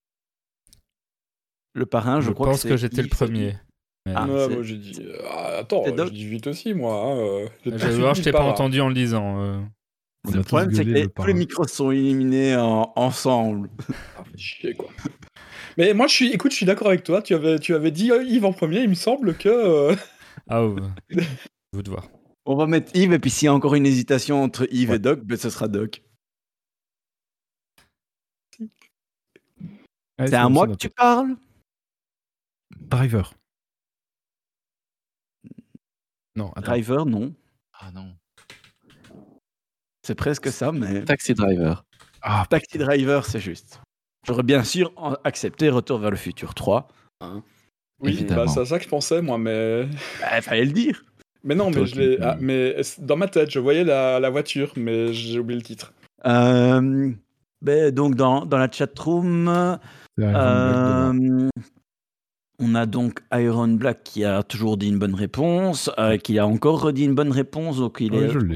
Le parrain, Je crois pense que que c'est j'étais le Yves. premier. Mais- Ah, Ouais, c'est- moi j'ai dit. Attends, c'est Doc. j'ai dit vite aussi, moi. Hein. J'ai tout de Je suite dit t'ai le pas parrain. entendu en le lisant. On Le a problème, tous c'est que gueulé le tous les parrain. micros sont éliminés ensemble. Ah, fais chier, quoi. Mais moi, je suis d'accord avec toi. Tu avais dit Yves en premier. Il me semble que. Ah, vous de voir. On va mettre Yves, et puis s'il y a encore une hésitation entre Yves Ouais. et Doc, ben ce sera Doc. Allez, C'est à bon, moi c'est que tu noté. parles? Driver. Non, attends. Driver, non. Ah non. C'est presque ça, mais... Taxi Driver. Ah, Taxi Driver, c'est juste. J'aurais bien sûr accepté Retour vers le futur 3. Hein. Oui, Évidemment. c'est à ça que je pensais, moi. Mais Fallait le dire. mais non, Toi mais je qui l'ai. dis. Mais dans ma tête, je voyais la voiture, mais j'ai oublié le titre. Donc, dans la chatroom, c'est Iron Black devant. on a donc Iron Black qui a toujours dit une bonne réponse, qui a encore redit une bonne réponse, donc il Ouais, est... je l'ai.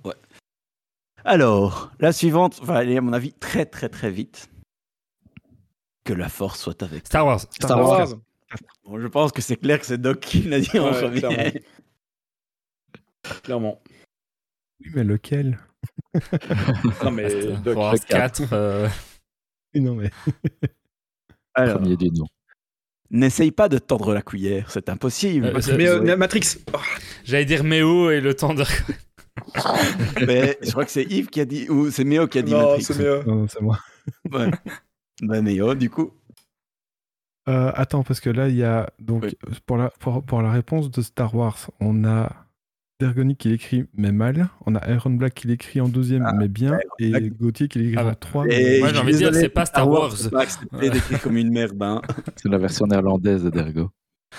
Alors, la suivante va aller, à mon avis, très très très vite. Que la force soit avec. Star Wars. Star Wars. Bon, je pense que c'est clair que c'est Doc qui l'a dit en Ouais, premier. clairement. Clairement. Oui, mais lequel? Non, mais Star Doc, Wars 4. Non, mais. Alors, Premier du nom. n'essaye pas de tordre la cuillère, c'est impossible. mais Matrix. Oh, J'allais dire Méo et le temps de. Mais je crois que c'est Yves qui a dit, ou c'est Méo qui a dit non, Matrix. c'est mieux. Non, c'est moi. Ouais. Bah, Méo, du coup. Attends, parce que là, il y a. Donc, Oui. pour la réponse de Star Wars, on a Dergonic qui l'écrit, mais mal. On a Iron Black qui l'écrit en deuxième, mais bien. Et Black. Gauthier qui l'écrit Ah bah. en 3. Et Moi, j'ai envie de dire, c'est pas Star Wars. C'est pas accepté d'écrire comme une merde. Hein. C'est la version néerlandaise de Dergo.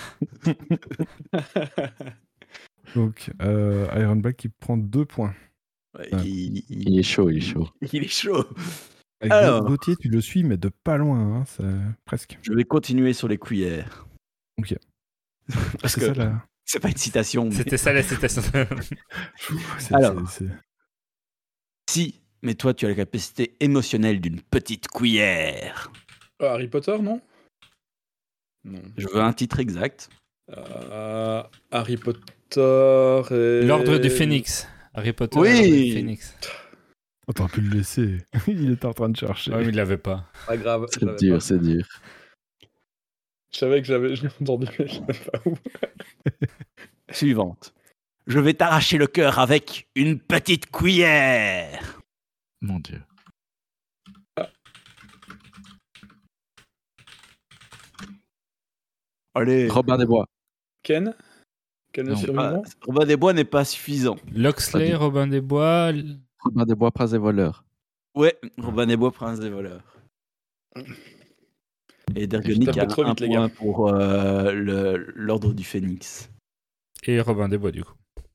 Donc, Iron Black qui prend 2 points. Ouais, Ouais. Il est chaud, il est chaud. il est chaud. Avec Alors. Gauthier, tu le suis, mais de pas loin. Hein, c'est presque. Je vais continuer sur les cuillères. Ok. Parce C'est que ça, là. c'est pas une citation. Mais... C'était ça la citation. Alors. Si, mais toi, tu as la capacité émotionnelle d'une petite cuillère. Harry Potter, non? Non. Je veux un titre exact. Harry Potter et... L'ordre du Phénix. Harry Potter. Oui. et l'ordre du Phénix. On t'aurait pu le laisser. Il était en train de chercher. Ouais, mais il l'avait pas. Pas grave. je C'est l'avais dur, pas. c'est dur. Je savais que je l'ai entendu, mais je savais pas où. Suivante. Je vais t'arracher le cœur avec une petite cuillère. Mon Dieu. Allez, Robin des Bois. Ken le Non, survivant Robin des Bois n'est pas suffisant. Loxley, Robin des Bois. Robin des Bois, Prince des voleurs. Ouais, Robin des Bois, Prince des voleurs. Et Dergonic J'étais un a peu trop un vite, les point gars. pour l'ordre du Phénix. Et Robin des Bois, du coup.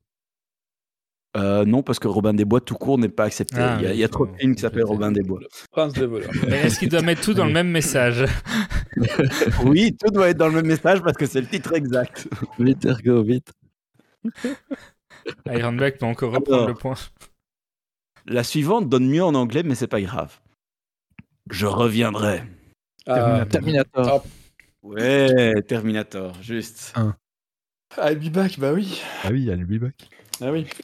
Non, parce que Robin des Bois tout court n'est pas accepté. Ah, il y a oui, trop de films qui s'appellent compléter. Robin des Bois. Prince des voleurs. Mais est-ce qu'il doit mettre tout dans le même message? Oui, tout doit être dans le même message parce que c'est le titre exact. Vite, Ergo, vite. Iron Black peut encore reprendre Alors. le point. La suivante donne mieux en anglais, mais c'est pas grave. Je reviendrai. Terminator. Ah. Ouais, Terminator, juste. I'll be back, bah oui. Ah oui, il y a le Be-Back. Ah oui.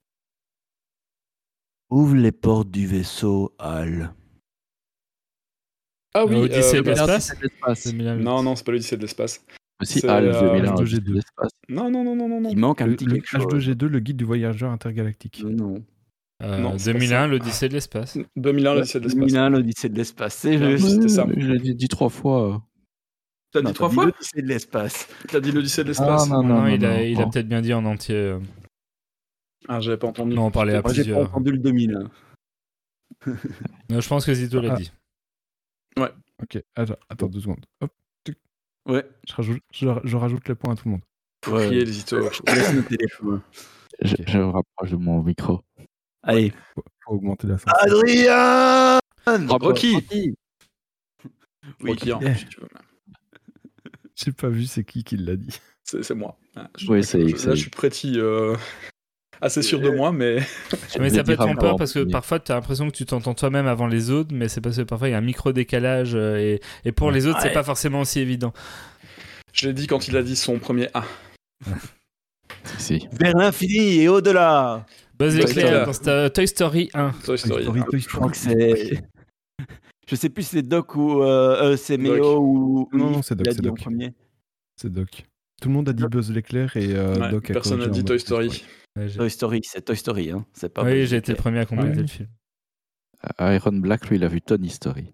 Ouvre les portes du vaisseau, Hal. Ah oui, Odyssée de bah, l'espace. L'espace. 2001. Non, c'est pas l'Odyssée de l'espace. Aussi, C'est, HAL 2001, H2G2. Odyssée de l'espace. Non. Il manque un Le petit quelque chose. H2G2, le guide du voyageur intergalactique. Non. Non, c'est pas 2001, ça. l'Odyssée de l'espace. 2001, l'Odyssée de l'espace. 2001, l'Odyssée de l'espace. C'est Ouais, juste. c'était ça. Je l'ai dit 3 fois. T'as Non, dit 3 dit fois l'Odyssée de l'espace. T'as dit l'Odyssée de l'espace. Non, il a peut-être bien dit en entier. Ah, j'avais pas entendu. Non, on parlait à Moi, j'ai pas plusieurs. entendu le 2001. Non, je pense que Zito l'a Ah. dit. Ok, attends 2 secondes. Hop, Ouais. je rajoute les points à tout le monde. Ouais. Priez les Zito. Laisse nos téléphones. Je me rapproche de mon micro. Allez. Faut augmenter la sensation. Adrien Rocky. Oui. Rocky, hein, Eh. si tu veux. J'ai pas vu c'est qui l'a dit. C'est moi. Ah, Oui, c'est là, je suis pretty assez sûr de moi, mais Mais ça peut être Dira trompeur avant, parce que mais- parfois tu as l'impression que tu t'entends toi-même avant les autres, mais c'est parce que parfois il y a un micro-décalage et pour les autres, c'est Ouais. pas forcément aussi évident. je l'ai dit quand il a dit son premier A. Si. Vers l'infini et au-delà. Buzz Toy l'éclair Story. dans Toy Story 1. Toy Story. Toy Je crois que c'est... Je sais plus si c'est Doc ou... c'est Doc. Méo ou... Non, Leaf c'est Doc, qui l'a c'est dit en Doc. premier. C'est Doc. Tout le monde a dit Buzz l'éclair et Ouais, Doc a personne n'a corrigé dit en Toy mode Story. Ouais, Toy Story, c'est Toy Story. Hein. C'est pas oui, Buzz j'ai été le l'éclair. premier à compléter Ouais. le film. Iron Black, lui, il a vu Tony Story.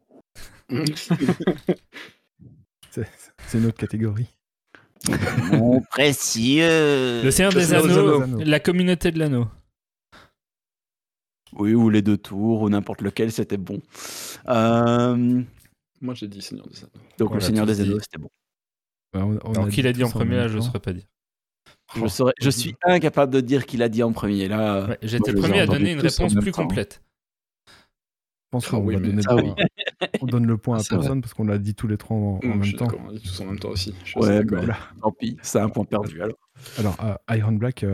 C'est une autre catégorie. Mon précieux. Le Seigneur Le des Seigneur des Anneaux, Anneaux. la communauté de l'anneau. Oui, ou les deux tours, ou n'importe lequel, c'était bon. Donc, Moi, j'ai dit Seigneur des Anneaux. le On l'a Seigneur tous des Anneaux, dit. c'était bon. Alors qui l'a dit en tous premier, là, même je ne temps. saurais pas dire. Je suis incapable de dire qu'il a dit en premier. Là, Ouais, j'ai moi, été je le les ai premier à entendus donner une tous en réponse même plus temps. complète. Je pense Ah qu'on oui, va mais donner ça, le oui. point. On donne le point à C'est vrai. personne parce qu'on l'a dit tous les trois en Je même suis temps. d'accord, on dit tous en même temps aussi. Je suis ouais, assez d'accord. mais tant pis, c'est un point perdu. Alors, Alors, Iron Black,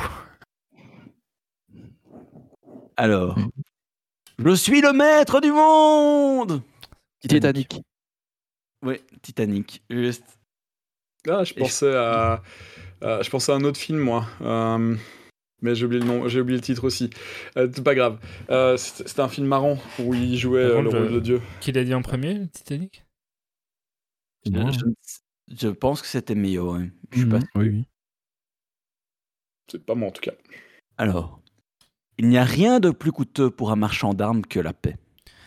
alors je suis le maître du monde. Titanic. Oui, Titanic. Juste. Ah, je pensais à un autre film, moi. Mais j'ai oublié le nom, j'ai oublié le titre aussi. C'est pas grave. C'était un film marrant où il jouait Par le contre, rôle de Dieu. Qui l'a dit en premier, le Titanic? moi, Je pense que c'était Mio. Hein. Je suis pas sûr. oui. C'est pas moi en tout cas. Alors, il n'y a rien de plus coûteux pour un marchand d'armes que la paix.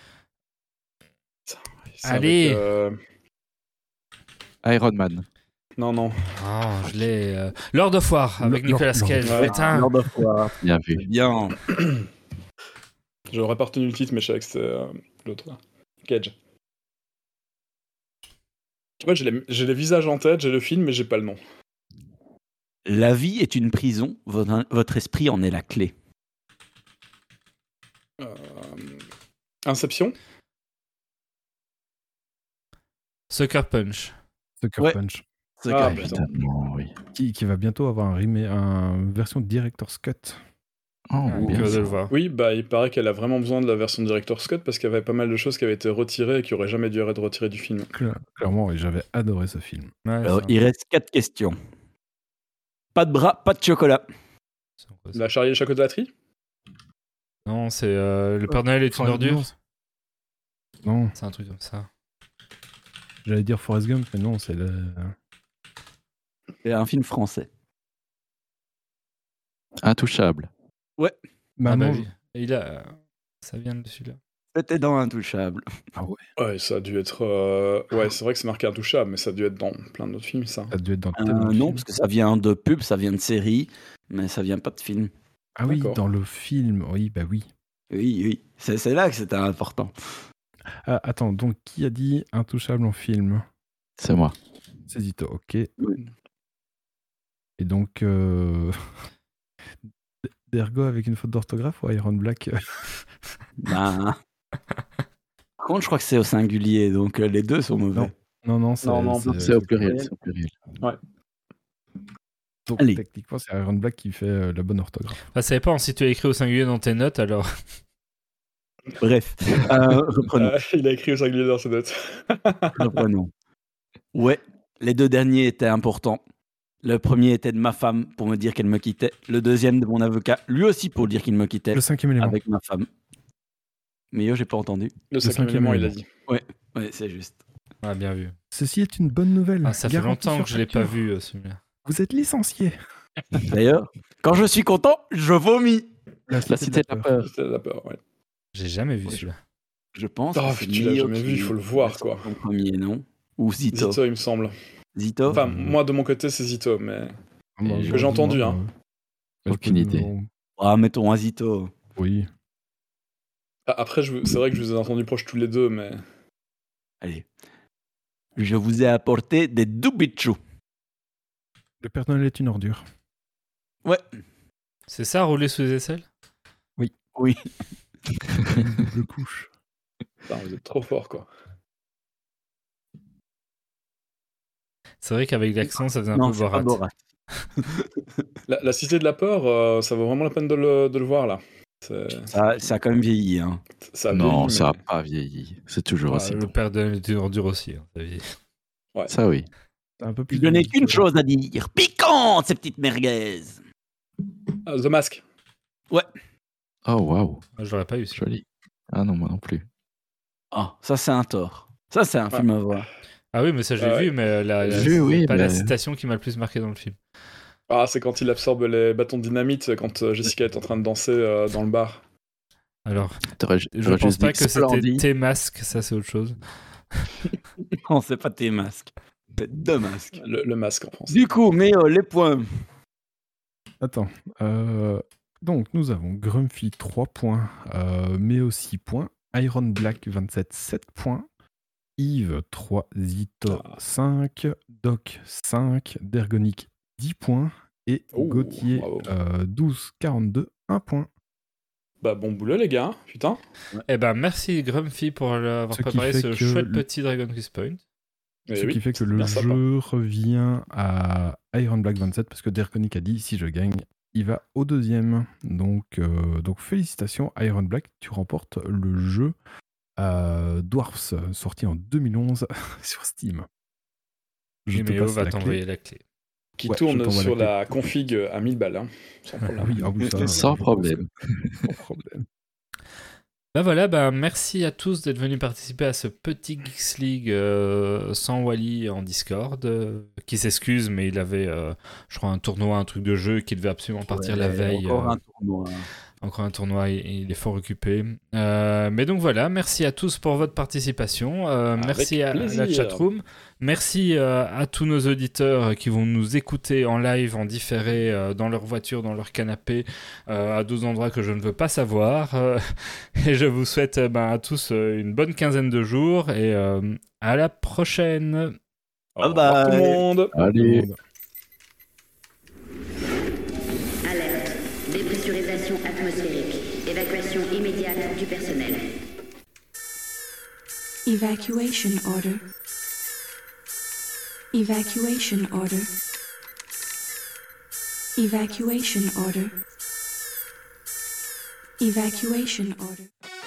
C'est Allez. avec, Iron Man. Non. Oh, je l'ai. Lord of War avec Lord- Nicolas Lord- Cage. Ouais. Putain. Lord of War. Bien vu. Bien. J'aurais pas retenu le titre, mais je savais que c'était l'autre là. Cage. Tu vois, j'ai les visages en tête, j'ai le film, mais j'ai pas le nom. La vie est une prison. Votre esprit en est la clé. Inception. Sucker Punch. Sucker Ouais. Punch. C'est Ah, clair. putain. Évidemment, oui. Qui va bientôt avoir une version Director's Cut. Oh, Curieux bien de ça. le voir. Oui, bah il paraît qu'elle a vraiment besoin de la version Director's Cut parce qu'il y avait pas mal de choses qui avaient été retirées et qui auraient jamais dû être retirées du film. Clairement, et j'avais adoré ce film. Ouais, Alors, ça- il reste 4 questions. Pas de bras, pas de chocolat. c'est quoi ça La Charlie et la chocolaterie. Non, c'est le Père Noël est une Forrest ordure. Gump. Non, C'est un truc comme ça. j'allais dire Forrest Gump, mais non, c'est le. C'est un film français. Intouchable. Ah Maman, bah oui. Il a. Ça vient de celui-là. C'était dans Intouchable. Ah ouais. Ouais, ça a dû être. Ouais, c'est vrai que c'est marqué Intouchable, mais ça a dû être dans plein d'autres films, ça. Ça a dû être dans tellement de Non, films. parce que ça vient de pub, ça vient de série, mais ça vient pas de film. Ah oui, D'accord. dans le film. Oui, bah oui. Oui. C'est là que c'était important. Ah, attends, donc qui a dit Intouchable en film? C'est moi. C'est Zito, ok. Oui. Et donc, Dergo avec une faute d'orthographe ou Iron Black? Ben... Par contre, je crois que c'est au singulier, donc les deux sont mauvais. Non, C'est au pluriel. C'est au pluriel. Donc, Allez. techniquement, c'est Iron Black qui fait la bonne orthographe. Enfin, ça dépend si tu as écrit au singulier dans tes notes, alors. Bref, reprenons. Il a écrit au singulier dans ses notes. Reprenons. Ouais, les deux derniers étaient importants. Le premier était de ma femme pour me dire qu'elle me quittait. Le deuxième de mon avocat, lui aussi pour dire qu'il me quittait Le cinquième élément. avec ma femme. Mais yo, j'ai pas entendu. Le cinquième élément, il a dit. Ouais, c'est juste. Ah, bien vu. Ceci est une bonne nouvelle. Ah, ça fait Garantie longtemps sur que je l'ai pas facture. vu, celui-là. Vous êtes licencié. D'ailleurs, quand je suis content, je vomis. La Cité de la peur. C'était la peur, ouais. J'ai jamais vu Ouais. celui-là. Je pense. Oh, que c'est tu l'as Mio jamais vu, qui- il faut le voir, quoi. En premier, non? Ou Zito. Zito, il me semble. Zito. Enfin, moi, de mon côté, c'est Zito, mais. Que j'ai entendu, hein. Aucune idée. Ah, mettons un Zito. Oui. Après, c'est vrai que je vous ai entendu proches tous les deux, mais. Allez. Je vous ai apporté des doubichous. Le Père Noël est une ordure. Ouais. C'est ça, rouler sous les aisselles? Oui. Double couche. Putain, vous êtes trop fort, quoi. C'est vrai qu'avec l'accent, ça faisait un Non, peu c'est pas Borat. Borat. La Cité de la peur, ça vaut vraiment la peine de le voir, là. Ça a quand même vieilli, hein. Ça Non, vieillit, ça n'a mais- pas vieilli. C'est toujours Ah, aussi le bon. père de est une ordure aussi. Hein, ça vieillit. Ça, oui. C'est un peu plus Je n'ai vieilli qu'une que- chose à dire. Piquante, ces petites merguez. Ah, The Mask. Oh, waouh. Moi, je l'aurais pas eu. celui-là. Joli. Ah non, moi non plus. Ah, ça c'est un tort. Ça c'est un film à voir. Ah oui, mais ça, je l'ai Ouais. vu, mais Vu, oui, c'est pas la mais- citation qui m'a le plus marqué dans le film. Ah, c'est quand il absorbe les bâtons de dynamite quand Jessica est en train de danser dans le bar. Alors, T'aurais je t'aurais pense juste pas dit que c'était Splendide. tes masques, ça c'est autre chose. Non, c'est pas tes masques. C'est deux masques. Le masque en français. Du coup, mais les points. Attends. Donc, nous avons Grumpy 3 points, Méo 6 points, Iron Black 27, 7 points, Yves 3, Zito 5, Doc 5, Dergonic 10 points et Oh, Gauthier bravo. 12, 42, 1 point. Bah, bon boulot, les gars, putain. Eh ben, merci Grumpy pour avoir Ce qui préparé fait ce que chouette le- petit Dragon Quest Point. Eh Ce oui, qui fait que c'était le bien sympa. jeu revient à Iron Black 27 parce que Dergonic a dit si je gagne, il va au deuxième. Donc félicitations Iron Black, tu remportes le jeu Dwarfs, sorti en 2011 sur Steam. Je Et te Méo passe va la t'envoyer clé. la clé. Qui Ouais, je tourne t'envoie la sur clé. la config à 1000 balles, hein, sans problème. Oui, ah oui, ça, Sans problème. Sans problème. Ben voilà, merci à tous d'être venus participer à ce petit Geeks League sans Wally en Discord, qui s'excuse, mais il avait, je crois, un tournoi, un truc de jeu qui devait absolument partir la veille. Encore un tournoi. Encore un tournoi, il est fort occupé. Mais donc voilà, merci à tous pour votre participation. Merci à la plaisir. chatroom. Merci à tous nos auditeurs qui vont nous écouter en live, en différé, dans leur voiture, dans leur canapé, à d'autres endroits que je ne veux pas savoir. Et je vous souhaite à tous une bonne quinzaine de jours et à la prochaine. Au revoir tout le bye. monde. Allez. Alerte. Dépressurisation atmosphérique. Évacuation immédiate du personnel. Evacuation order. Evacuation order. Evacuation order. Evacuation order.